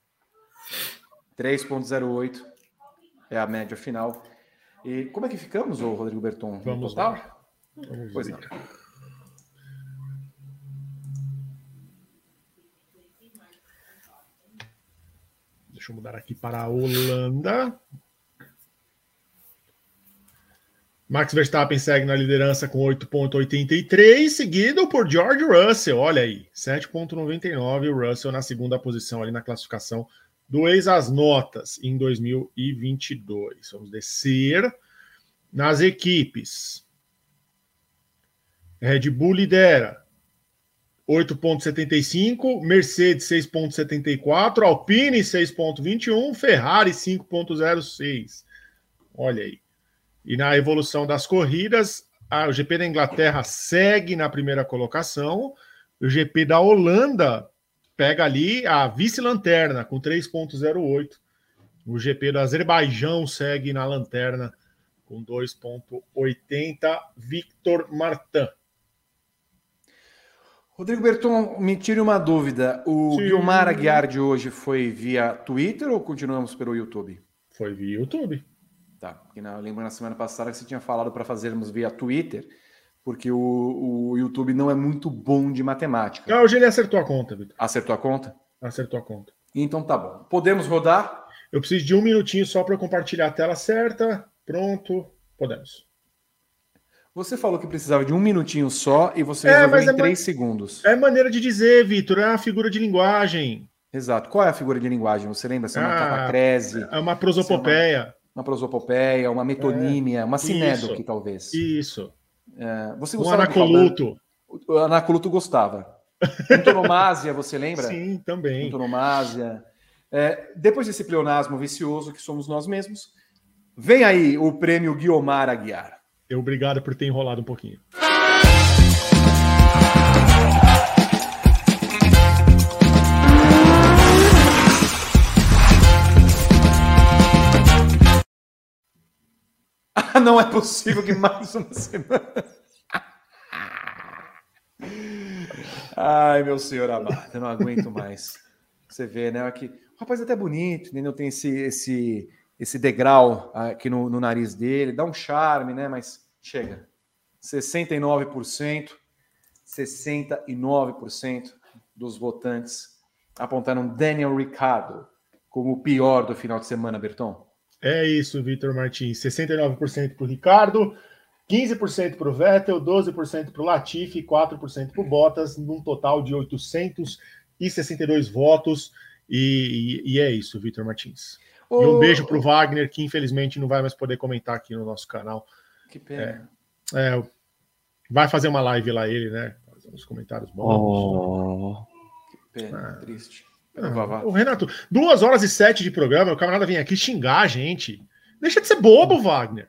três ponto zero oito é a média final. E como é que ficamos, ô Rodrigo Berton? Vamos lá. Vamos pois ver. não. Deixa eu mudar aqui para a Holanda. Max Verstappen segue na liderança com oito ponto oitenta e três, seguido por George Russell. Olha aí, sete ponto noventa e nove. O Russell na segunda posição ali na classificação do ex as notas em dois mil e vinte e dois. Vamos descer nas equipes. Red Bull lidera. oito ponto setenta e cinco, Mercedes seis ponto setenta e quatro, Alpine seis ponto vinte e um, Ferrari cinco ponto zero seis. Olha aí. E na evolução das corridas, a, o G P da Inglaterra segue na primeira colocação O G P da Holanda pega ali a vice-lanterna com três ponto zero oito. O G P do Azerbaijão segue na lanterna com dois ponto oitenta. Victor Martin. Rodrigo Berton, me tire uma dúvida. O Sim. Guilmar Aguiar de hoje foi via Twitter ou continuamos pelo YouTube? Foi via YouTube. Tá, porque na, eu lembro na semana passada que você tinha falado para fazermos via Twitter, porque o, o YouTube não é muito bom de matemática. Ah, hoje ele acertou a conta, Vitor. Acertou a conta? Acertou a conta. Então tá bom. Podemos rodar? Eu preciso de um minutinho só para compartilhar a tela certa. Pronto, podemos. Você falou que precisava de um minutinho só e você É, resolveu mas em é três ma- segundos. É maneira de dizer, Vitor, é uma figura de linguagem. Exato. Qual é a figura de linguagem? Você lembra? Se é uma Ah, catacrese, É uma prosopopeia. uma prosopopeia, uma metonímia, uma sinédoque, Isso. talvez. Isso. É, você Um gostava de anacoluto. Caldan? O anacoluto gostava. Antonomásia, você lembra? Sim, também. Antonomásia. É, depois desse pleonasmo vicioso que somos nós mesmos, vem aí o prêmio Guilmar Aguiar. Eu, obrigado por ter enrolado um pouquinho. Não é possível que mais uma semana. Ai, meu senhor amado, eu não aguento mais. Você vê, né? Que o rapaz é até bonito, entendeu? Tem esse, esse, esse degrau aqui no, no nariz dele, dá um charme, né? Mas chega. sessenta e nove por cento, sessenta e nove por cento dos votantes apontaram Daniel Ricciardo como o pior do final de semana, Berton. É isso, Vitor Martins. sessenta e nove por cento para o Ricardo, quinze por cento para o Vettel, doze por cento para o Latifi e quatro por cento para o Bottas, num total de oitocentos e sessenta e dois votos. E, e, e é isso, Vitor Martins. Oh, e um beijo para o Wagner, que infelizmente não vai mais poder comentar aqui no nosso canal. Que pena. É, é, vai fazer uma live lá ele, né? Fazer uns comentários bons. Oh, que pena, Ah. triste. Ah, o Renato, duas horas e sete de programa, o camarada vem aqui xingar a gente. Deixa de ser bobo, Wagner.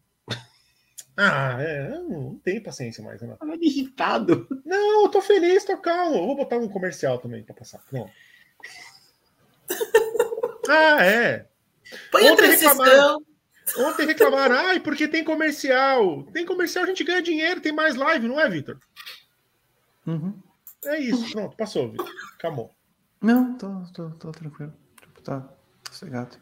Ah, é, eu não tenho paciência mais, Renato. Tava irritado. Não, eu tô feliz, tô calmo. Eu vou botar um comercial também pra passar. Pronto. Ah, é. Põe a Ontem transição. Ontem reclamaram, ai, porque tem comercial. Tem comercial, a gente ganha dinheiro, tem mais live, não é, Vitor? Uhum. É isso, pronto, passou, Vitor. Acabou. Não, tô, tô, tô tranquilo. Tá sossegado.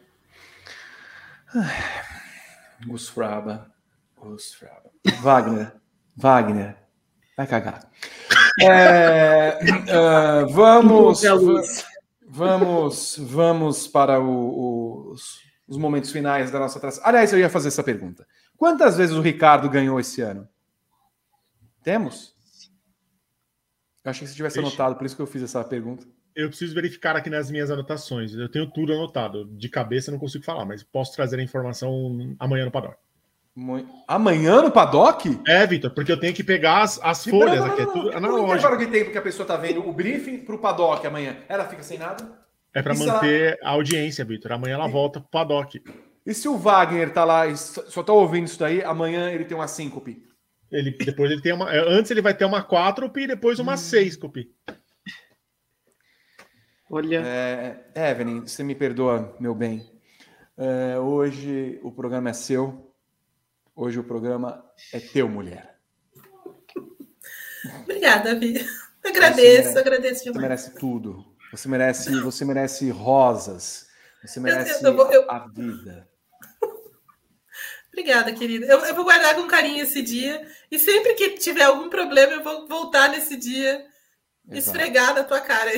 Gus Fraba. Gus Fraba. Wagner. Wagner. Vai cagar. É, uh, vamos, vamos, vamos para o, o, os, os momentos finais da nossa tração. Aliás, eu ia fazer essa pergunta. Quantas vezes o Ricardo ganhou esse ano? Temos? Eu achei que você tivesse Ixi. anotado, por isso que eu fiz essa pergunta. Eu preciso verificar aqui nas minhas anotações. Eu tenho tudo anotado. De cabeça eu não consigo falar, mas posso trazer a informação amanhã no Paddock. Muito... Amanhã no Paddock? É, Vitor, porque eu tenho que pegar as, as folhas não, não, aqui. não, É tudo não. O analógico. intervalo de tempo que a pessoa tá vendo o briefing pro Paddock amanhã, ela fica sem nada? É para E se manter a audiência, Vitor. Amanhã ela volta pro Paddock. E se o Wagner tá lá e só tá ouvindo isso daí, amanhã ele tem uma síncope? Ele, depois ele tem uma. Antes ele vai ter uma quádruple e depois uma sextuple. Olha. É, Evelyn, você me perdoa, meu bem. É, hoje o programa é seu. Hoje o programa é teu, mulher. Obrigada, Vi. Agradeço, merece, agradeço Você demais. merece tudo. Você merece, você merece rosas. Você merece eu vou- eu- a vida. Obrigada, querida. Eu, eu vou guardar com carinho esse dia. E sempre que tiver algum problema, eu vou voltar nesse dia Exato. esfregar na tua cara.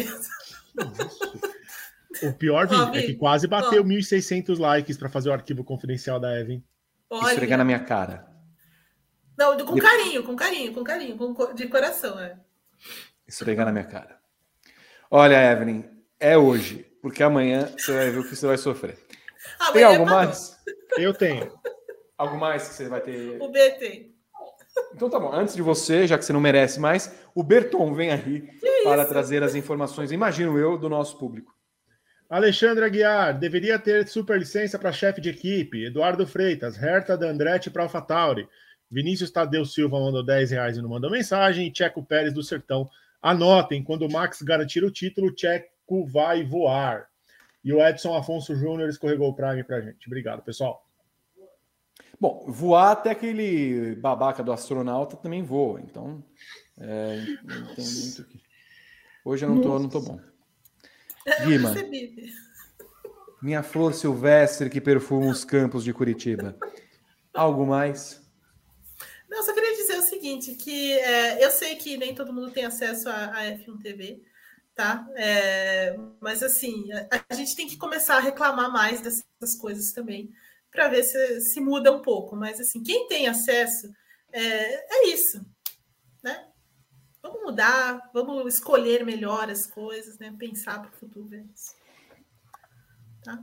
O pior, Ó, Vitor, é Vi, que quase bateu ó. mil e seiscentos likes para fazer o arquivo confidencial da Evelyn. Olha. Esfregar na minha cara. Não, com De- carinho, com carinho, com carinho, com co- de coração, é. Esfregar na minha cara. Olha, Evelyn, é hoje, porque amanhã você vai ver o que você vai sofrer. Amanhã Tem é algo Paddock. mais? Eu tenho. Algo mais que você vai ter? O B tem. Então tá bom. Antes de você, já que você não merece mais, o Berton vem aí para trazer as informações, imagino eu, do nosso público. Alexandre Aguiar, deveria ter superlicença para chefe de equipe. Eduardo Freitas, Herta D'Andretti para AlphaTauri. Vinícius Tadeu Silva mandou dez reais e não mandou mensagem. E Tcheco Pérez do Sertão Anotem, quando o Max garantir o título, o Checo vai voar. E o Edson Afonso Júnior escorregou o Prime pra gente. Obrigado, pessoal. Bom, voar até aquele babaca do astronauta também voa, então é, não tem muito que... Hoje eu não tô, não tô bom. Guima, minha flor silvestre que perfuma os campos de Curitiba. Algo mais? Não, só queria dizer o seguinte, que é, eu sei que nem todo mundo tem acesso à, à F um T V, tá? É, mas assim, a, a gente tem que começar a reclamar mais dessas coisas também, para ver se, se muda um pouco. Mas assim, quem tem acesso, é, é isso, né? Vamos mudar, vamos escolher melhor as coisas, né? Pensar para o futuro. É isso. Tá?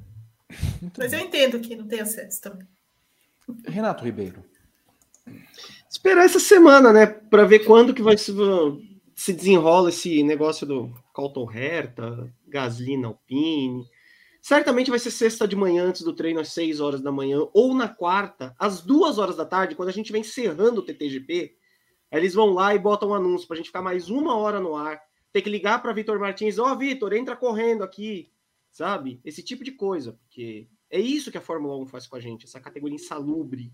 Mas eu entendo que não tem acesso também. Renato Ribeiro. Esperar essa semana, né? Para ver quando que vai se, se desenrola esse negócio do Colton Herta, Gasly na Alpine. Certamente vai ser sexta de manhã, antes do treino, às seis horas da manhã, ou na quarta, às duas horas da tarde, quando a gente vem encerrando o T T G P. Aí eles vão lá e botam um anúncio para a gente ficar mais uma hora no ar. Tem que ligar para Vitor Martins. Ó, oh, Vitor, entra correndo aqui. Sabe? Esse tipo de coisa. Porque é isso que a Fórmula um faz com a gente. Essa categoria insalubre.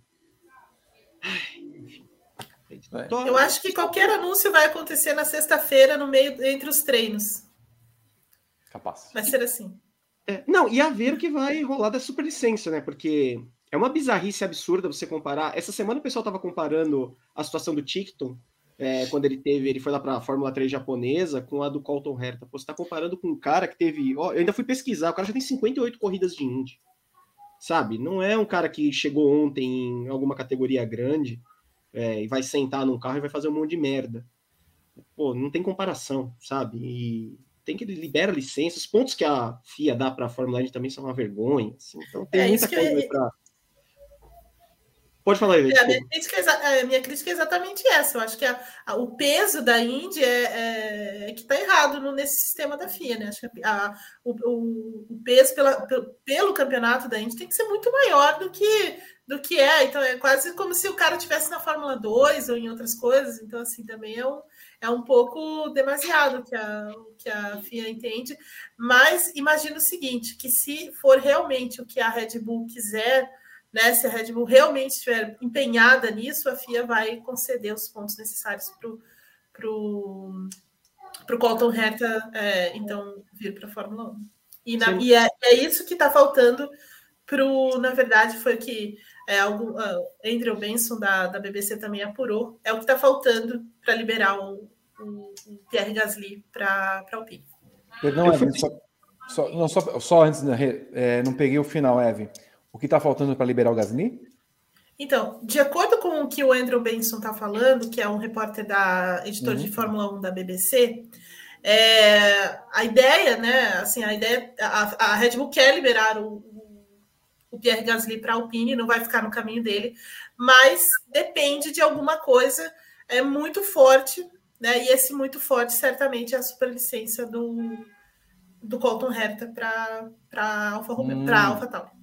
Ai, enfim. Eu acho que qualquer anúncio vai acontecer na sexta-feira, no meio, entre os treinos. Capaz. Vai ser assim. É, não, e a ver o que vai rolar da superlicença, né? Porque... é uma bizarrice absurda você comparar. Essa semana o pessoal estava comparando a situação do Tickton, é, quando ele teve, ele foi lá para a Fórmula três japonesa, com a do Colton Herta. Pô, você está comparando com um cara que teve... Ó, eu ainda fui pesquisar, o cara já tem cinquenta e oito corridas de Indy. Sabe? Não é um cara que chegou ontem em alguma categoria grande é, e vai sentar num carro e vai fazer um monte de merda. Pô, não tem comparação, sabe? E... tem que liberar licença. Os pontos que a F I A dá para a Fórmula Indy também são uma vergonha. Assim. Então tem é, muita coisa eu... para... Pode falar aí, é, a, minha crítica é, a minha crítica é exatamente essa. Eu acho que a, a, o peso da Indy é, é, é que está errado no, nesse sistema da F I A, né? Acho que a, o, o, o peso pela, pelo, pelo campeonato da Indy tem que ser muito maior do que, do que é. Então é quase como se o cara estivesse na Fórmula dois ou em outras coisas. Então, assim, também é um, é um pouco demasiado que a, que a F I A entende. Mas imagina o seguinte, que se for realmente o que a Red Bull quiser... né, se a Red Bull realmente estiver empenhada nisso, a F I A vai conceder os pontos necessários para o pro, pro Colton Herta, é, então, vir para a Fórmula um. E, na, e é, é isso que está faltando pro, na verdade, foi o que é, algum, uh, Andrew Benson, da, da B B C, também apurou, é o que está faltando para liberar o, o, o Pierre Gasly para a Alpine. Perdão, Evan, só, só, não, só, só antes, é, não peguei o final, Evan. O que está faltando para liberar o Gasly? Então, de acordo com o que o Andrew Benson está falando, que é um repórter da editor uhum. de Fórmula um da B B C, é, a ideia, né? Assim, a ideia, a, a Red Bull quer liberar o, o Pierre Gasly para a Alpine, não vai ficar no caminho dele, mas depende de alguma coisa é muito forte, né? E esse muito forte certamente é a superlicença do, do Colton Herta para para Alfa Romeo, hum. para Alfa Tauri.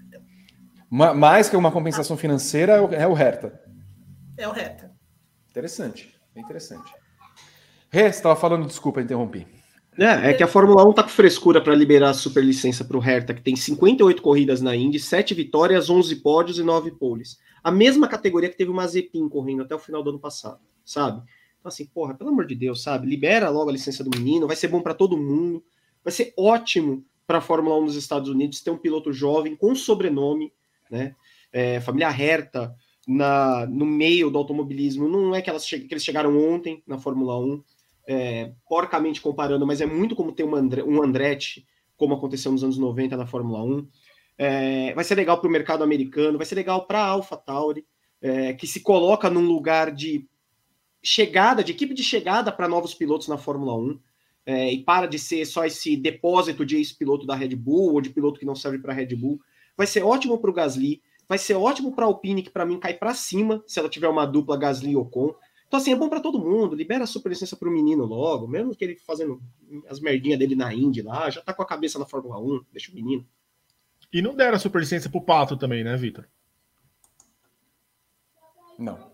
Mais que uma compensação financeira, é o Herta. É o Herta. Interessante, bem interessante. Rê, você estava falando, desculpa, interrompi. É, é que a Fórmula um tá com frescura para liberar a superlicença para o Herta, que tem cinquenta e oito corridas na Indy, sete vitórias, onze pódios e nove poles. A mesma categoria que teve o Mazepin correndo até o final do ano passado, sabe? Então assim, porra, pelo amor de Deus, sabe? Libera logo a licença do menino, vai ser bom para todo mundo, vai ser ótimo para a Fórmula um nos Estados Unidos ter um piloto jovem com sobrenome, né? É, família Herta na, no meio do automobilismo, não é que, elas che- que eles chegaram ontem na Fórmula um, é, porcamente comparando, mas é muito como ter um, André, um Andretti, como aconteceu nos anos noventa na Fórmula um. É, vai ser legal para o mercado americano, vai ser legal para a AlphaTauri, é, que se coloca num lugar de chegada, de equipe de chegada para novos pilotos na Fórmula um, é, e para de ser só esse depósito de ex-piloto da Red Bull ou de piloto que não serve para a Red Bull. Vai ser ótimo para o Gasly, vai ser ótimo para a Alpine, que para mim cai para cima se ela tiver uma dupla Gasly Ocon. Então, assim, é bom para todo mundo, libera a superlicença para o menino logo, mesmo que ele fazendo as merdinhas dele na Indy lá, já tá com a cabeça na Fórmula um, deixa o menino. E não deram a superlicença pro Pato também, né, Vitor? Não.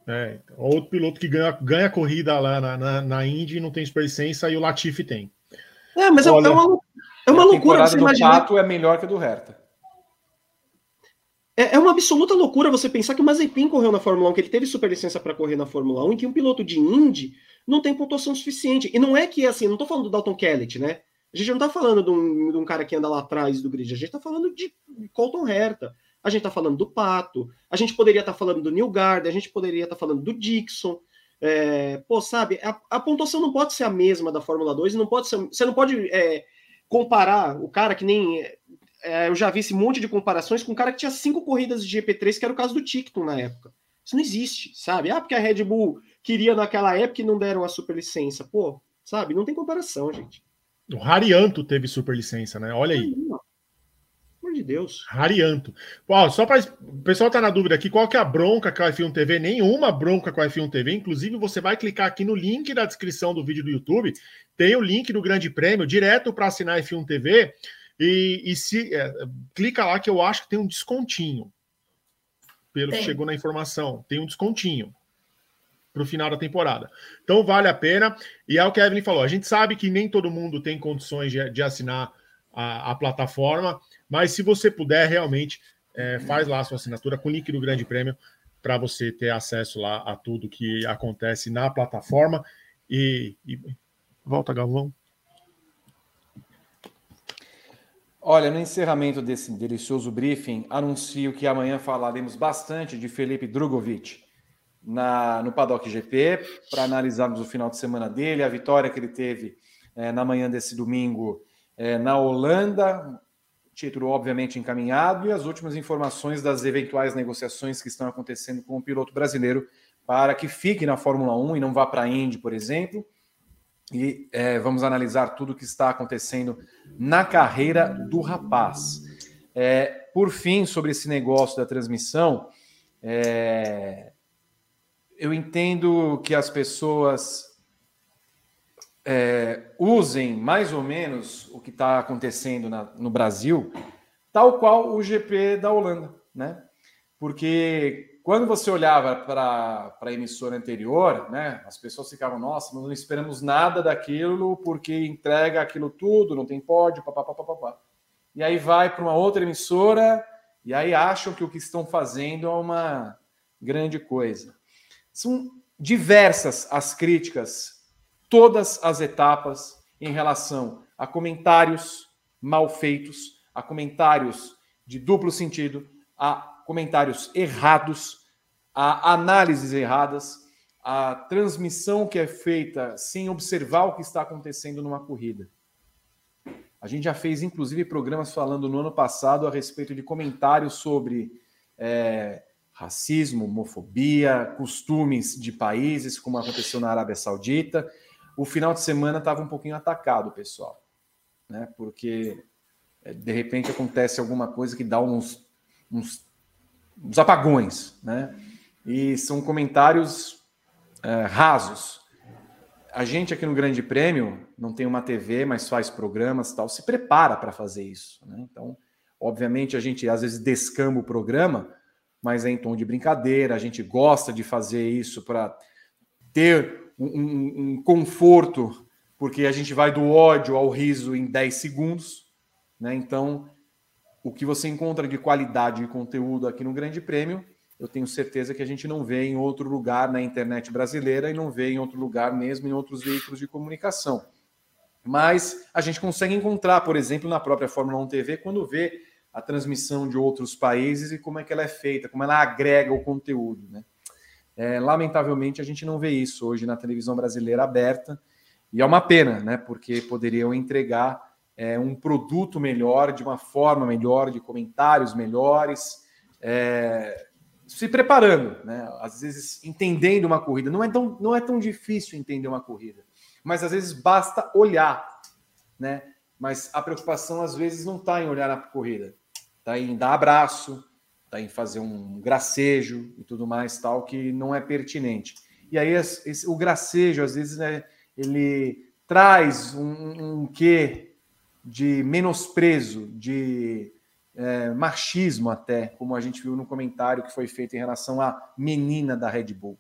É, outro piloto que ganha, ganha corrida lá na, na, na Indy não tem superlicença e o Latifi tem. É, mas Olha, é uma, é uma loucura você imaginar. A temporada do Pato é melhor que a do Herta. É, é uma absoluta loucura você pensar que o Mazepin correu na Fórmula um, que ele teve superlicença para correr na Fórmula um, e que um piloto de Indy não tem pontuação suficiente. E não é que, assim, não tô falando do Dalton Kellett, né? A gente não tá falando de um, de um cara que anda lá atrás do grid, a gente tá falando de Colton Herta. A gente está falando do Pato, a gente poderia estar tá falando do Neil Gardner, a gente poderia estar tá falando do Dixon. É, pô, sabe, a, a pontuação não pode ser a mesma da Fórmula dois, não pode ser, você não pode é, comparar o cara que nem... É, eu já vi esse monte de comparações com um cara que tinha cinco corridas de G P três, que era o caso do Tickton na época. Isso não existe, sabe? Ah, porque a Red Bull queria naquela época e não deram a superlicença. Pô, sabe, não tem comparação, gente. O Harianto teve superlicença, né? Olha aí. Pelo amor de Deus. Harianto. Ó, só para o pessoal tá na dúvida aqui, qual que é a bronca com a F um T V? Nenhuma bronca com a F um T V. Inclusive, você vai clicar aqui no link da descrição do vídeo do YouTube. Tem o link do Grande Prêmio direto para assinar a F um T V. E, e se é, clica lá que eu acho que tem um descontinho. Pelo tem. Que chegou na informação. Tem um descontinho para o final da temporada. Então vale a pena. E é o que a Evelyn falou. A gente sabe que nem todo mundo tem condições de, de assinar a, a plataforma, mas se você puder, realmente, é, faz lá a sua assinatura com o link do Grande Prêmio para você ter acesso lá a tudo que acontece na plataforma. E, e... volta, Galvão. Olha, no encerramento desse delicioso briefing, anuncio que amanhã falaremos bastante de Felipe Drugovich na, no Paddock G P, para analisarmos o final de semana dele, a vitória que ele teve é, na manhã desse domingo é, na Holanda, título obviamente encaminhado, e as últimas informações das eventuais negociações que estão acontecendo com o piloto brasileiro para que fique na Fórmula um e não vá para a Indy, por exemplo. E é, vamos analisar tudo o que está acontecendo na carreira do rapaz. É, por fim, sobre esse negócio da transmissão, é, eu entendo que as pessoas é, usem mais ou menos o que está acontecendo na, no Brasil, tal qual o G P da Holanda, né? Porque quando você olhava para a emissora anterior, né, as pessoas ficavam, nossa, mas não esperamos nada daquilo porque entrega aquilo tudo, não tem pódio, papapá, papapá. E aí vai para uma outra emissora e aí acham que o que estão fazendo é uma grande coisa. São diversas as críticas, todas as etapas em relação a comentários mal feitos, a comentários de duplo sentido, a comentários errados, a análises erradas, a transmissão que é feita sem observar o que está acontecendo numa corrida. A gente já fez, inclusive, programas falando no ano passado a respeito de comentários sobre é, racismo, homofobia, costumes de países, como aconteceu na Arábia Saudita. O final de semana estava um pouquinho atacado, pessoal, né? Porque, de repente, acontece alguma coisa que dá uns... uns os apagões, né? E são comentários é, rasos. A gente aqui no Grande Prêmio não tem uma T V, mas faz programas e tal, se prepara para fazer isso, né? Então, obviamente, a gente às vezes descamba o programa, mas é em tom de brincadeira, a gente gosta de fazer isso para ter um, um, um conforto, porque a gente vai do ódio ao riso em dez segundos, né? Então, o que você encontra de qualidade de conteúdo aqui no Grande Prêmio, eu tenho certeza que a gente não vê em outro lugar na internet brasileira e não vê em outro lugar mesmo em outros veículos de comunicação. Mas a gente consegue encontrar, por exemplo, na própria Fórmula um T V, quando vê a transmissão de outros países e como é que ela é feita, como ela agrega o conteúdo, né? É, lamentavelmente, a gente não vê isso hoje na televisão brasileira aberta, e é uma pena, né? Porque poderiam entregar É, um produto melhor, de uma forma melhor, de comentários melhores, é, se preparando, né? Às vezes entendendo uma corrida. Não é, tão, não é tão difícil entender uma corrida, mas às vezes basta olhar, né? Mas a preocupação às vezes não está em olhar na corrida, está em dar abraço, está em fazer um gracejo e tudo mais, tal, que não é pertinente. E aí esse, o gracejo, às vezes, né, ele traz um, um quê de menosprezo, de é, machismo até, como a gente viu no comentário que foi feito em relação à menina da Red Bull,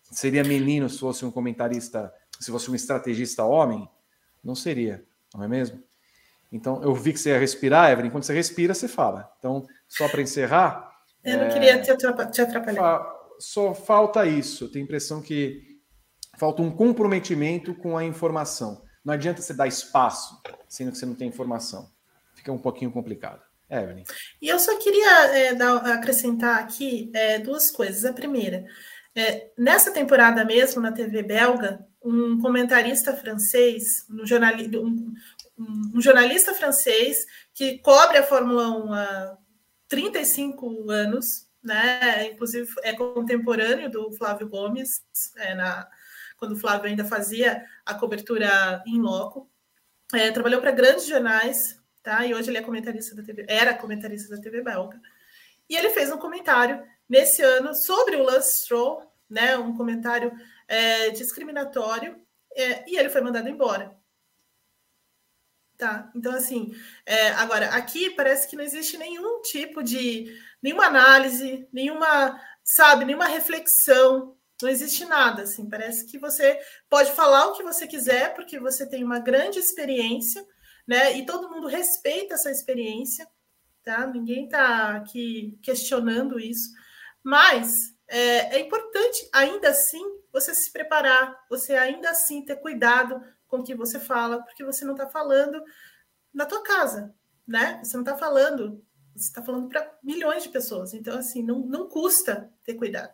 Seria menino se fosse um comentarista, se fosse um estrategista homem? Não seria, não é mesmo? Então, eu vi que você ia respirar, Evelyn. Quando você respira, você fala. Então, só para encerrar... Eu não é... queria te atrapalhar. Fa... Só falta isso. Eu tenho a impressão que falta um comprometimento com a informação. Não adianta você dar espaço, sendo que você não tem informação. Fica um pouquinho complicado. Evelyn. E eu só queria é, dar, acrescentar aqui é, duas coisas. A primeira, é, nessa temporada mesmo, na T V belga, um comentarista francês, um, jornali um, um jornalista francês que cobre a Fórmula um há trinta e cinco anos, né? Inclusive é contemporâneo do Flávio Gomes, é, na, quando o Flávio ainda fazia a cobertura in loco. É, trabalhou para grandes jornais, tá? E hoje ele é comentarista da T V, era comentarista da T V belga. E ele fez um comentário nesse ano sobre o Lance Stroll, né? Um comentário é, discriminatório, é, e ele foi mandado embora. Tá? Então, assim, é, agora, aqui parece que não existe nenhum tipo de, nenhuma análise, nenhuma, sabe, nenhuma reflexão, não existe nada, assim, parece que você pode falar o que você quiser, porque você tem uma grande experiência, né, e todo mundo respeita essa experiência, tá? Ninguém está aqui questionando isso, mas é, é importante, ainda assim, você se preparar, você ainda assim ter cuidado com o que você fala, porque você não está falando na tua casa, né? Você não está falando, você está falando para milhões de pessoas. Então, assim, não, não custa ter cuidado.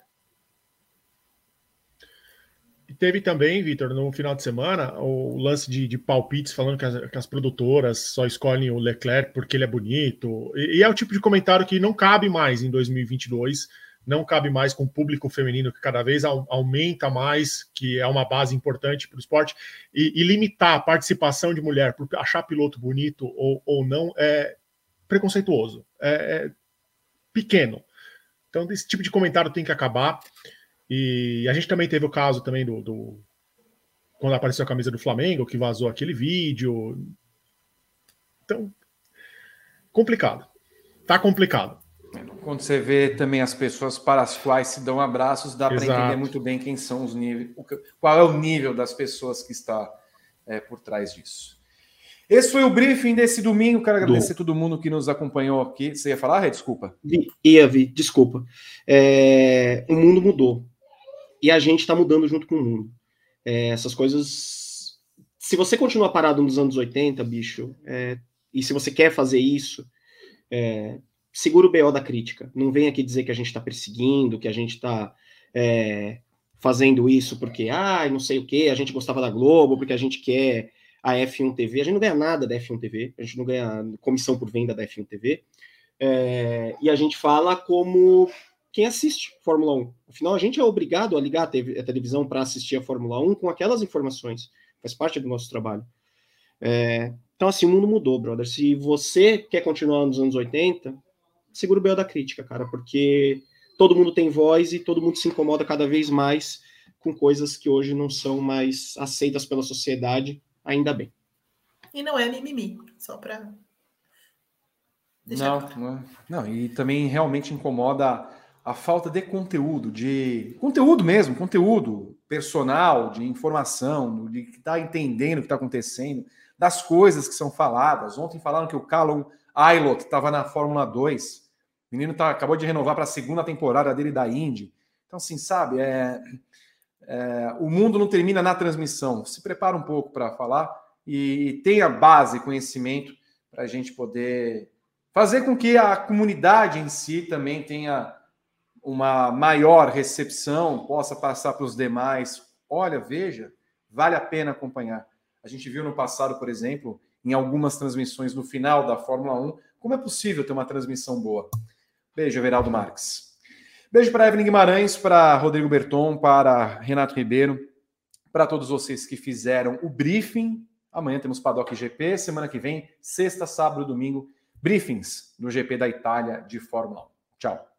E teve também, Vitor, no final de semana, o lance de, de palpites falando que as, que as produtoras só escolhem o Leclerc porque ele é bonito. E, e é o tipo de comentário que não cabe mais em dois mil e vinte e dois, não cabe mais com o público feminino que cada vez aumenta mais, que é uma base importante para o esporte, e, e limitar a participação de mulher por achar piloto bonito ou, ou não é preconceituoso, é, é pequeno. Então esse tipo de comentário tem que acabar. E a gente também teve o caso também do, do quando apareceu a camisa do Flamengo, que vazou aquele vídeo. Então, complicado. Tá complicado. Quando você vê também as pessoas para as quais se dão abraços, dá para entender muito bem quem são os níveis, qual é o nível das pessoas que está é, por trás disso. Esse foi o briefing desse domingo. Quero agradecer a todo mundo que nos acompanhou aqui. Você ia falar, Rê? Desculpa. Ia, Vi, desculpa. É, o mundo mudou. E a gente está mudando junto com o mundo. É, essas coisas... Se você continuar parado nos anos oitenta, bicho, é, e se você quer fazer isso... É, segura o B O da crítica. Não vem aqui dizer que a gente está perseguindo, que a gente está é, fazendo isso porque, ah, não sei o quê, a gente gostava da Globo, porque a gente quer a F um T V. A gente não ganha nada da F um T V, a gente não ganha comissão por venda da F um T V. É, e a gente fala como quem assiste Fórmula um. Afinal, a gente é obrigado a ligar a, te- a televisão para assistir a Fórmula um com aquelas informações. Faz parte do nosso trabalho. É, então, assim, o mundo mudou, brother. Se você quer continuar nos anos oitenta... segura o B O da crítica, cara, porque todo mundo tem voz e todo mundo se incomoda cada vez mais com coisas que hoje não são mais aceitas pela sociedade, ainda bem. E não é mimimi, só para Não, não, não, e também realmente incomoda a falta de conteúdo, de conteúdo mesmo, conteúdo personal, de informação, de que está entendendo o que está acontecendo, das coisas que são faladas. Ontem falaram que o Callum Aylott estava na Fórmula dois. O menino tá, acabou de renovar para a segunda temporada dele da Indy. Então, assim, sabe, é, é, o mundo não termina na transmissão. Se prepara um pouco para falar e tenha base, conhecimento, para a gente poder fazer com que a comunidade em si também tenha uma maior recepção, possa passar para os demais. Olha, veja, vale a pena acompanhar. A gente viu no passado, por exemplo, em algumas transmissões no final da Fórmula um, como é possível ter uma transmissão boa. Beijo, Everaldo Marques. Beijo para Evelyn Guimarães, para Rodrigo Berton, para Renato Ribeiro, para todos vocês que fizeram o briefing. Amanhã temos Paddock G P, semana que vem, sexta, sábado e domingo, briefings do G P da Itália de Fórmula um. Tchau.